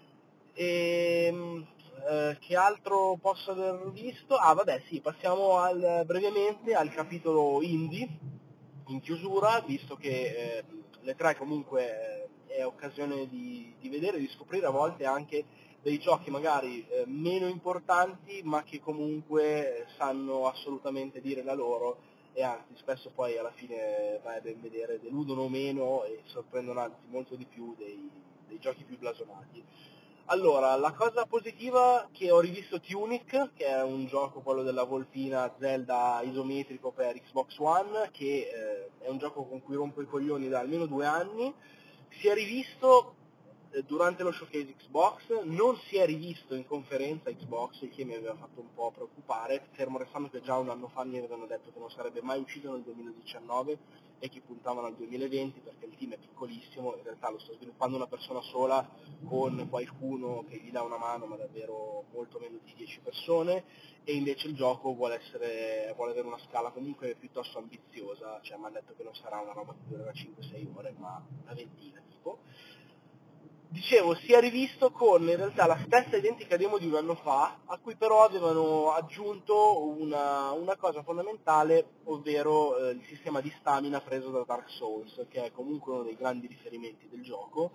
Che altro posso aver visto? Ah vabbè, sì, passiamo brevemente al capitolo indie in chiusura, visto che le tre comunque è occasione di vedere, di scoprire a volte anche dei giochi magari meno importanti, ma che comunque sanno assolutamente dire la loro, e anzi spesso poi alla fine vai a ben vedere deludono meno e sorprendono anzi molto di più dei giochi più blasonati. Allora, la cosa positiva che ho rivisto Tunic, che è un gioco, quello della volpina Zelda isometrico per Xbox One, che è un gioco con cui rompo i coglioni da almeno 2 anni. Si è rivisto durante lo showcase Xbox, non si è rivisto in conferenza Xbox, il che mi aveva fatto un po' preoccupare, fermo restando che già un anno fa mi avevano detto che non sarebbe mai uscito nel 2019 e che puntavano al 2020 perché il team è piccolissimo, in realtà lo sta sviluppando una persona sola con qualcuno che gli dà una mano, ma davvero molto meno di 10 persone, e invece il gioco vuole avere una scala comunque piuttosto ambiziosa, cioè mi hanno detto che non sarà una roba che durerà 5-6 ore, ma una ventina tipo. Dicevo, si è rivisto con in realtà la stessa identica demo di un anno fa, a cui però avevano aggiunto una cosa fondamentale, ovvero il sistema di stamina preso da Dark Souls, che è comunque uno dei grandi riferimenti del gioco.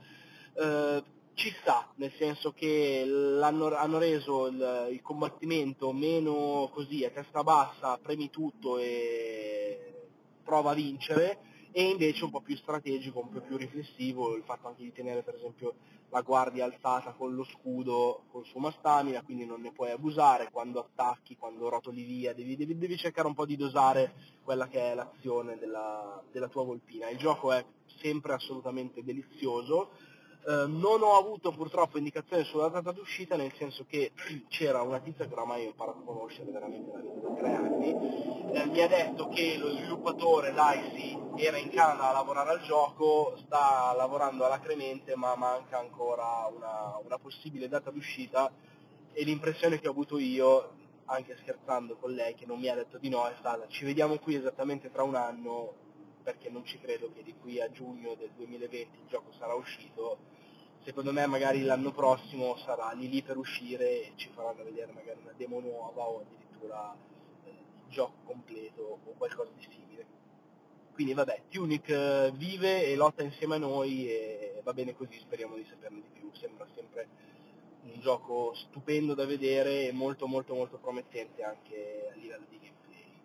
Ci sta, nel senso che hanno reso il combattimento meno così a testa bassa, premi tutto e prova a vincere, e invece un po' più strategico, un po' più riflessivo, il fatto anche di tenere per esempio la guardia alzata con lo scudo, con somma stamina, quindi non ne puoi abusare quando attacchi, quando rotoli via, devi cercare un po' di dosare quella che è l'azione della tua volpina. Il gioco è sempre assolutamente delizioso. Non ho avuto purtroppo indicazioni sulla data d'uscita, nel senso che c'era una tizia che oramai ho imparato a conoscere veramente da 3 anni, mi ha detto che lo sviluppatore Dicey era in Canada a lavorare al gioco, sta lavorando alacremente, ma manca ancora una possibile data d'uscita, e l'impressione che ho avuto io, anche scherzando con lei che non mi ha detto di no, è stata: ci vediamo qui esattamente tra un anno, perché non ci credo che di qui a giugno del 2020 il gioco sarà uscito. Secondo me magari l'anno prossimo sarà lì per uscire e ci faranno vedere magari una demo nuova o addirittura il gioco completo o qualcosa di simile. Quindi vabbè, Tunic vive e lotta insieme a noi e va bene così, speriamo di saperne di più. Sembra sempre un gioco stupendo da vedere e molto molto molto promettente anche a livello di gameplay.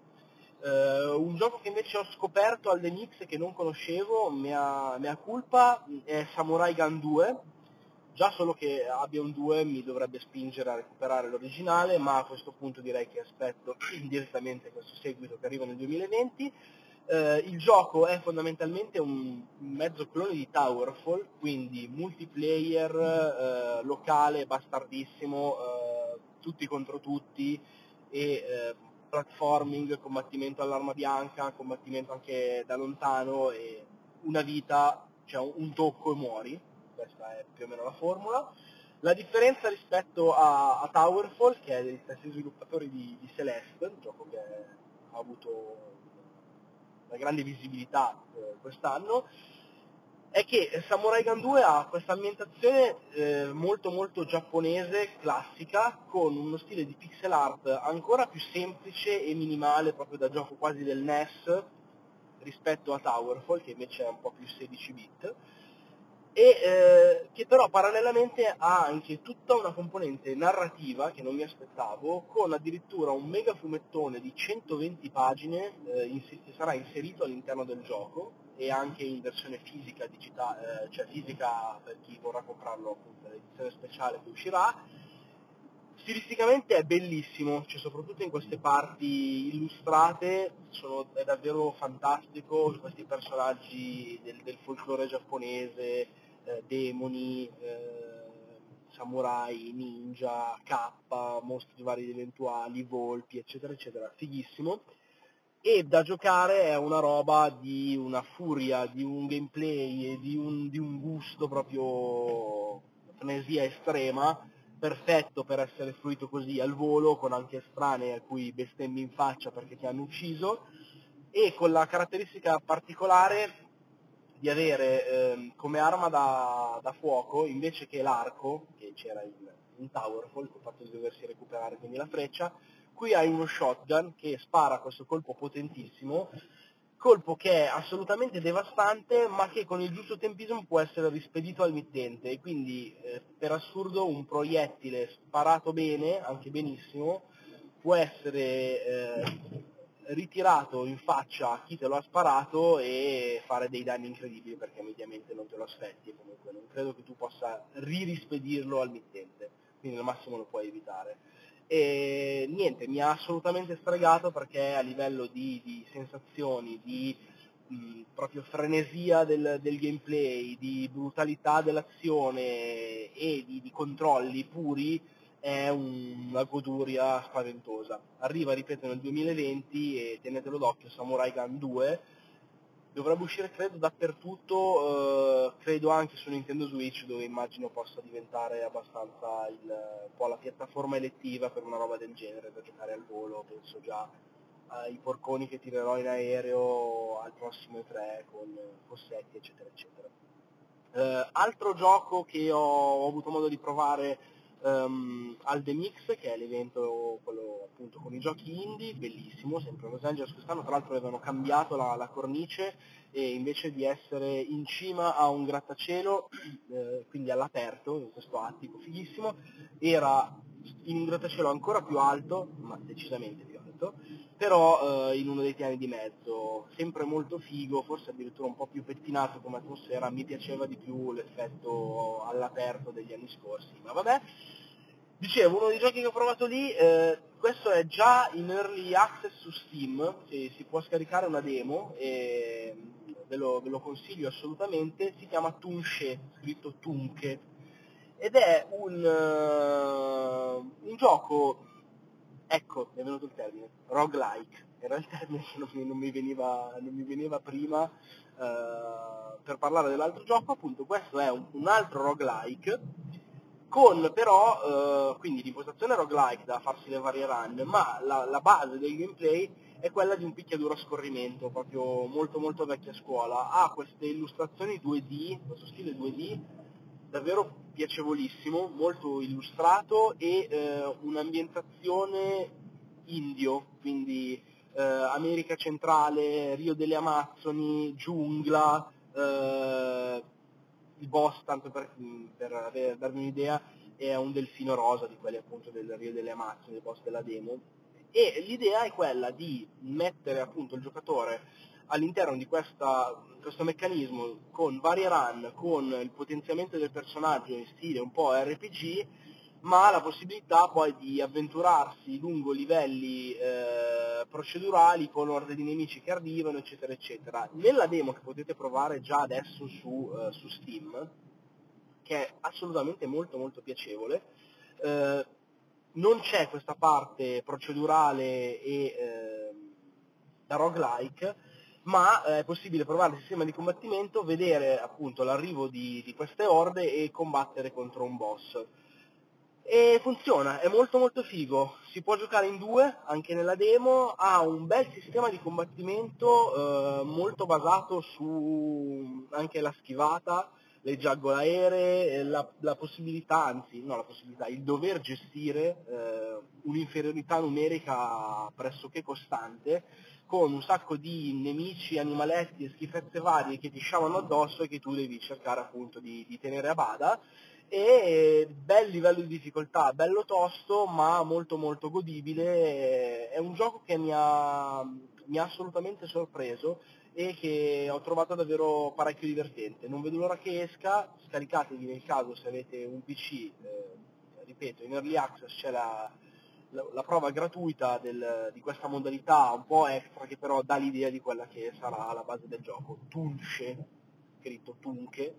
Un gioco che invece ho scoperto al The Mix e che non conoscevo, mea culpa, è Samurai Gun 2. Già solo che abbia un 2 mi dovrebbe spingere a recuperare l'originale, ma a questo punto direi che aspetto direttamente questo seguito che arriva nel 2020. Il gioco è fondamentalmente un mezzo clone di Towerfall, quindi multiplayer, locale, bastardissimo, tutti contro tutti, e platforming, combattimento all'arma bianca, combattimento anche da lontano, e una vita, cioè un tocco e muori. Questa è più o meno la formula. La differenza rispetto a Towerfall, che è degli stessi sviluppatori di Celeste, un gioco che ha avuto una grande visibilità quest'anno, è che Samurai Gun 2 ha questa ambientazione molto molto giapponese, classica, con uno stile di pixel art ancora più semplice e minimale, proprio da gioco quasi del NES, rispetto a Towerfall, che invece è un po' più 16 bit, e che però parallelamente ha anche tutta una componente narrativa che non mi aspettavo, con addirittura un mega fumettone di 120 pagine che sarà inserito all'interno del gioco, e anche in versione fisica, cioè fisica per chi vorrà comprarlo, appunto l'edizione speciale che uscirà. Stilisticamente è bellissimo, cioè soprattutto in queste parti illustrate è davvero fantastico, questi personaggi del folklore giapponese, demoni, samurai, ninja, K, mostri vari ed eventuali, volpi, eccetera, eccetera, fighissimo. E da giocare è una roba di una furia, di un gameplay e di un gusto proprio frenesia estrema, perfetto per essere fruito così al volo, con anche estranei a cui bestemmi in faccia perché ti hanno ucciso, e con la caratteristica particolare di avere come arma da fuoco, invece che l'arco, che c'era in Towerfall, col fatto di doversi recuperare quindi la freccia, qui hai uno shotgun che spara questo colpo potentissimo, colpo che è assolutamente devastante, ma che con il giusto tempismo può essere rispedito al mittente, e quindi per assurdo un proiettile sparato bene, anche benissimo, può essere ritirato in faccia a chi te lo ha sparato e fare dei danni incredibili, perché mediamente non te lo aspetti, e comunque non credo che tu possa rispedirlo al mittente, quindi al massimo lo puoi evitare. E niente, mi ha assolutamente stregato, perché a livello di sensazioni, di proprio frenesia del gameplay, di brutalità dell'azione e di controlli puri, è una goduria spaventosa. Arriva, ripeto, nel 2020 e tenetelo d'occhio, Samurai Gun 2 dovrebbe uscire credo dappertutto, credo anche su Nintendo Switch, dove immagino possa diventare abbastanza un po' la piattaforma elettiva per una roba del genere, da giocare al volo. Penso già ai porconi che tirerò in aereo al prossimo E3 con Fossetti, eccetera, eccetera. Altro gioco che ho avuto modo di provare al The Mix, che è l'evento quello appunto con i giochi indie, bellissimo, sempre a Los Angeles quest'anno. Tra l'altro avevano cambiato la cornice, e invece di essere in cima a un grattacielo, quindi all'aperto, in questo attico fighissimo, era in un grattacielo ancora più alto, ma decisamente più alto, però in uno dei piani di mezzo, sempre molto figo, forse addirittura un po' più pettinato come atmosfera. Mi piaceva di più l'effetto all'aperto degli anni scorsi, ma vabbè. Dicevo, uno dei giochi che ho provato lì, questo è già in early access su Steam, si può scaricare una demo, e ve lo consiglio assolutamente. Si chiama Tunche, scritto Tunche, ed è un gioco, ecco, mi è venuto il termine, roguelike. Era il termine che non mi veniva prima per parlare dell'altro gioco. Appunto, questo è un altro roguelike, con però quindi l'impostazione roguelike da farsi le varie run, ma la base del gameplay è quella di un picchiaduro a scorrimento, proprio molto molto vecchia scuola. Ha queste illustrazioni 2D, questo stile 2D, davvero piacevolissimo, molto illustrato, e un'ambientazione indio, quindi America centrale, Rio delle Amazzoni, giungla. Il boss, tanto per darvi un'idea, è un delfino rosa, di quelli appunto del Rio delle Amazzoni, il boss della demo, e l'idea è quella di mettere appunto il giocatore all'interno di questo meccanismo, con varie run, con il potenziamento del personaggio in stile un po' RPG, ma la possibilità poi di avventurarsi lungo livelli procedurali, con orde di nemici che arrivano, eccetera, eccetera. Nella demo, che potete provare già adesso su Steam, che è assolutamente molto molto piacevole, non c'è questa parte procedurale e da roguelike, ma è possibile provare il sistema di combattimento, vedere appunto l'arrivo di queste orde e combattere contro un boss. E funziona, è molto molto figo, si può giocare in due anche nella demo, ha un bel sistema di combattimento molto basato su anche la schivata, le giaggole aeree, la possibilità, anzi no, la possibilità, il dover gestire un'inferiorità numerica pressoché costante, con un sacco di nemici, animaletti e schifezze varie che ti sciamano addosso e che tu devi cercare appunto di tenere a bada. E bel livello di difficoltà, bello tosto, ma molto molto godibile. È un gioco che mi ha assolutamente sorpreso e che ho trovato davvero parecchio divertente. Non vedo l'ora che esca, scaricatevi nel caso se avete un PC, ripeto, in early access c'è la prova gratuita di questa modalità un po' extra, che però dà l'idea di quella che sarà la base del gioco. Tunche, scritto Tunche,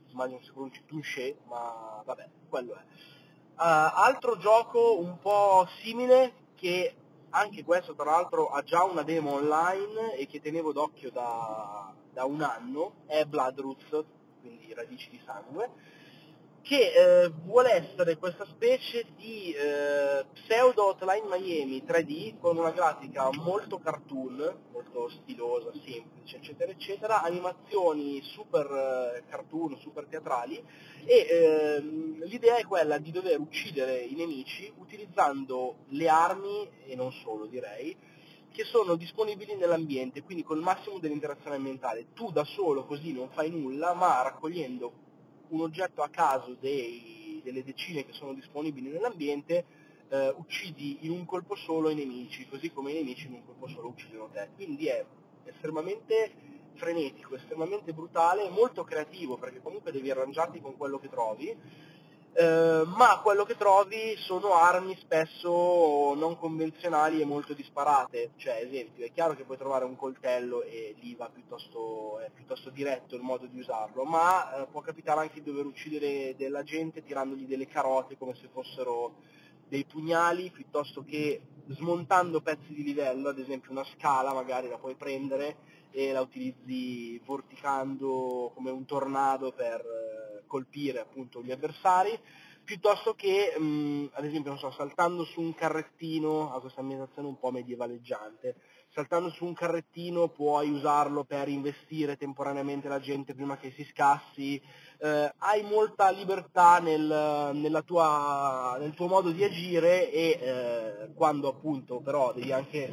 immagino si pronunci Tunche, ma vabbè, quello è. Altro gioco un po' simile, che anche questo tra l'altro ha già una demo online e che tenevo d'occhio da un anno, è Bloodroots, quindi radici di sangue, che vuole essere questa specie di pseudo Hotline Miami 3D con una grafica molto cartoon, molto stilosa, semplice, eccetera, eccetera, animazioni super cartoon, super teatrali, e l'idea è quella di dover uccidere i nemici utilizzando le armi, e non solo direi, che sono disponibili nell'ambiente, quindi col massimo dell'interazione ambientale. Tu da solo così non fai nulla, ma raccogliendo un oggetto a caso delle decine che sono disponibili nell'ambiente, uccidi in un colpo solo i nemici, così come i nemici in un colpo solo uccidono te. Quindi è estremamente frenetico, estremamente brutale, molto creativo, perché comunque devi arrangiarti con quello che trovi, ma quello che trovi sono armi spesso non convenzionali e molto disparate. Cioè, esempio, è chiaro che puoi trovare un coltello e lì è piuttosto diretto il modo di usarlo, ma può capitare anche di dover uccidere della gente tirandogli delle carote come se fossero dei pugnali, piuttosto che smontando pezzi di livello, ad esempio una scala magari la puoi prendere e la utilizzi vorticando come un tornado per colpire appunto gli avversari, piuttosto che ad esempio non so, saltando su un carrettino, ha questa ambientazione un po' medievaleggiante, saltando su un carrettino puoi usarlo per investire temporaneamente la gente prima che si scassi, hai molta libertà nel tuo modo di agire, e quando appunto però devi anche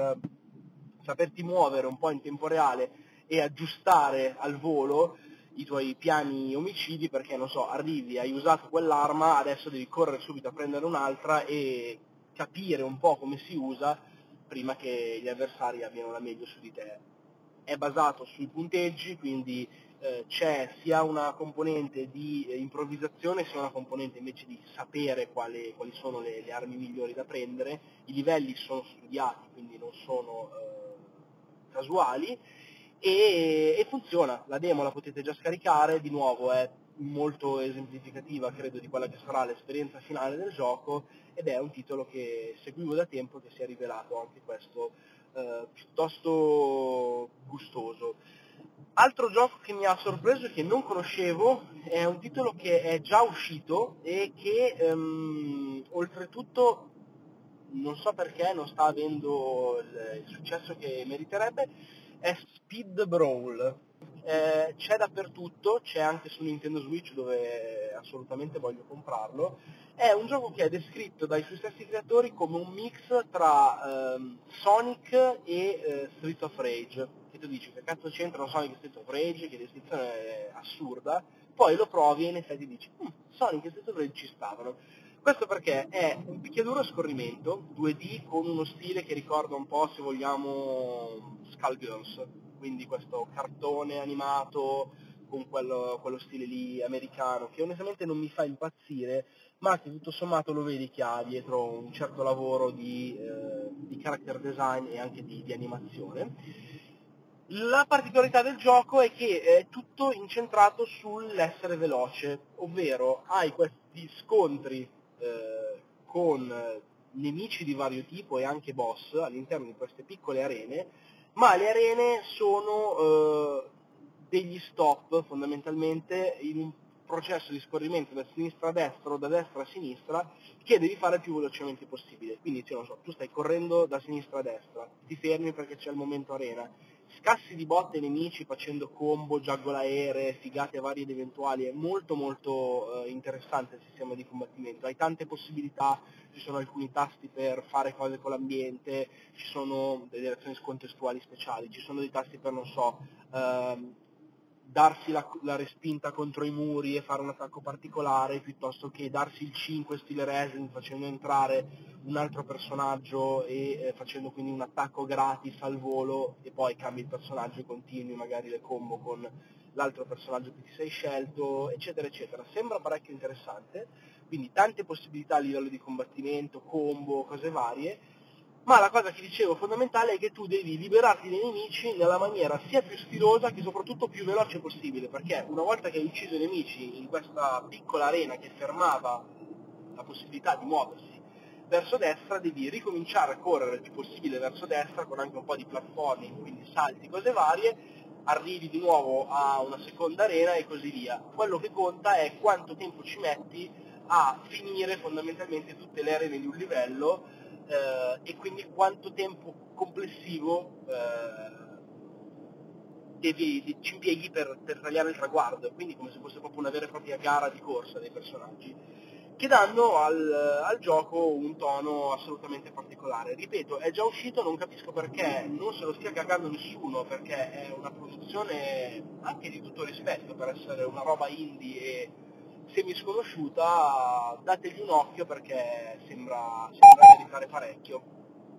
saperti muovere un po' in tempo reale e aggiustare al volo i tuoi piani omicidi, perché non so, arrivi, hai usato quell'arma, adesso devi correre subito a prendere un'altra e capire un po' come si usa prima che gli avversari abbiano la meglio su di te. È basato sui punteggi, quindi c'è sia una componente di improvvisazione sia una componente invece di sapere quali sono le armi migliori da prendere. I livelli sono studiati, quindi non sono casuali, e funziona. La demo la potete già scaricare, di nuovo è molto esemplificativa credo di quella che sarà l'esperienza finale del gioco, ed è un titolo che seguivo da tempo e che si è rivelato anche questo piuttosto gustoso. Altro gioco che mi ha sorpreso e che non conoscevo è un titolo che è già uscito e che oltretutto non so perché non sta avendo il successo che meriterebbe, è Speed Brawl. C'è dappertutto, c'è anche su Nintendo Switch dove assolutamente voglio comprarlo. È un gioco che è descritto dai suoi stessi creatori come un mix tra Sonic e Street of Rage. Che tu dici, che cazzo c'entrano Sonic e Street of Rage, che descrizione assurda, poi lo provi e in effetti dici, Sonic e Street of Rage ci stavano. Questo perché è un picchiaduro a scorrimento 2D con uno stile che ricorda un po', se vogliamo, Skullgirls, quindi questo cartone animato con quello stile lì americano, che onestamente non mi fa impazzire, ma che tutto sommato lo vedi che ha dietro un certo lavoro di character design e anche di animazione. La particolarità del gioco è che è tutto incentrato sull'essere veloce, ovvero hai questi scontri con nemici di vario tipo e anche boss all'interno di queste piccole arene, ma le arene sono degli stop fondamentalmente in un processo di scorrimento da sinistra a destra o da destra a sinistra che devi fare il più velocemente possibile. Quindi non so, tu stai correndo da sinistra a destra, ti fermi perché c'è il momento arena, scassi di botte ai nemici facendo combo, giaggole aeree, figate varie ed eventuali. È molto molto interessante il sistema di combattimento, hai tante possibilità, ci sono alcuni tasti per fare cose con l'ambiente, ci sono delle azioni contestuali speciali, ci sono dei tasti per, non so, darsi la respinta contro i muri e fare un attacco particolare, piuttosto che darsi il 5 stile Resident facendo entrare un altro personaggio e facendo quindi un attacco gratis al volo, e poi cambi il personaggio e continui magari le combo con l'altro personaggio che ti sei scelto, eccetera eccetera. Sembra parecchio interessante, quindi tante possibilità a livello di combattimento, combo, cose varie. Ma la cosa che dicevo fondamentale è che tu devi liberarti dei nemici nella maniera sia più stilosa che soprattutto più veloce possibile, perché una volta che hai ucciso i nemici in questa piccola arena che fermava la possibilità di muoversi verso destra, devi ricominciare a correre il più possibile verso destra con anche un po' di platforming, quindi salti, cose varie, arrivi di nuovo a una seconda arena e così via. Quello che conta è quanto tempo ci metti a finire fondamentalmente tutte le arene di un livello, e quindi quanto tempo complessivo ci impieghi per tagliare il traguardo, quindi come se fosse proprio una vera e propria gara di corsa dei personaggi, che danno al gioco un tono assolutamente particolare. Ripeto, è già uscito, non capisco perché non se lo stia cagando nessuno, perché è una produzione anche di tutto rispetto per essere una roba indie e semi sconosciuta. Dategli un occhio perché sembra meritare parecchio.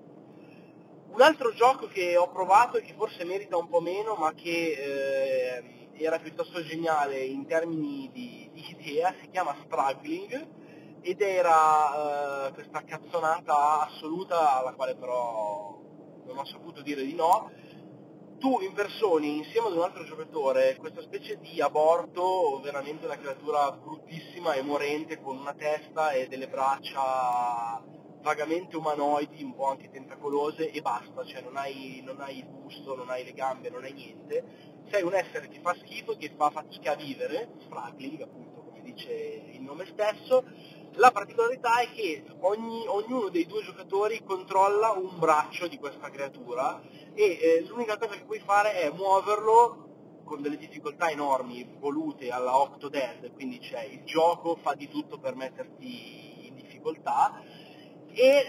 Un altro gioco che ho provato e che forse merita un po' meno, ma che era piuttosto geniale in termini di idea, si chiama Struggling, ed era questa cazzonata assoluta alla quale però non ho saputo dire di no. Tu impersoni insieme ad un altro giocatore questa specie di aborto, veramente una creatura bruttissima e morente, con una testa e delle braccia vagamente umanoidi, un po' anche tentacolose, e basta, cioè non hai il busto, non hai le gambe, non hai niente. Sei un essere che fa schifo, che fa fatica a vivere, struggling appunto come dice il nome stesso. La particolarità è che ognuno dei due giocatori controlla un braccio di questa creatura e l'unica cosa che puoi fare è muoverlo con delle difficoltà enormi volute alla Octodad, quindi c'è il gioco fa di tutto per metterti in difficoltà, e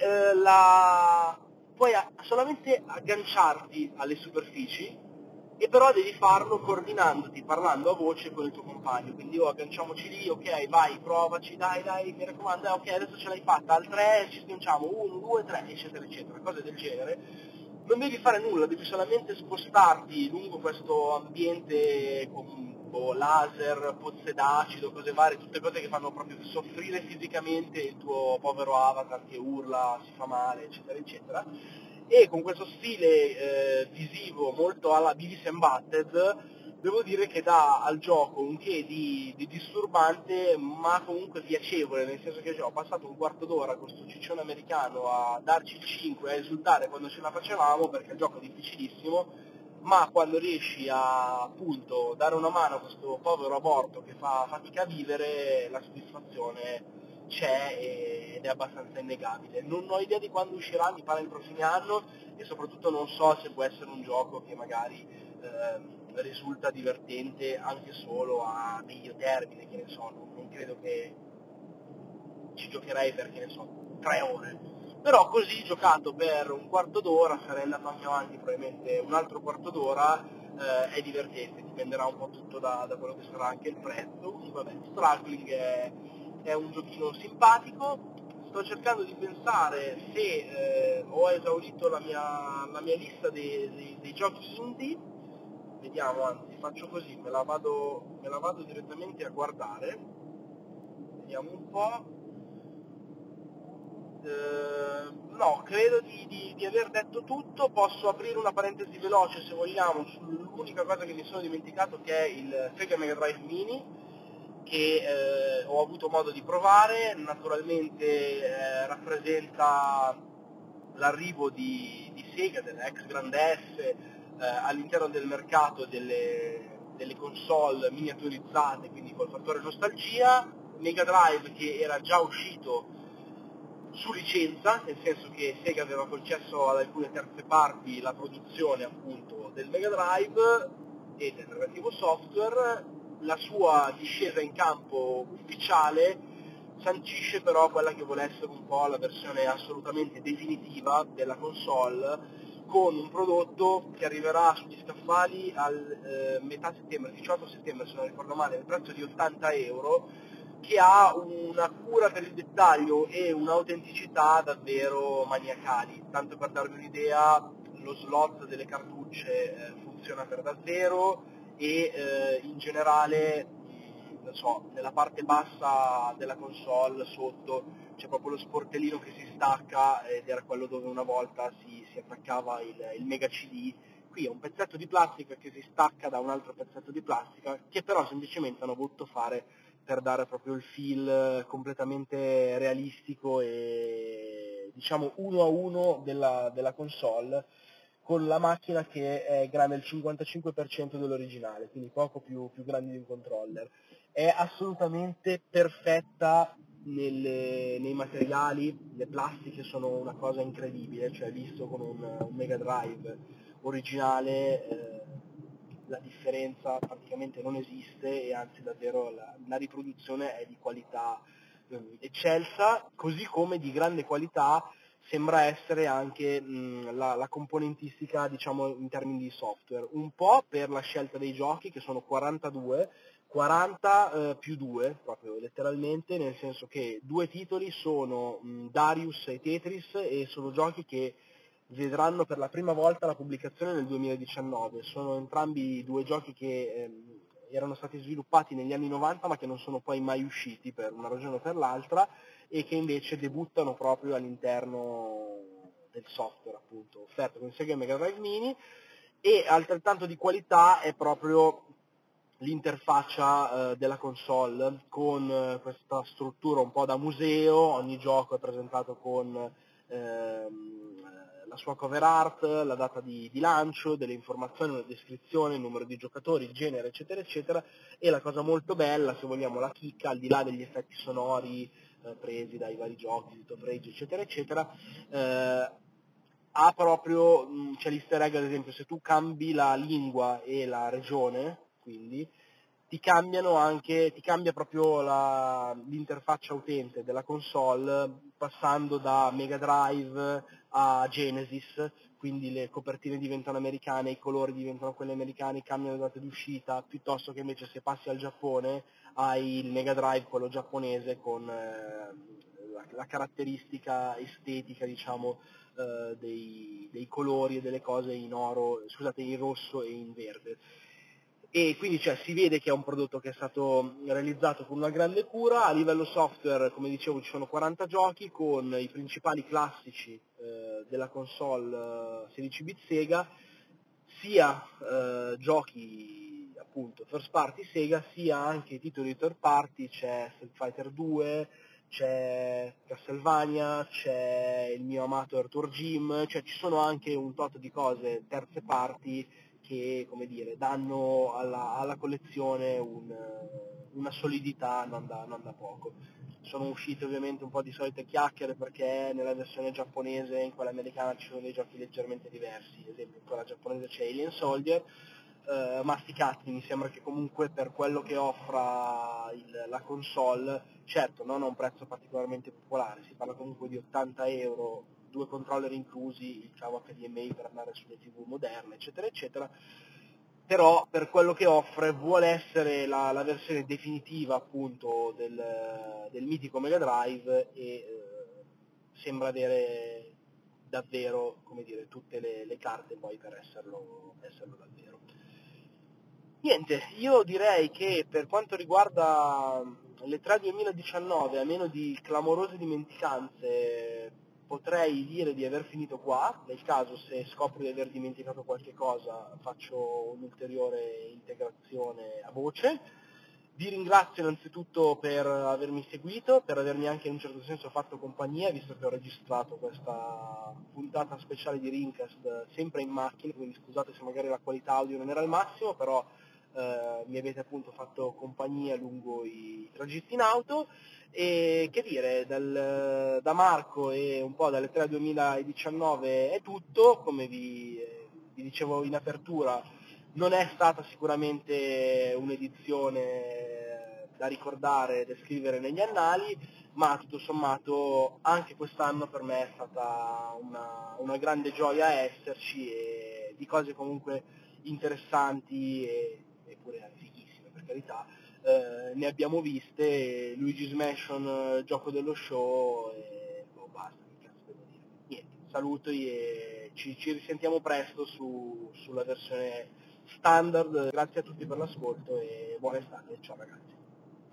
puoi solamente agganciarti alle superfici, e però devi farlo coordinandoti, parlando a voce con il tuo compagno, quindi agganciamoci lì, ok, vai, provaci, dai, mi raccomando, ok, adesso ce l'hai fatta, al 3 ci sganciamo, 1, 2, 3, eccetera, eccetera, cose del genere. Non devi fare nulla, devi solamente spostarti lungo questo ambiente con laser, pozze d'acido, cose varie, tutte cose che fanno proprio soffrire fisicamente il tuo povero avatar che urla, si fa male, eccetera, eccetera. E con questo stile visivo molto alla Beavis and Butthead, devo dire che dà al gioco un che di disturbante, ma comunque piacevole, nel senso che ho passato un quarto d'ora con questo ciccione americano a darci il 5 e a esultare quando ce la facevamo, perché il gioco è difficilissimo, ma quando riesci a appunto dare una mano a questo povero aborto che fa fatica a vivere, la soddisfazione c'è ed è abbastanza innegabile. Non ho idea di quando uscirà, mi pare il prossimo anno, e soprattutto non so se può essere un gioco che magari risulta divertente anche solo a medio termine, che ne so, non credo che ci giocherei per, che ne so, 3 ore. Però così giocato per un quarto d'ora, sarei andato anche avanti probabilmente un altro quarto d'ora, è divertente, dipenderà un po' tutto da quello che sarà anche il prezzo. Quindi vabbè, Struggling è un giochino simpatico. Sto cercando di pensare se ho esaurito la mia lista dei giochi indie. Vediamo, anzi faccio così, me la vado direttamente a guardare, vediamo un po'. No, credo di aver detto tutto. Posso aprire una parentesi veloce se vogliamo sull'unica cosa che mi sono dimenticato, che è il Sega Mega Drive Mini, che ho avuto modo di provare. Naturalmente rappresenta l'arrivo di Sega, della ex Grande S, all'interno del mercato delle console miniaturizzate, quindi col fattore nostalgia. Mega Drive che era già uscito su licenza, nel senso che Sega aveva concesso ad alcune terze parti la produzione appunto del Mega Drive e del relativo software. La sua discesa in campo ufficiale sancisce però quella che vuole essere un po' la versione assolutamente definitiva della console, con un prodotto che arriverà sugli scaffali al metà settembre, 18 settembre se non ricordo male, al prezzo di 80 euro, che ha una cura per il dettaglio e un'autenticità davvero maniacali. Tanto per darvi un'idea, lo slot delle cartucce funziona per davvero, e in generale, non so, nella parte bassa della console sotto c'è proprio lo sportellino che si stacca ed era quello dove una volta si attaccava il Mega CD. Qui è un pezzetto di plastica che si stacca da un altro pezzetto di plastica, che però semplicemente hanno voluto fare per dare proprio il feel completamente realistico e diciamo uno a uno della console, con la macchina che è grande il 55% dell'originale, quindi poco più grande di un controller. È assolutamente perfetta nei materiali, le plastiche sono una cosa incredibile, cioè visto con un Mega Drive originale la differenza praticamente non esiste, e anzi davvero la riproduzione è di qualità eccelsa, così come di grande qualità sembra essere anche la componentistica, diciamo, in termini di software, un po' per la scelta dei giochi, che sono 42, 40 più 2, proprio letteralmente, nel senso che due titoli sono Darius e Tetris, e sono giochi che vedranno per la prima volta la pubblicazione nel 2019. Sono entrambi due giochi che erano stati sviluppati negli anni 90 ma che non sono poi mai usciti per una ragione o per l'altra, e che invece debuttano proprio all'interno del software appunto offerto con Sega Mega Drive Mini. E altrettanto di qualità è proprio l'interfaccia della console, con questa struttura un po' da museo. Ogni gioco è presentato con la sua cover art, la data di lancio, delle informazioni, una descrizione, il numero di giocatori, il genere, eccetera, eccetera. E la cosa molto bella, se vogliamo la chicca, al di là degli effetti sonori presi dai vari giochi, di Top Rage, eccetera, eccetera, ha proprio, c'è l'easter egg, ad esempio, se tu cambi la lingua e la regione, quindi ti cambia proprio l'interfaccia utente della console, passando da Mega Drive a Genesis, quindi le copertine diventano americane, i colori diventano quelli americani, cambiano le date d'uscita, piuttosto che invece se passi al Giappone hai il Mega Drive, quello giapponese, con la caratteristica estetica, diciamo, dei colori e delle cose in oro, scusate, in rosso e in verde. E quindi si vede che è un prodotto che è stato realizzato con una grande cura. A livello software, come dicevo, ci sono 40 giochi con i principali classici della console 16 bit Sega, sia giochi appunto first party Sega, sia anche titoli third party. C'è Street Fighter 2, c'è Castlevania, c'è il mio amato Arthur Jim, ci sono anche un tot di cose terze parti che, come dire, danno alla collezione una solidità non da poco. Sono uscite ovviamente un po' di solite chiacchiere, perché nella versione giapponese e in quella americana ci sono dei giochi leggermente diversi. Ad esempio in quella giapponese c'è Alien Soldier, ma sti cazzi, mi sembra che comunque per quello che offra la console, certo non a un prezzo particolarmente popolare, si parla comunque di 80 euro, 2 controller inclusi, il cavo HDMI per andare sulle TV moderne, eccetera, eccetera. Però per quello che offre vuole essere la versione definitiva appunto del mitico Mega Drive, e sembra avere davvero, come dire, tutte le carte poi per esserlo davvero. Niente, io direi che per quanto riguarda le 3 2019, a meno di clamorose dimenticanze, potrei dire di aver finito qua. Nel caso, se scopro di aver dimenticato qualche cosa, faccio un'ulteriore integrazione a voce. Vi ringrazio innanzitutto per avermi seguito, per avermi anche in un certo senso fatto compagnia, visto che ho registrato questa puntata speciale di Rincast sempre in macchina, quindi scusate se magari la qualità audio non era al massimo, però mi avete appunto fatto compagnia lungo i tragitti in auto. E che dire, da Marco e un po' dalle 3 2019 è tutto. Come vi dicevo in apertura, non è stata sicuramente un'edizione da ricordare e da scrivere negli annali, ma tutto sommato anche quest'anno per me è stata una grande gioia esserci, e di cose comunque interessanti e pure fighissime, per carità, ne abbiamo viste. Luigi's Mansion, gioco dello show, e basta, che cazzo devo dire. Niente, saluti e ci risentiamo presto sulla versione standard. Grazie a tutti per l'ascolto e buona estate, ciao ragazzi.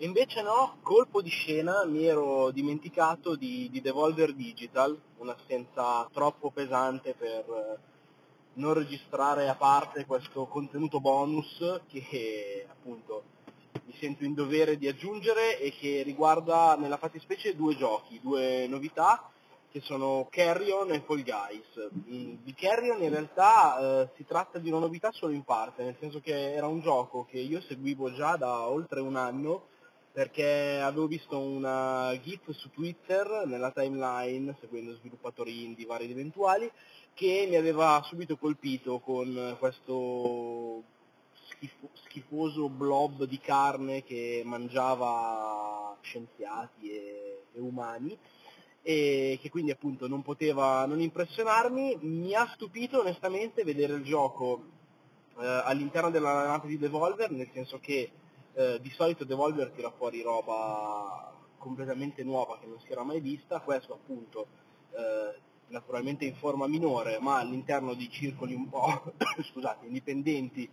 E invece no, colpo di scena, mi ero dimenticato di Devolver Digital, un'assenza troppo pesante per non registrare a parte questo contenuto bonus che appunto mi sento in dovere di aggiungere e che riguarda nella fattispecie due giochi, due novità che sono Carrion e Fall Guys. Di Carrion in realtà si tratta di una novità solo in parte, nel senso che era un gioco che io seguivo già da oltre un anno perché avevo visto una GIF su Twitter nella timeline, seguendo sviluppatori indie vari ed eventuali, che mi aveva subito colpito con questo schifoso blob di carne che mangiava scienziati e umani, e che quindi appunto non poteva non impressionarmi. Mi ha stupito onestamente vedere il gioco all'interno della nave di Devolver, nel senso che di solito Devolver tira fuori roba completamente nuova che non si era mai vista, questo appunto naturalmente in forma minore, ma all'interno di circoli un po' scusate, indipendenti,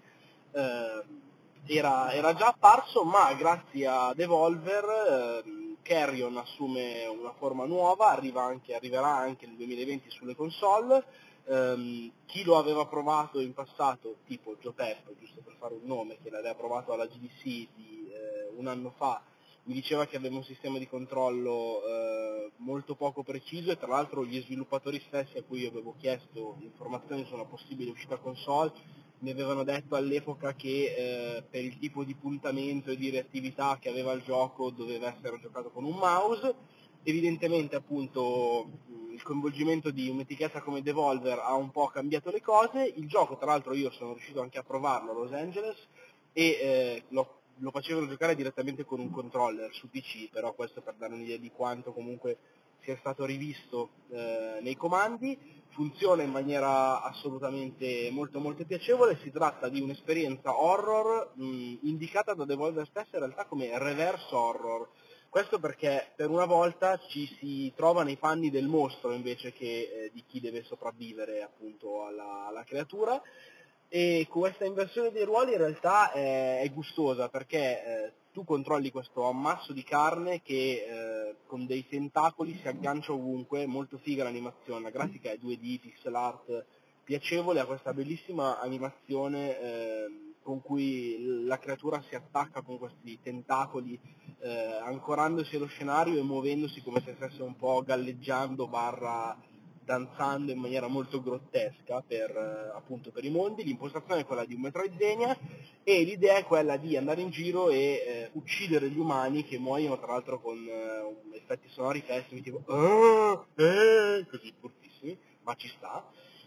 era già apparso, ma grazie a Devolver Carrion assume una forma nuova, arriverà anche nel 2020 sulle console. Chi lo aveva provato in passato, tipo Joe Pep, giusto per fare un nome, che l'aveva provato alla GDC di un anno fa, mi diceva che aveva un sistema di controllo molto poco preciso, e tra l'altro gli sviluppatori stessi a cui io avevo chiesto informazioni su una possibile uscita console mi avevano detto all'epoca che per il tipo di puntamento e di reattività che aveva il gioco doveva essere giocato con un mouse. Evidentemente appunto il coinvolgimento di un'etichetta come Devolver ha un po' cambiato le cose. Il gioco, tra l'altro, io sono riuscito anche a provarlo a Los Angeles e lo facevano giocare direttamente con un controller su PC, però questo per dare un'idea di quanto comunque sia stato rivisto nei comandi. Funziona in maniera assolutamente molto molto piacevole. Si tratta di un'esperienza horror indicata da Devolver stessa in realtà come reverse horror. Questo perché per una volta ci si trova nei panni del mostro invece che di chi deve sopravvivere appunto alla creatura, e questa inversione dei ruoli in realtà è gustosa perché tu controlli questo ammasso di carne che con dei tentacoli si aggancia ovunque, molto figa l'animazione, la grafica è 2D, pixel art piacevole, ha questa bellissima animazione con cui la creatura si attacca con questi tentacoli ancorandosi allo scenario e muovendosi come se stesse un po' galleggiando barra danzando in maniera molto grottesca appunto per i mondi. L'impostazione è quella di un Metroidvania e l'idea è quella di andare in giro e uccidere gli umani, che muoiono tra l'altro con effetti sonori pessimi tipo così fortissimi, ma ci sta,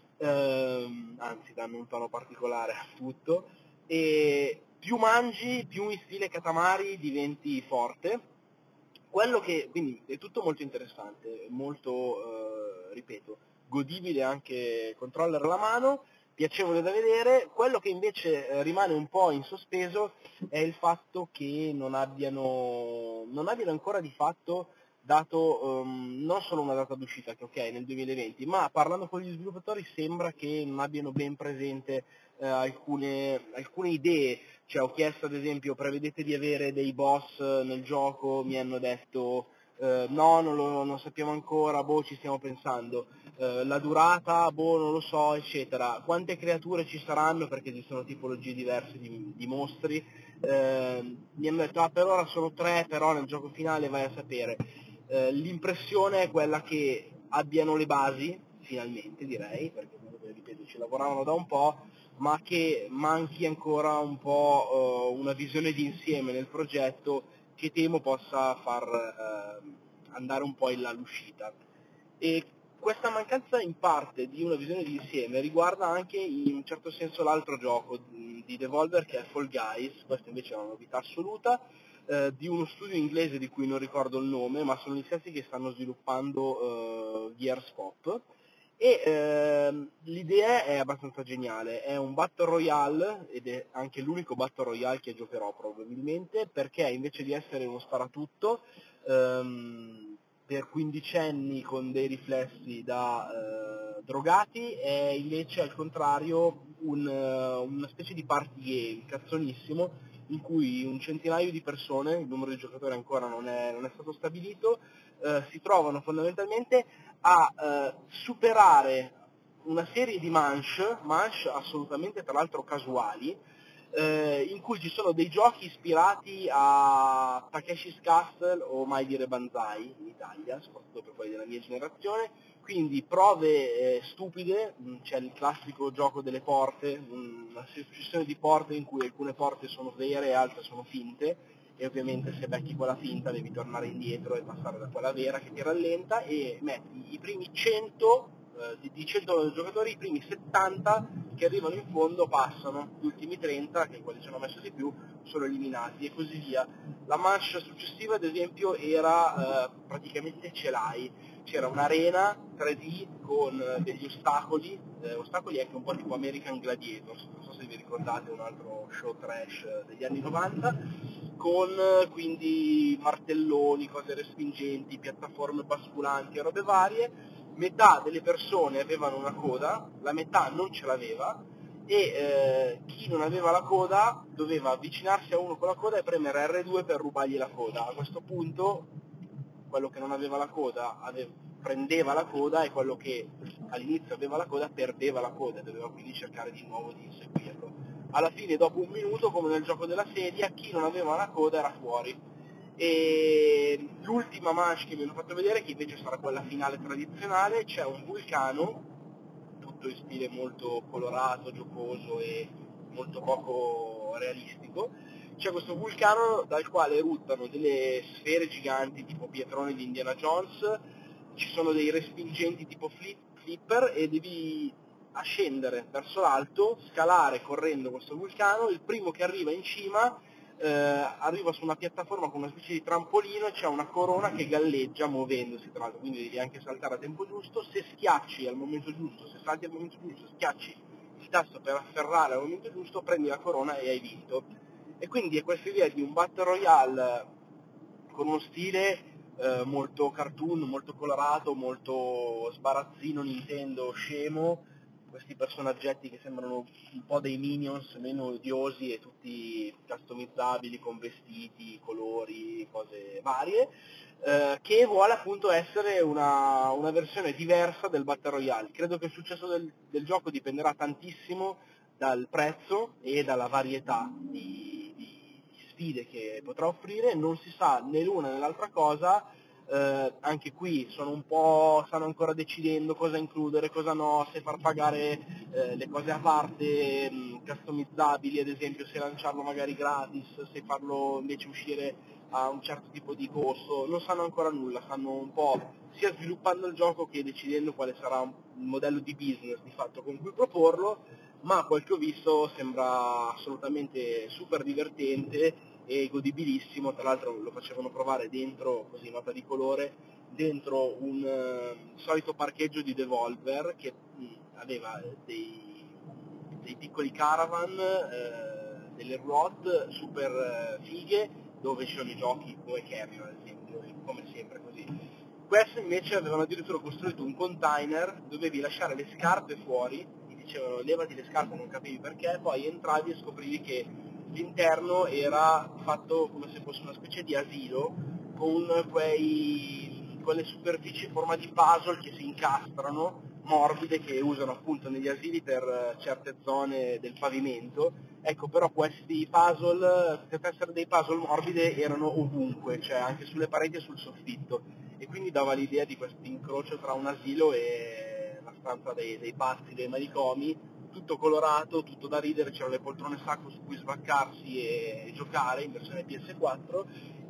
anzi danno un tono particolare a tutto, e più mangi, più in stile Katamari diventi forte. Quello che, quindi è tutto molto interessante, molto, ripeto, godibile anche controller alla mano, piacevole da vedere. Quello che invece rimane un po' in sospeso è il fatto che non abbiano ancora di fatto dato non solo una data d'uscita, che ok, nel 2020, ma parlando con gli sviluppatori sembra che non abbiano ben presente alcune idee. Cioè, ho chiesto ad esempio, prevedete di avere dei boss nel gioco? Mi hanno detto no, non sappiamo ancora, ci stiamo pensando. La durata, non lo so, eccetera. Quante creature ci saranno? Perché esistono tipologie diverse di mostri. Mi hanno detto, per ora sono 3, però nel gioco finale vai a sapere. L'impressione è quella che abbiano le basi, finalmente direi, perché ripeto, ci lavoravano da un po', ma che manchi ancora un po' una visione di insieme nel progetto che temo possa far andare un po' in là l'uscita. E questa mancanza in parte di una visione di insieme riguarda anche in un certo senso l'altro gioco di Devolver, che è Fall Guys. Questa invece è una novità assoluta, di uno studio inglese di cui non ricordo il nome, ma sono gli stessi che stanno sviluppando Gears Pop. E l'idea è abbastanza geniale, è un Battle Royale ed è anche l'unico Battle Royale che giocherò probabilmente, perché invece di essere uno sparatutto per quindicenni con dei riflessi da drogati, è invece al contrario una specie di party game cazzonissimo in cui un centinaio di persone, il numero di giocatori ancora non è stato stabilito, si trovano fondamentalmente a superare una serie di manche assolutamente tra l'altro casuali, in cui ci sono dei giochi ispirati a Takeshi's Castle o Mai dire Banzai in Italia, soprattutto per quelli della mia generazione, quindi prove stupide, c'è il classico gioco delle porte, una successione di porte in cui alcune porte sono vere e altre sono finte, e ovviamente se becchi quella finta devi tornare indietro e passare da quella vera che ti rallenta, e metti i primi 100 di 100 giocatori, i primi 70 che arrivano in fondo passano, gli ultimi 30, che quelli ci hanno messo di più, sono eliminati e così via. La manche successiva ad esempio era praticamente ce l'hai, c'era un'arena 3D con degli ostacoli anche un po' tipo American Gladiators, non so se vi ricordate, un altro show trash degli anni 90, con quindi martelloni, cose respingenti, piattaforme basculanti e robe varie. Metà delle persone avevano una coda, la metà non ce l'aveva, e chi non aveva la coda doveva avvicinarsi a uno con la coda e premere R2 per rubargli la coda. A questo punto quello che non aveva la coda prendeva la coda, e quello che all'inizio aveva la coda perdeva la coda e doveva quindi cercare di nuovo di inseguirlo. Alla fine, dopo un minuto, come nel gioco della sedia, chi non aveva la coda era fuori. E l'ultima manche che vi ho fatto vedere, che invece sarà quella finale tradizionale, c'è un vulcano tutto in stile molto colorato, giocoso e molto poco realistico. C'è questo vulcano dal quale eruttano delle sfere giganti tipo pietrone di Indiana Jones, ci sono dei respingenti tipo flipper e devi ascendere verso l'alto, scalare correndo questo vulcano. Il primo che arriva in cima arriva su una piattaforma con una specie di trampolino e c'è una corona che galleggia muovendosi, tra l'altro, quindi devi anche saltare a tempo giusto. Se schiacci al momento giusto, se salti al momento giusto, schiacci il tasto per afferrare al momento giusto, prendi la corona e hai vinto. E quindi è questa idea di un Battle Royale con uno stile molto cartoon, molto colorato, molto sbarazzino Nintendo, scemo, questi personaggetti che sembrano un po' dei Minions, meno odiosi e tutti customizzabili con vestiti, colori, cose varie, che vuole appunto essere una versione diversa del Battle Royale. Credo che il successo del gioco dipenderà tantissimo dal prezzo e dalla varietà di sfide che potrà offrire. Non si sa né l'una né l'altra cosa, anche qui stanno ancora decidendo cosa includere, cosa no, se far pagare le cose a parte, customizzabili, ad esempio se lanciarlo magari gratis, se farlo invece uscire a un certo tipo di costo. Non sanno ancora nulla, stanno un po' sia sviluppando il gioco che decidendo quale sarà un modello di business di fatto con cui proporlo, ma quel che ho visto sembra assolutamente super divertente e godibilissimo. Tra l'altro lo facevano provare dentro, così nota di colore, dentro un solito parcheggio di Devolver che aveva dei piccoli caravan, delle roulotte super fighe, dove ci sono i giochi come Carrion ad esempio, come sempre così. Questo invece avevano addirittura costruito un container, dovevi lasciare le scarpe fuori, ti dicevano levati le scarpe, non capivi perché, poi entravi e scoprivi che l'interno era fatto come se fosse una specie di asilo, con quelle superfici in forma di puzzle che si incastrano, morbide, che usano appunto negli asili per certe zone del pavimento. Ecco, però questi puzzle, per essere dei puzzle morbide, erano ovunque, cioè anche sulle pareti e sul soffitto, e quindi dava l'idea di questo incrocio tra un asilo e la stanza dei pazzi, dei manicomi, tutto colorato, tutto da ridere. C'erano le poltrone sacco su cui svaccarsi e giocare in versione PS4,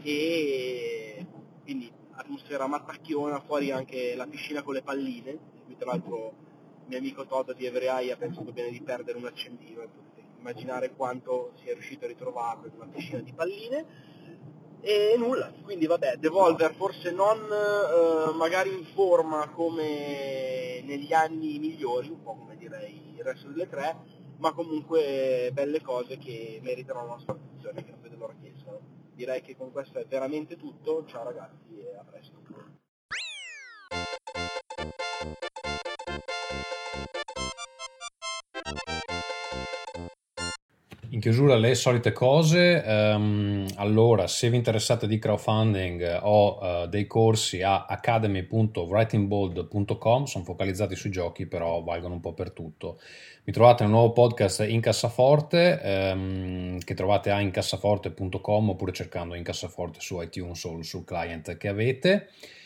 e quindi atmosfera mattacchiona, fuori anche la piscina con le palline, in cui tra l'altro il mio amico Todd di Everai ha pensato bene di perdere un accendino, e potete immaginare quanto sia riuscito a ritrovarlo in una piscina di palline. E nulla, quindi vabbè, Devolver forse non magari in forma come negli anni migliori, un po' come direi il resto delle tre, ma comunque belle cose che meritano la nostra attenzione, che non vedo l'ora che escano. Direi che con questo è veramente tutto, ciao ragazzi e a presto. In chiusura le solite cose, allora se vi interessate di crowdfunding ho dei corsi a academy.writingbold.com, sono focalizzati sui giochi però valgono un po' per tutto. Mi trovate un nuovo podcast in Cassaforte che trovate a incassaforte.com oppure cercando Incassaforte su iTunes o sul client che avete.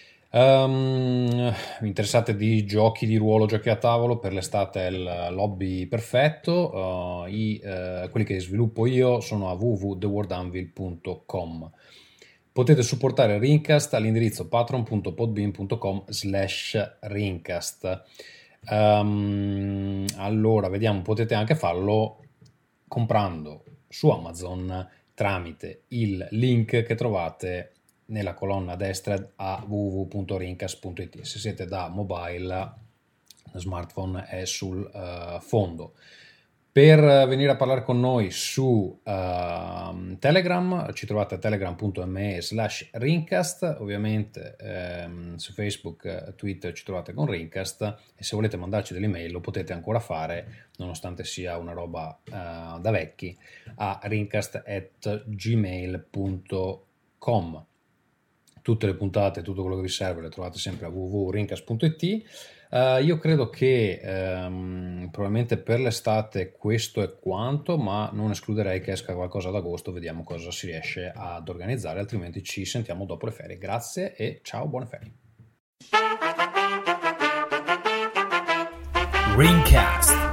Interessate di giochi di ruolo, giochi a tavolo, per l'estate è il lobby perfetto. Quelli che sviluppo io sono a www.theworldanvil.com. Potete supportare Rincast all'indirizzo patreon.podbean.com/Rincast. Allora vediamo, potete anche farlo comprando su Amazon tramite il link che trovate nella colonna a destra a www.rincast.it. Se siete da mobile, smartphone è sul fondo. Per venire a parlare con noi su Telegram ci trovate a telegram.me/Rincast, ovviamente su Facebook, Twitter ci trovate con Rincast, e se volete mandarci delle email lo potete ancora fare, nonostante sia una roba da vecchi, a rincast@gmail.com. Tutte le puntate, tutto quello che vi serve le trovate sempre a www.rincast.it. Io credo che probabilmente per l'estate questo è quanto, ma non escluderei che esca qualcosa ad agosto, vediamo cosa si riesce ad organizzare, altrimenti ci sentiamo dopo le ferie. Grazie e ciao, buone ferie. Rincast.